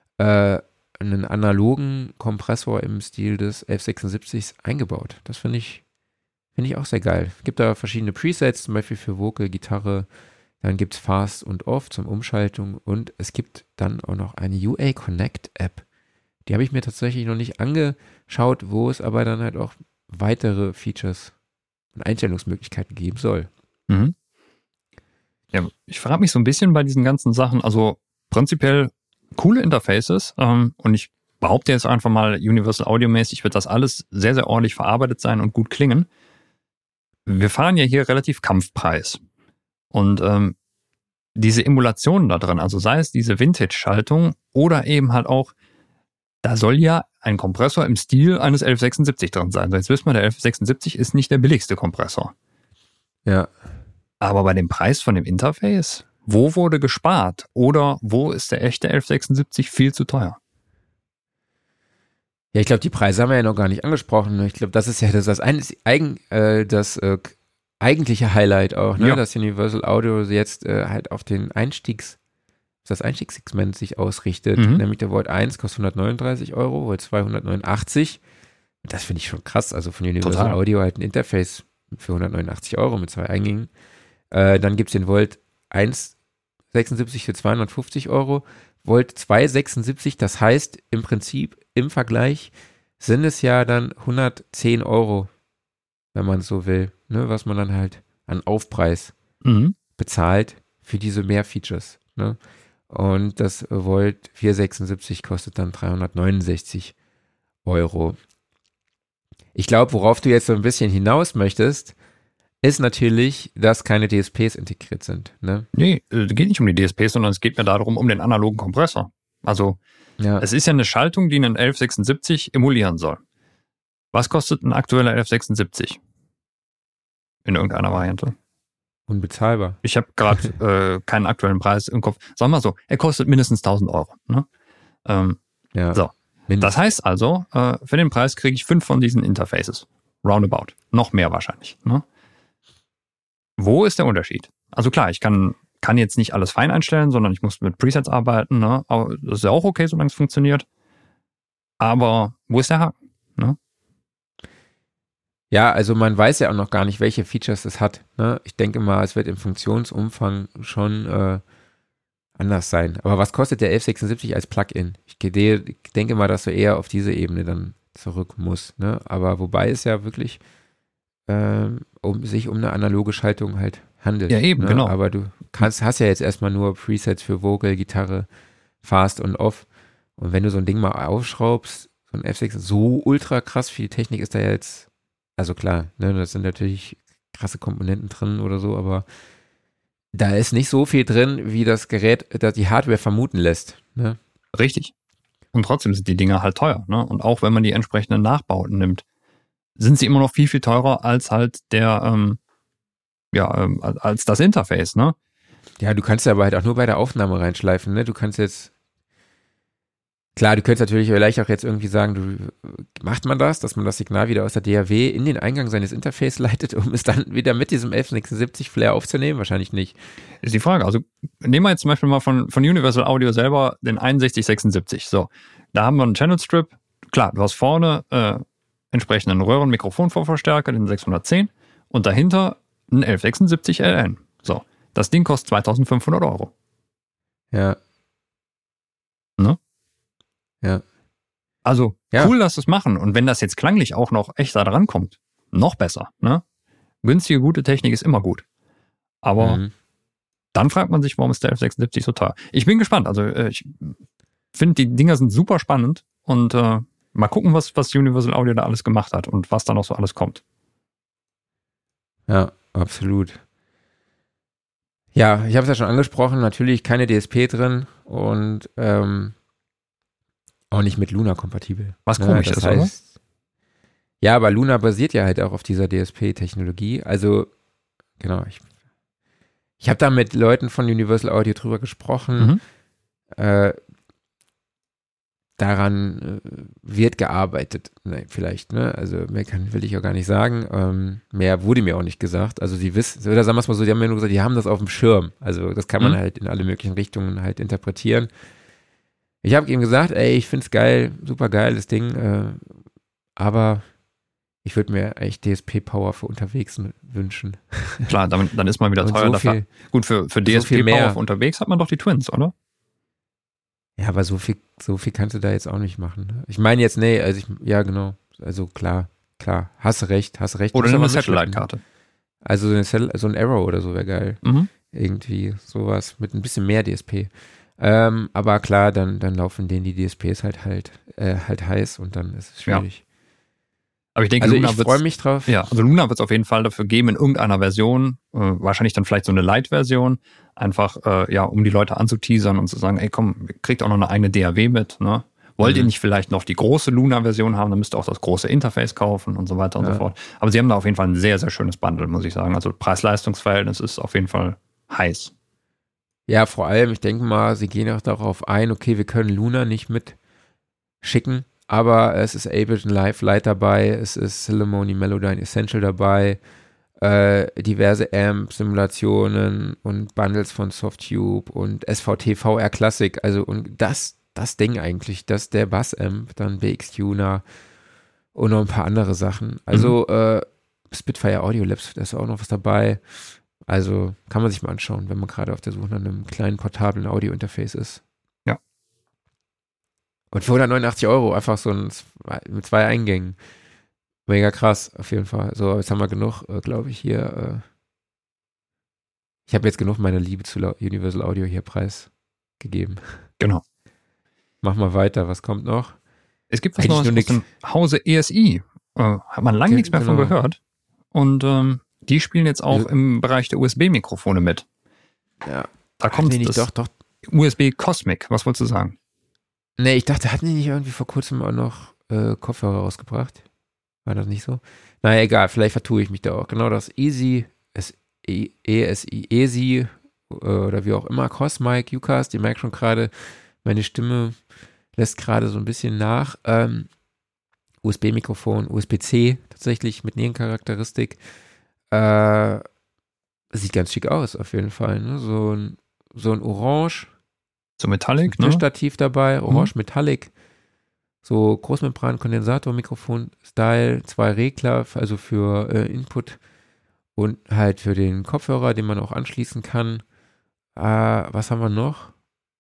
einen analogen Kompressor im Stil des 1176 eingebaut. Das finde ich auch sehr geil. Es gibt da verschiedene Presets, zum Beispiel für Vocal, Gitarre. Dann gibt es Fast und Off zum Umschaltung und es gibt dann auch noch eine UA Connect App. Die habe ich mir tatsächlich noch nicht angeschaut, wo es aber dann halt auch weitere Features und Einstellungsmöglichkeiten geben soll. Mhm. Ja, ich frage mich so ein bisschen bei diesen ganzen Sachen, also prinzipiell coole Interfaces und ich behaupte jetzt einfach mal Universal Audio-mäßig wird das alles sehr, sehr ordentlich verarbeitet sein und gut klingen. Wir fahren ja hier relativ Kampfpreis und diese Emulationen da drin, also sei es diese Vintage-Schaltung oder eben halt auch, da soll ja ein Kompressor im Stil eines 1176 drin sein. So, jetzt wissen wir, der 1176 ist nicht der billigste Kompressor. Ja. Aber bei dem Preis von dem Interface, wo wurde gespart? Oder wo ist der echte 1176 viel zu teuer? Ja, ich glaube, die Preise haben wir ja noch gar nicht angesprochen. Ich glaube, das ist ja das eigentliche Highlight auch, ne? Ja. Dass Universal Audio jetzt halt auf den Einstiegssegment sich ausrichtet. Nämlich der Volt 1 kostet 139 €, Volt 2 189. Das finde ich schon krass. Also von Universal Total. Audio halt ein Interface für 189 € mit 2 Eingängen. Dann gibt es den Volt 1,76 für 250 €. Volt 2,76, das heißt im Prinzip im Vergleich sind es ja dann 110 €, wenn man so will, ne, was man dann halt an Aufpreis bezahlt für diese Mehr-Features. Ne? Und das Volt 4,76 kostet dann 369 €. Ich glaube, worauf du jetzt so ein bisschen hinaus möchtest, ist natürlich, dass keine DSPs integriert sind. Ne? Nee, es geht nicht um die DSPs, sondern es geht mir darum, um den analogen Kompressor. Also es ist ja eine Schaltung, die einen 1176 emulieren soll. Was kostet ein aktueller 1176? In irgendeiner Variante. Unbezahlbar. Ich habe gerade keinen aktuellen Preis im Kopf. Sagen wir mal so, er kostet mindestens 1.000 €. Ne? Ja. So. Das heißt also, für den Preis kriege ich 5 von diesen Interfaces. Roundabout. Noch mehr wahrscheinlich. Ne? Wo ist der Unterschied? Also klar, ich kann jetzt nicht alles fein einstellen, sondern ich muss mit Presets arbeiten. Ne? Aber das ist ja auch okay, solange es funktioniert. Aber wo ist der Haken? Ne? Ja, also man weiß ja auch noch gar nicht, welche Features es hat. Ne? Ich denke mal, es wird im Funktionsumfang schon anders sein. Aber was kostet der 1176 als Plugin? Ich denke mal, dass du eher auf diese Ebene dann zurück musst. Ne? Aber wobei es ja wirklich sich um eine analoge Schaltung halt handelt. Ja, eben, ne? genau. Aber du hast ja jetzt erstmal nur Presets für Vocal, Gitarre, Fast und Off. Und wenn du so ein Ding mal aufschraubst, so ein F6, so ultra krass viel Technik ist da ja jetzt, also klar, ne, das sind natürlich krasse Komponenten drin oder so, aber da ist nicht so viel drin, wie das Gerät, das die Hardware vermuten lässt. Ne? Richtig. Und trotzdem sind die Dinger halt teuer. Ne? Und auch wenn man die entsprechenden Nachbauten nimmt, sind sie immer noch viel, viel teurer als halt als das Interface. Ne? Ja, du kannst ja aber halt auch nur bei der Aufnahme reinschleifen. Ne? Du kannst jetzt, Klar, du könntest natürlich vielleicht auch jetzt irgendwie sagen, macht man das, dass man das Signal wieder aus der DAW in den Eingang seines Interface leitet, um es dann wieder mit diesem 1176 Flair aufzunehmen? Wahrscheinlich nicht. Ist die Frage. Also nehmen wir jetzt zum Beispiel mal von Universal Audio selber den 6176. So, da haben wir einen Channel Strip. Klar, du hast vorne entsprechenden Röhren-Mikrofonvorverstärker, den 610, und dahinter einen 1176 LN. So, das Ding kostet 2.500 Euro. Ja. Ne? Ja. Also, cool, dass sie es machen. Und wenn das jetzt klanglich auch noch echt da dran kommt, noch besser. Ne? Günstige, gute Technik ist immer gut. Aber dann fragt man sich, warum ist der 1176 so teuer? Ich bin gespannt. Also, ich finde, die Dinger sind super spannend. Und mal gucken, was Universal Audio da alles gemacht hat und was da noch so alles kommt. Ja, absolut. Ja, ich habe es ja schon angesprochen, natürlich keine DSP drin und auch nicht mit Luna kompatibel. Was komisch ist, oder? Ja, aber Luna basiert ja halt auch auf dieser DSP-Technologie. Also, genau, ich habe da mit Leuten von Universal Audio drüber gesprochen. Daran wird gearbeitet, vielleicht, ne? Also mehr will ich auch gar nicht sagen. Mehr wurde mir auch nicht gesagt. Also sie wissen, oder sagen wir es mal so, die haben mir nur gesagt, die haben das auf dem Schirm. Also das kann man halt in alle möglichen Richtungen halt interpretieren. Ich habe ihm gesagt, ey, ich find's geil, super geil, das Ding, aber ich würde mir echt DSP-Power für unterwegs wünschen. Klar, dann ist man wieder teuer. So gut, für DSP-Power für unterwegs hat man doch die Twins, oder? Ja, aber so viel kannst du da jetzt auch nicht machen. Ne? Ich meine jetzt, nee, ja genau, also klar, hast recht. Oder eine Satellite-Karte. Also so ein Arrow oder so wäre geil. Irgendwie sowas mit ein bisschen mehr DSP. Aber klar, dann laufen denen die DSPs halt heiß und dann ist es schwierig. Ja. Aber ich denke, also ich freue mich drauf. Ja, also Luna wird es auf jeden Fall dafür geben in irgendeiner Version, wahrscheinlich dann vielleicht so eine Lite-Version, einfach um die Leute anzuteasern und zu sagen, ey komm, kriegt auch noch eine eigene DAW mit, ne? Wollt ihr nicht vielleicht noch die große Luna-Version haben, dann müsst ihr auch das große Interface kaufen und so weiter und so fort. Aber sie haben da auf jeden Fall ein sehr, sehr schönes Bundle, muss ich sagen. Also Preis-Leistungs-Verhältnis ist auf jeden Fall heiß. Ja, vor allem, ich denke mal, sie gehen auch darauf ein, okay, wir können Luna nicht mitschicken, aber es ist Ableton Live Lite dabei, es ist Celemony Melodyne Essential dabei, diverse Amp-Simulationen und Bundles von Softube und SVT VR Classic, also und das Ding eigentlich, der Bass-Amp, dann BX-Tuner und noch ein paar andere Sachen. Also Spitfire Audio Labs, da ist auch noch was dabei. Also kann man sich mal anschauen, wenn man gerade auf der Suche nach einem kleinen portablen Audio-Interface ist. Ja. Und für 189 € einfach so mit 2 Eingängen. Mega krass, auf jeden Fall. So, jetzt haben wir genug, glaube ich, hier. Ich habe jetzt genug meiner Liebe zu Universal Audio hier preisgegeben. Genau. Mach mal weiter, was kommt noch? Es gibt was Neues aus dem Hause ESI. Hat man lange nichts mehr von gehört. Und die spielen jetzt auch im Bereich der USB-Mikrofone mit. Ja. Da kommt das USB Cosmic. Was wolltest du sagen? Nee, ich dachte, hatten die nicht irgendwie vor kurzem auch noch Kopfhörer rausgebracht? War das nicht so? Naja, egal, vielleicht vertue ich mich da auch. Genau das ESI oder wie auch immer, Cosmic, Ucast, ihr merkt schon gerade, meine Stimme lässt gerade so ein bisschen nach. USB-Mikrofon, USB-C tatsächlich mit Nebencharakteristik. Sieht ganz schick aus, auf jeden Fall. Ne? So ein Orange. So Metallic, ne? Tischstativ dabei, Orange Metallic. So Großmembran-Kondensator-Mikrofon-Style, 2 Regler, also für Input und halt für den Kopfhörer, den man auch anschließen kann. Was haben wir noch?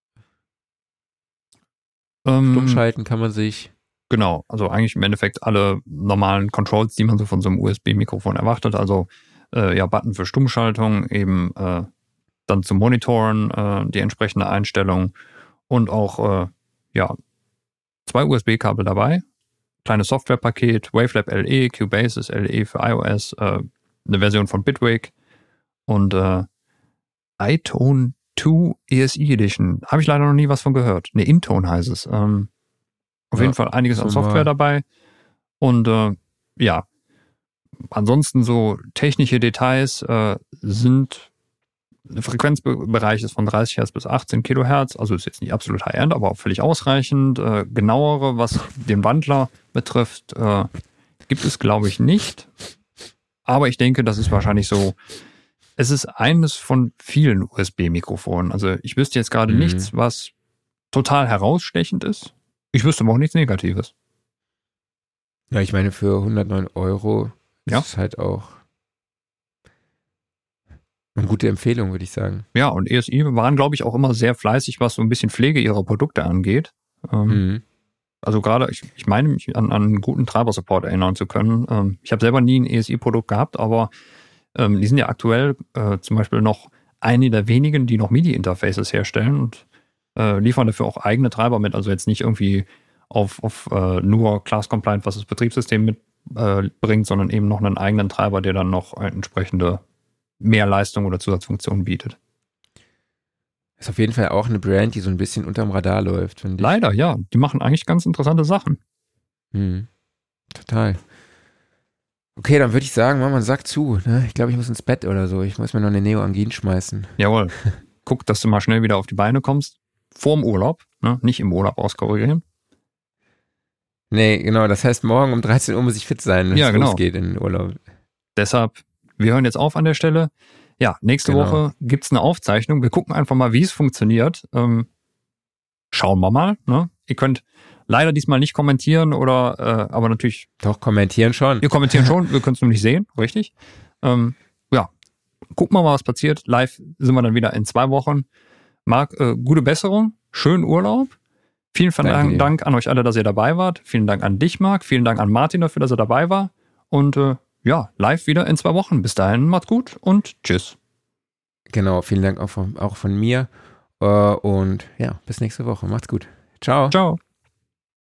Stummschalten kann man sich. Genau, also eigentlich im Endeffekt alle normalen Controls, die man so von so einem USB-Mikrofon erwartet. Also Button für Stummschaltung, eben dann zum Monitoren die entsprechende Einstellung und auch 2 USB-Kabel dabei, kleines Softwarepaket, Wavelab LE, Cubasis LE für iOS, eine Version von Bitwig und iTone 2 ESI Edition. Habe ich leider noch nie was von gehört. Ne, Intone heißt es. Auf jeden Fall einiges an Software dabei. Und ansonsten so technische Details sind ein Frequenzbereich ist von 30 Hertz bis 18 Kilohertz, also ist jetzt nicht absolut High-End, aber auch völlig ausreichend. Genauere, was den Wandler betrifft, gibt es, glaube ich, nicht. Aber ich denke, das ist wahrscheinlich so, es ist eines von vielen USB-Mikrofonen. Also ich wüsste jetzt gerade nichts, was total herausstechend ist. Ich wüsste aber auch nichts Negatives. Ja, ich meine, für 109 € ist es halt auch eine gute Empfehlung, würde ich sagen. Ja, und ESI waren, glaube ich, auch immer sehr fleißig, was so ein bisschen Pflege ihrer Produkte angeht. Also gerade, ich meine mich an einen guten Treiber-Support erinnern zu können. Ich habe selber nie ein ESI-Produkt gehabt, aber die sind ja aktuell zum Beispiel noch eine der wenigen, die noch MIDI-Interfaces herstellen und liefern dafür auch eigene Treiber mit. Also jetzt nicht irgendwie auf nur Class-Compliant, was das Betriebssystem mitbringt, sondern eben noch einen eigenen Treiber, der dann noch entsprechende Mehrleistung oder Zusatzfunktionen bietet. Ist auf jeden Fall auch eine Brand, die so ein bisschen unterm Radar läuft, finde ich. Leider, ja. Die machen eigentlich ganz interessante Sachen. Total. Okay, dann würde ich sagen, mach mal einen Sack zu. Ne? Ich glaube, ich muss ins Bett oder so. Ich muss mir noch eine Neo-Angin schmeißen. Jawohl. Guck, dass du mal schnell wieder auf die Beine kommst. Vorm Urlaub. Ne? Nicht im Urlaub auskurieren. Nee, genau. Das heißt, morgen um 13 Uhr muss ich fit sein, wenn es losgeht in den Urlaub. Deshalb, wir hören jetzt auf an der Stelle. Ja, nächste Woche gibt es eine Aufzeichnung. Wir gucken einfach mal, wie es funktioniert. Schauen wir mal. Ne? Ihr könnt leider diesmal nicht kommentieren oder, aber natürlich. Doch, kommentieren schon. Wir kommentieren schon, wir können es nur nicht sehen, richtig. Ja, gucken wir mal, was passiert. Live sind wir dann wieder in 2 Wochen. Marc, gute Besserung, schönen Urlaub. Vielen Dank an euch alle, dass ihr dabei wart. Vielen Dank an dich, Marc. Vielen Dank an Martin dafür, dass er dabei war. Und ja, live wieder in 2 Wochen. Bis dahin, macht's gut und tschüss. Genau, vielen Dank auch von mir. Und ja, bis nächste Woche. Macht's gut. Ciao. Ciao.